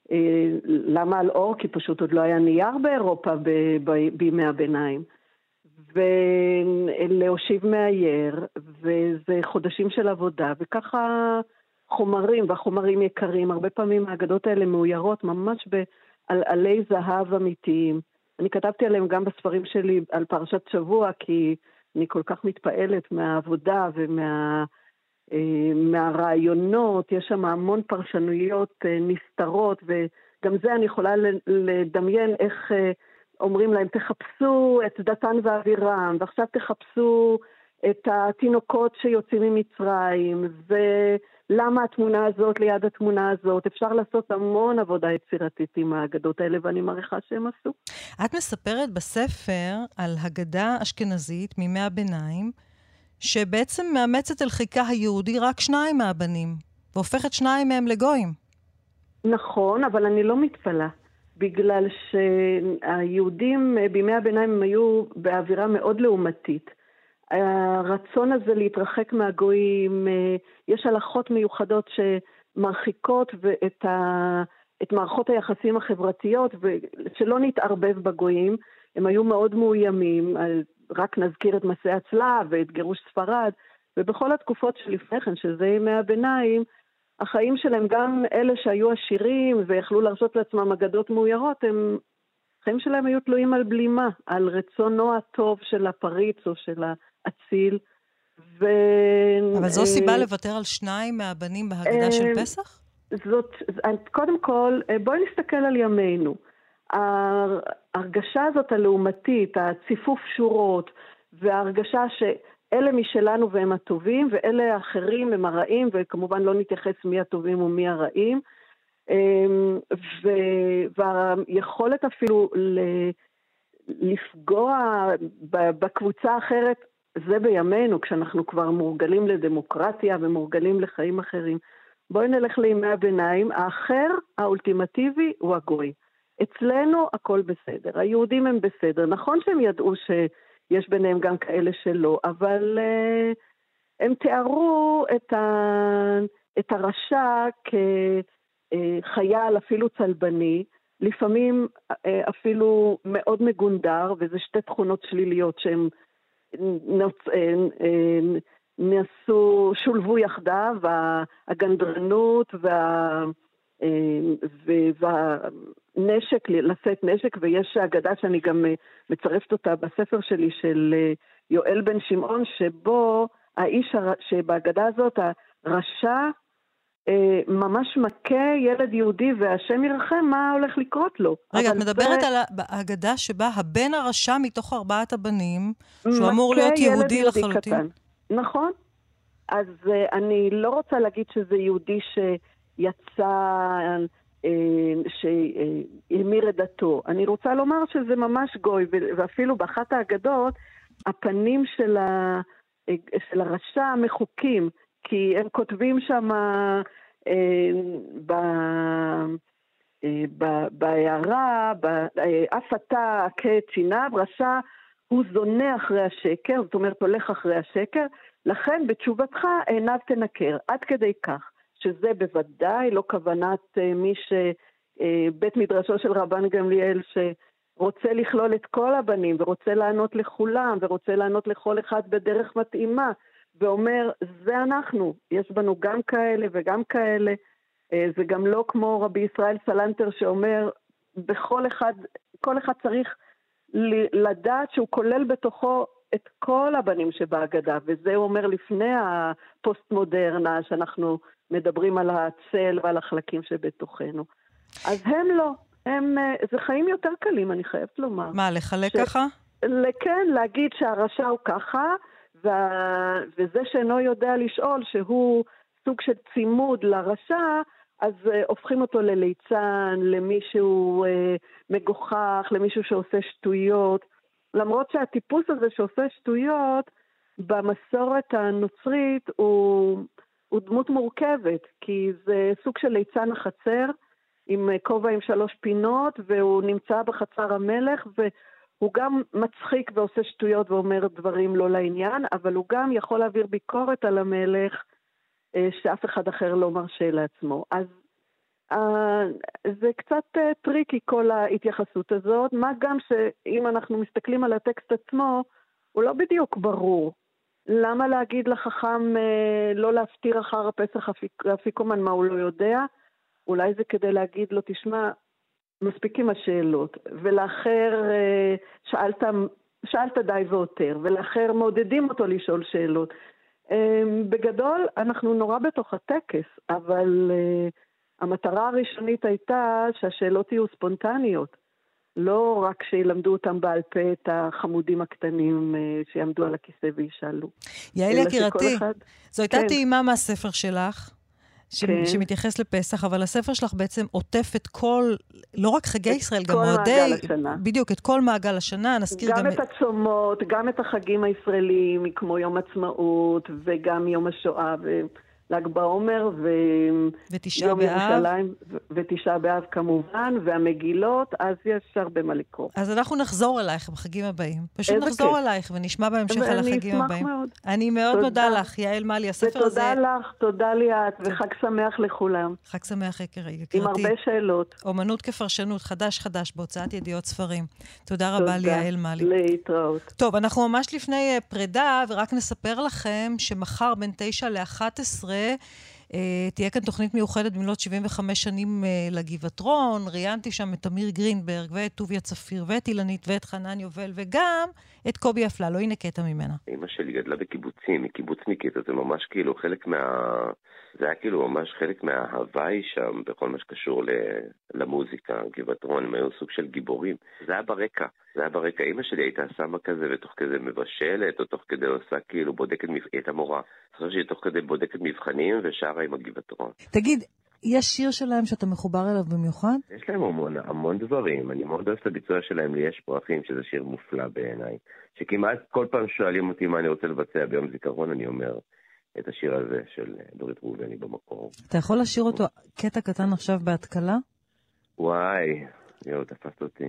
למה על אור? כי פשוט עוד לא היה נייר באירופה בימי הביניים. ולהושיב מאייר, וזה חודשים של עבודה, וככה חומרים, והחומרים יקרים, הרבה פעמים האגדות האלה מאוירות ממש בעלי זהב אמיתיים, אני כתבתי עליהם גם בספרים שלי על פרשת שבוע, כי אני כל כך מתפעלת מהעבודה מהרעיונות, יש שם המון פרשנויות נסתרות, וגם זה אני יכולה לדמיין איך אומרים להם, תחפשו את דתן ואבירם, ועכשיו תחפשו את התינוקות שיוצאים ממצרים, ולמה התמונה הזאת ליד התמונה הזאת. אפשר לעשות המון עבודה יצירתית עם האגדות האלה, ואני מעריכה שהם עשו. את מספרת בספר על הגדה אשכנזית מימי הביניים, שבעצם מאמצת אל חיקה היהודי רק 2 מהבנים, והופכת 2 מהם לגויים. נכון, אבל אני לא מתפלאה, בגלל שהיהודים בימי הביניים הם היו באווירה מאוד לעומתית. הרצון הזה להתרחק מהגויים, יש הלכות מיוחדות שמרחיקות את מערכות היחסים החברתיות, ושלא נתערבב בגויים. הם היו מאוד מאוימים, רק נזכיר את מסעי הצלב ואת גירוש ספרד, ובכל התקופות שלפני כן, שזה ימי הביניים, החיים שלהם, גם אלה שהיו עשירים ויכלו להרשות לעצמם אגדות מאוירות, החיים שלהם היו תלויים על בלימה, על רצונו הטוב של הפריץ או של האציל. אבל זו סיבה לוותר על 2 מהבנים בהגדה של פסח? קודם כל, בואי נסתכל על ימינו. ההרגשה הזאת הלעומתית, הציפוף שורות, וההרגשה שאלה משלנו והם הטובים, ואלה האחרים הם הרעים, וכמובן לא נתייחס מי הטובים ומי הרעים, והיכולת אפילו לפגוע בקבוצה האחרת, זה בימינו, כשאנחנו כבר מורגלים לדמוקרטיה ומורגלים לחיים אחרים. בואי נלך לימי הביניים, האחר האולטימטיבי הוא הגוי. אצלנו הכל בסדר, היהודים הם בסדר, נכון שהם ידעו שיש ביניהם גם כאלה שלא, אבל הם תיארו את הרשע כחייל אפילו צלבני, לפעמים אפילו מאוד מגונדר, וזה 2 תכונות שליליות שהם שולבו יחדיו, הגנדרנות והנשק, לשאת נשק, ויש אגדה שאני גם מצרפת אותה בספר שלי של יואל בן שמעון, שבו האיש שבאגדה הזאת, הרשע, ממש מכה ילד יהודי, והשם ירחם מה הולך לקרות לו. רגע, את מדברת על האגדה שבה הבן הרשע מתוך 4 הבנים, שהוא אמור להיות יהודי לחלוטין. קטן. נכון. אז אני לא רוצה להגיד שזה יהודי שיצא, שהמיר את דתו. אני רוצה לומר שזה ממש גוי, ואפילו באחת האגדות, הפנים של הרשע מחוקים, כי הם כותבים שם בהערה, אף אתה כציניו, רשע הוא זונה אחרי השקר, זאת אומרת הולך אחרי השקר, לכן בתשובתך עיניו תנקר, עד כדי כך, שזה בוודאי לא כוונת מי שבית מדרשו של רבן גמליאל שרוצה לכלול את כל הבנים, ורוצה לענות לכולם, ורוצה לענות לכל אחד בדרך מתאימה, ואומר, זה אנחנו, יש בנו גם כאלה וגם כאלה, זה גם לא כמו רבי ישראל סלנטר שאומר, כל אחד צריך לדעת שהוא כולל בתוכו את כל הבנים שבהגדה, וזה הוא אומר לפני הפוסט-מודרנה, שאנחנו מדברים על הצל ועל החלקים שבתוכנו. אז הם לא, זה חיים יותר קלים, אני חייבת לומר. מה, לחלק ככה? כן, להגיד שהרשע הוא ככה, וזה שאינו יודע לשאול שהוא סוג של צימוד לרשע, אז הופכים אותו לליצן, למישהו מגוחך, למישהו שעושה שטויות, למרות שהטיפוס הזה שעושה שטויות, במסורת הנוצרית הוא דמות מורכבת, כי זה סוג של ליצן החצר, עם כובע עם 3 פינות, והוא נמצא בחצר המלך, והוא גם מצחיק ועושה שטויות ואומר דברים לא לעניין, אבל הוא גם יכול להעביר ביקורת על המלך, שאף אחד אחר לא מרשה לעצמו. אז זה קצת טריקי כל ההתייחסות הזאת, מה גם שאם אנחנו מסתכלים על הטקסט עצמו, הוא לא בדיוק ברור. למה להגיד לחכם לא להפטיר אחר הפסח אפיקומן מה הוא לא יודע? אולי זה כדי להגיד לו, תשמע, מספיק עם השאלות, ולאחר שאלת די ויותר, ולאחר מעודדים אותו לשאול שאלות. בגדול, אנחנו נורא בתוך הטקס, אבל המטרה הראשונית הייתה שהשאלות יהיו ספונטניות. לא רק שילמדו אותם בעל פה את החמודים הקטנים שיעמדו על הכיסא וישאלו. יעל יקירתי, זו הייתה טעימה מהספר שלך, שמתייחס לפסח, אבל הספר שלך בעצם עוטף את כל, לא רק חגי ישראל, גם מועדי, בדיוק, את כל מעגל השנה, נזכיר גם את הצומות, גם את החגים הישראלים, כמו יום עצמאות, וגם יום השואה, ל"ג בעומר, ויום ירושלים, ותשעה באב כמובן, והמגילות, אז יש הרבה מה לקרוא. אז אנחנו נחזור אלייך בחגים הבאים. פשוט נחזור אלייך ונשמע בהמשך על החגים הבאים. אני מאוד מודה לך, יעל מלי, הספר הזה... ותודה לך, תודה ליאת, וחג שמח לכולם. חג שמח יקירתי. עם הרבה שאלות. אומנות כפרשנות, חדש בהוצאת ידיעות ספרים. תודה רבה ליעל מלי. להתראות. טוב, אנחנו ממש לפני פרידה, ורק נספר לכם שמחר בין 9 ל-11 תהיה כאן תוכנית מיוחדת במלאת 75 שנים לגבעתרון. ראיינתי שם את אמיר גרינברג ואת טוביה צפיר ואת אילנית ואת חנן יובל וגם את קובי אפללו. הנה קטע ממנה. אמא שלי גדלה בקיבוצים, היא קיבוצניקית, אז זה ממש כאילו חלק זה היה כאילו ממש חלק מההוואי שם בכל מה שקשור למוזיקה. גבעתרון, הם היו סוג של גיבורים. זה היה ברקע. אמא שלי הייתה שמה כזה ותוך כזה מבשלת, או תוך כדי עושה כאילו בודקת, היא הייתה מורה. אני חושב שהיא תוך כדי בודקת מבחנים ושרה עם הגבעתרון. תגיד, יש שיר שלהם שאתה מחובר אליו במיוחד? יש להם המון דברים. אני מאוד אוהב את הביצוע שלהם ליש פרחים, שזה שיר מופלא בעיניי. שכמעט כל פעם שואלים אותי מה אני רוצה לבצע ביום זיכרון, אני אומר את השיר הזה של דורית ראובני במקור. אתה יכול לשיר אותו קטע קטן עכשיו בהתקלה? וואי, תפסת אותי.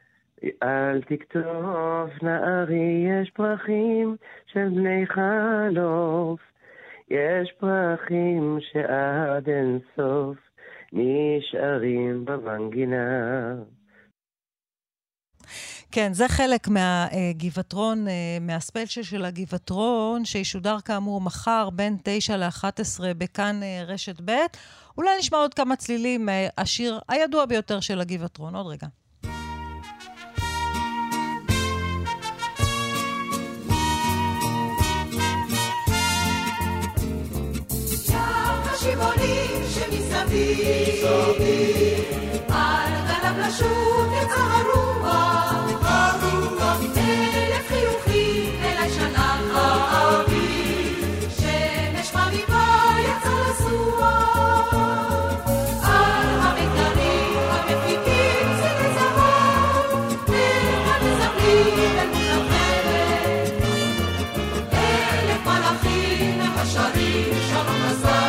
אל תכתוב נערי, יש פרחים של בני חלוף, יש פרחים שעד אין סוף נשארים במנגינה. כן, זה חלק מהגבעתרון, מהספיישל של הגבעתרון, שישודר כאמור מחר בין 9 ל-11 בכאן רשת ב'. אולי נשמע עוד כמה צלילים, השיר הידוע ביותר של הגבעתרון. עוד רגע. שיבונים שמסביב על גנב לשוט יצא הרוח אלף חיוכים אלי שנה האביב שמש חביבה יצא לסוח על המגדלים המפיקים צילי זהב והמזבלים אל מונחלת אלף מלאכים השרים שלום לזר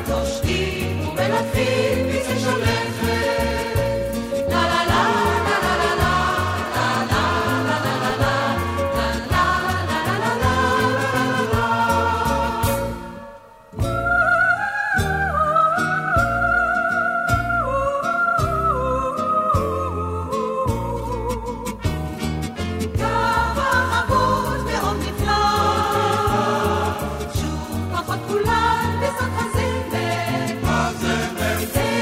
ומלטפים ביצי שלכת לה לה לה לה לה לה לה לה לה לה לה לה כמה אבות מאוד נפלא שוב פחות כולן בסוד הזמר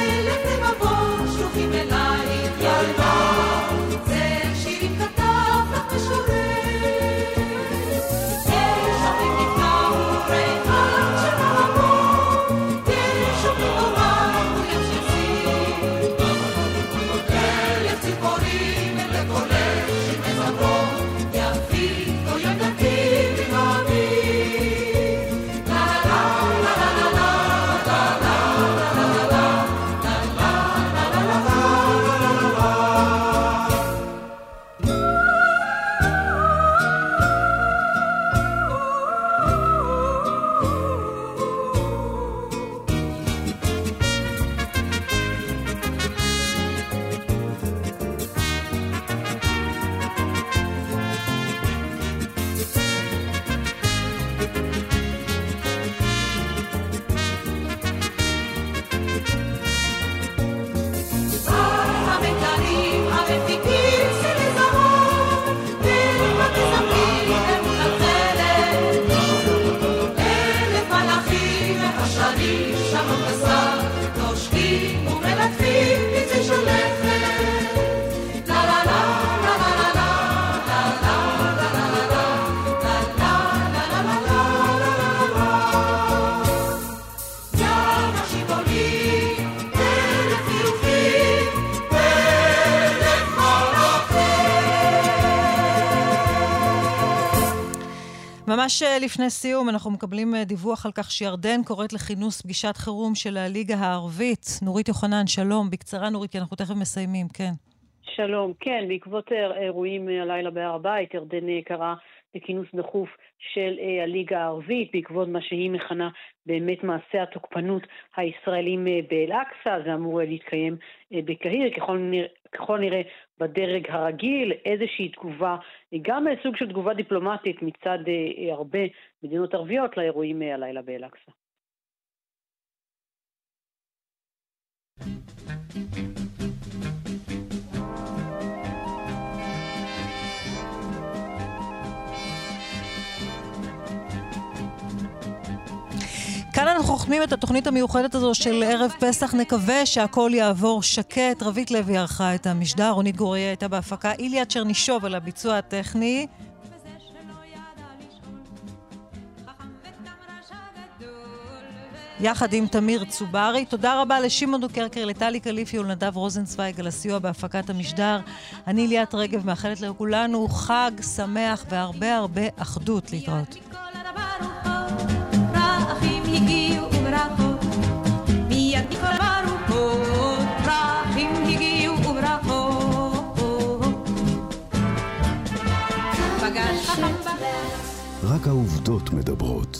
ממש לפני סיום, אנחנו מקבלים דיווח על כך שירדן קוראת לכינוס פגישת חירום של הליגה הערבית. נורית יוחנן, שלום. בקצרה נורית, כי אנחנו תכף מסיימים, כן. שלום, כן, בעקבות אירועים הלילה בהר הבית, ירדן קרא לכינוס דחוף של הליגה הערבית, בעקבות מה שהיא מכנה באמת מעשה התוקפנות הישראלים באל-אקצא. זה אמור להתקיים בקהיר, ככל נראה בדרג הרגיל, איזושהי תגובה, גם סוג של תגובה דיפלומטית מצד הרבה מדינות ערביות לאירועים הלילה באל-אקצא. כאן אנחנו חותמים את התוכנית המיוחדת הזו של ערב פסח. נקווה שהכל יעבור שקט. רבית לוי ערכה את המשדר, רונית גוריה הייתה בהפקה, איליה צ'רנישוב על הביצוע הטכני. יחד עם תמיר צוברי. תודה רבה לשמעון דוקרקר, לטלי קליפי ולנדב רוזנצוויג על הסיוע בהפקת המשדר. אני ליאת רגב מאחלת לכולנו חג שמח והרבה הרבה אחדות. להתראות. הגיעו וברכות מיד מכל ברוחות, פרחים הגיעו וברכות פגש חכם רק העובדות מדברות.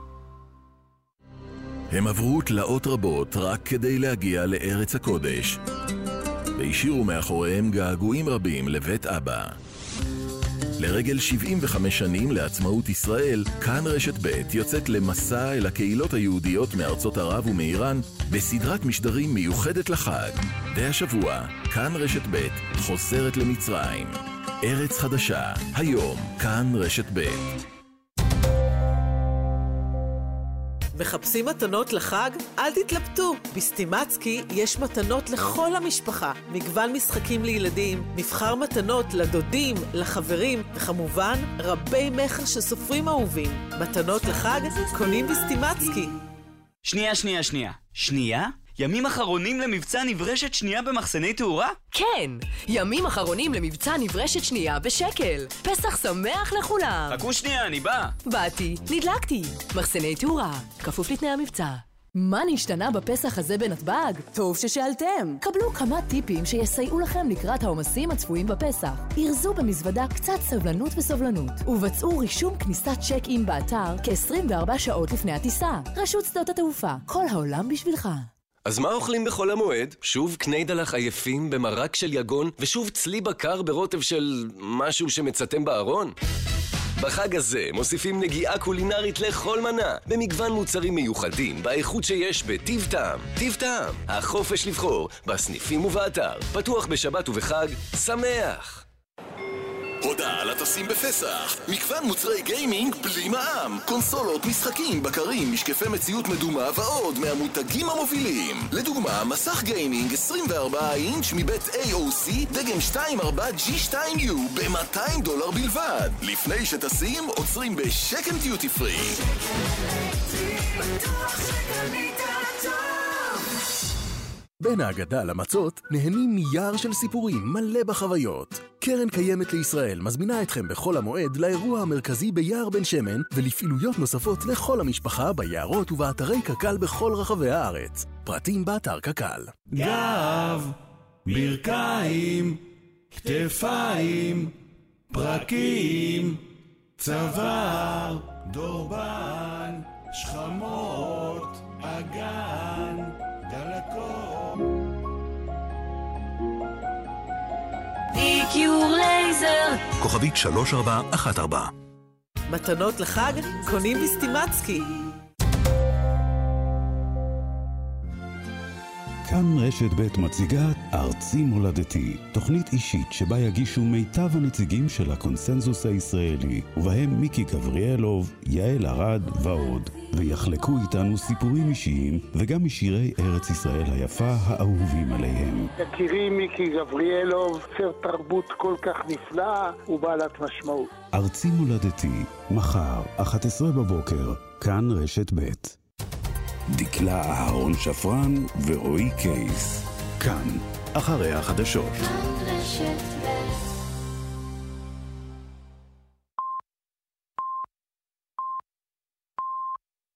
הם עברו תלאות רבות רק כדי להגיע לארץ הקודש, והשאירו מאחוריהם געגועים רבים לבית אבא. לרגל 75 שנים לעצמאות ישראל, כאן רשת ב' יוצאת למסע אל הקהילות היהודיות מארצות ערב ומאיראן בסדרת משדרים מיוחדת לחג. והשבוע, כאן רשת ב' חוזרת למצרים. ארץ חדשה, היום, כאן רשת ב'. מחפשים מתנות לחג? אל תתלבטו. בסטימצקי יש מתנות לכל המשפחה. מגוון משחקים לילדים, מבחר מתנות לדודים, לחברים, וכמובן רבי מחר שסופרים אהובים. מתנות לחג קונים בסטימצקי. שנייה? ימים אחרונים למבצע נברשת שנייה במחסני תאורה? כן, ימים אחרונים למבצע נברשת שנייה בשקל. פסח שמח לכולם. חכו שנייה, אני בא. באתי, נדלקתי. מחסני תאורה, כפוף לתנאי המבצע. מה נשתנה בפסח הזה בנתב"ג? טוב ששאלתם. קבלו כמה טיפים שיסייעו לכם לקראת העומסים הצפויים בפסח. ירזו במזוודה קצת סבלנות וסובלנות, ובצעו רישום כניסת צ'ק-אין באתר כ-24 שעות לפני הטיסה. רשות שדות התעופה, כל העולם בשבילך. אז מה אוכלים בחול המועד? שוב קני דלח עייפים במרק של יגון, ושוב צלי בקר ברוטב של משהו שמצאתם בארון? בחג הזה מוסיפים נגיעה קולינרית לכל מנה, במגוון מוצרים מיוחדים, באיכות שיש בטיב טעם. טיב טעם, החופש לבחור, בסניפים ובאתר, פתוח בשבת ובחג, שמח! הודעה על הטסים בפסח. מגוון מוצרי גיימינג בלי מע"מ. קונסולות, משחקים, בקרים, משקפי מציאות מדומה ועוד מהמותגים המובילים. לדוגמה, מסך גיימינג 24 אינץ' מבית AOC, דגם 24G2U ב$200 בלבד. לפני שטסים, עוצרים בשקם דיוטי פרי. בין האגדה למצות נהנים מיער של סיפורים מלא בחוויות. קרן קיימת לישראל מזמינה אתכם בחול המועד לאירוע המרכזי ביער בן שמן ולפעילויות נוספות לכל המשפחה ביערות ובאתרי קק"ל בכל רחבי הארץ. פרטים באתר קק"ל. גב, ברכיים, כתפיים, פרקים, צוואר, דורבן, שכמות, אגן, דלקות. דיקיור לייזר כוכבית 3414. מתנות לחג קונים בסטימצקי. כאן רשת ב' מציגה ארצי מולדתי, תוכנית אישית שבה יגישו מיטב הנציגים של הקונסנזוס הישראלי, ובהם מיקי גבריאלוב, יעל ארד ועוד, ויחלקו איתנו סיפורים אישיים וגם משירי ארץ ישראל היפה האהובים עליהם. יקירי מיקי גבריאלוב, סר תרבות כל כך נפלא ובעלת משמעות. ארצי מולדתי, מחר, 11 בבוקר, כאן רשת ב'. דקלה אהרון שפרן ורועי קייס. כאן, אחרי החדשות. כאן רשת ב'.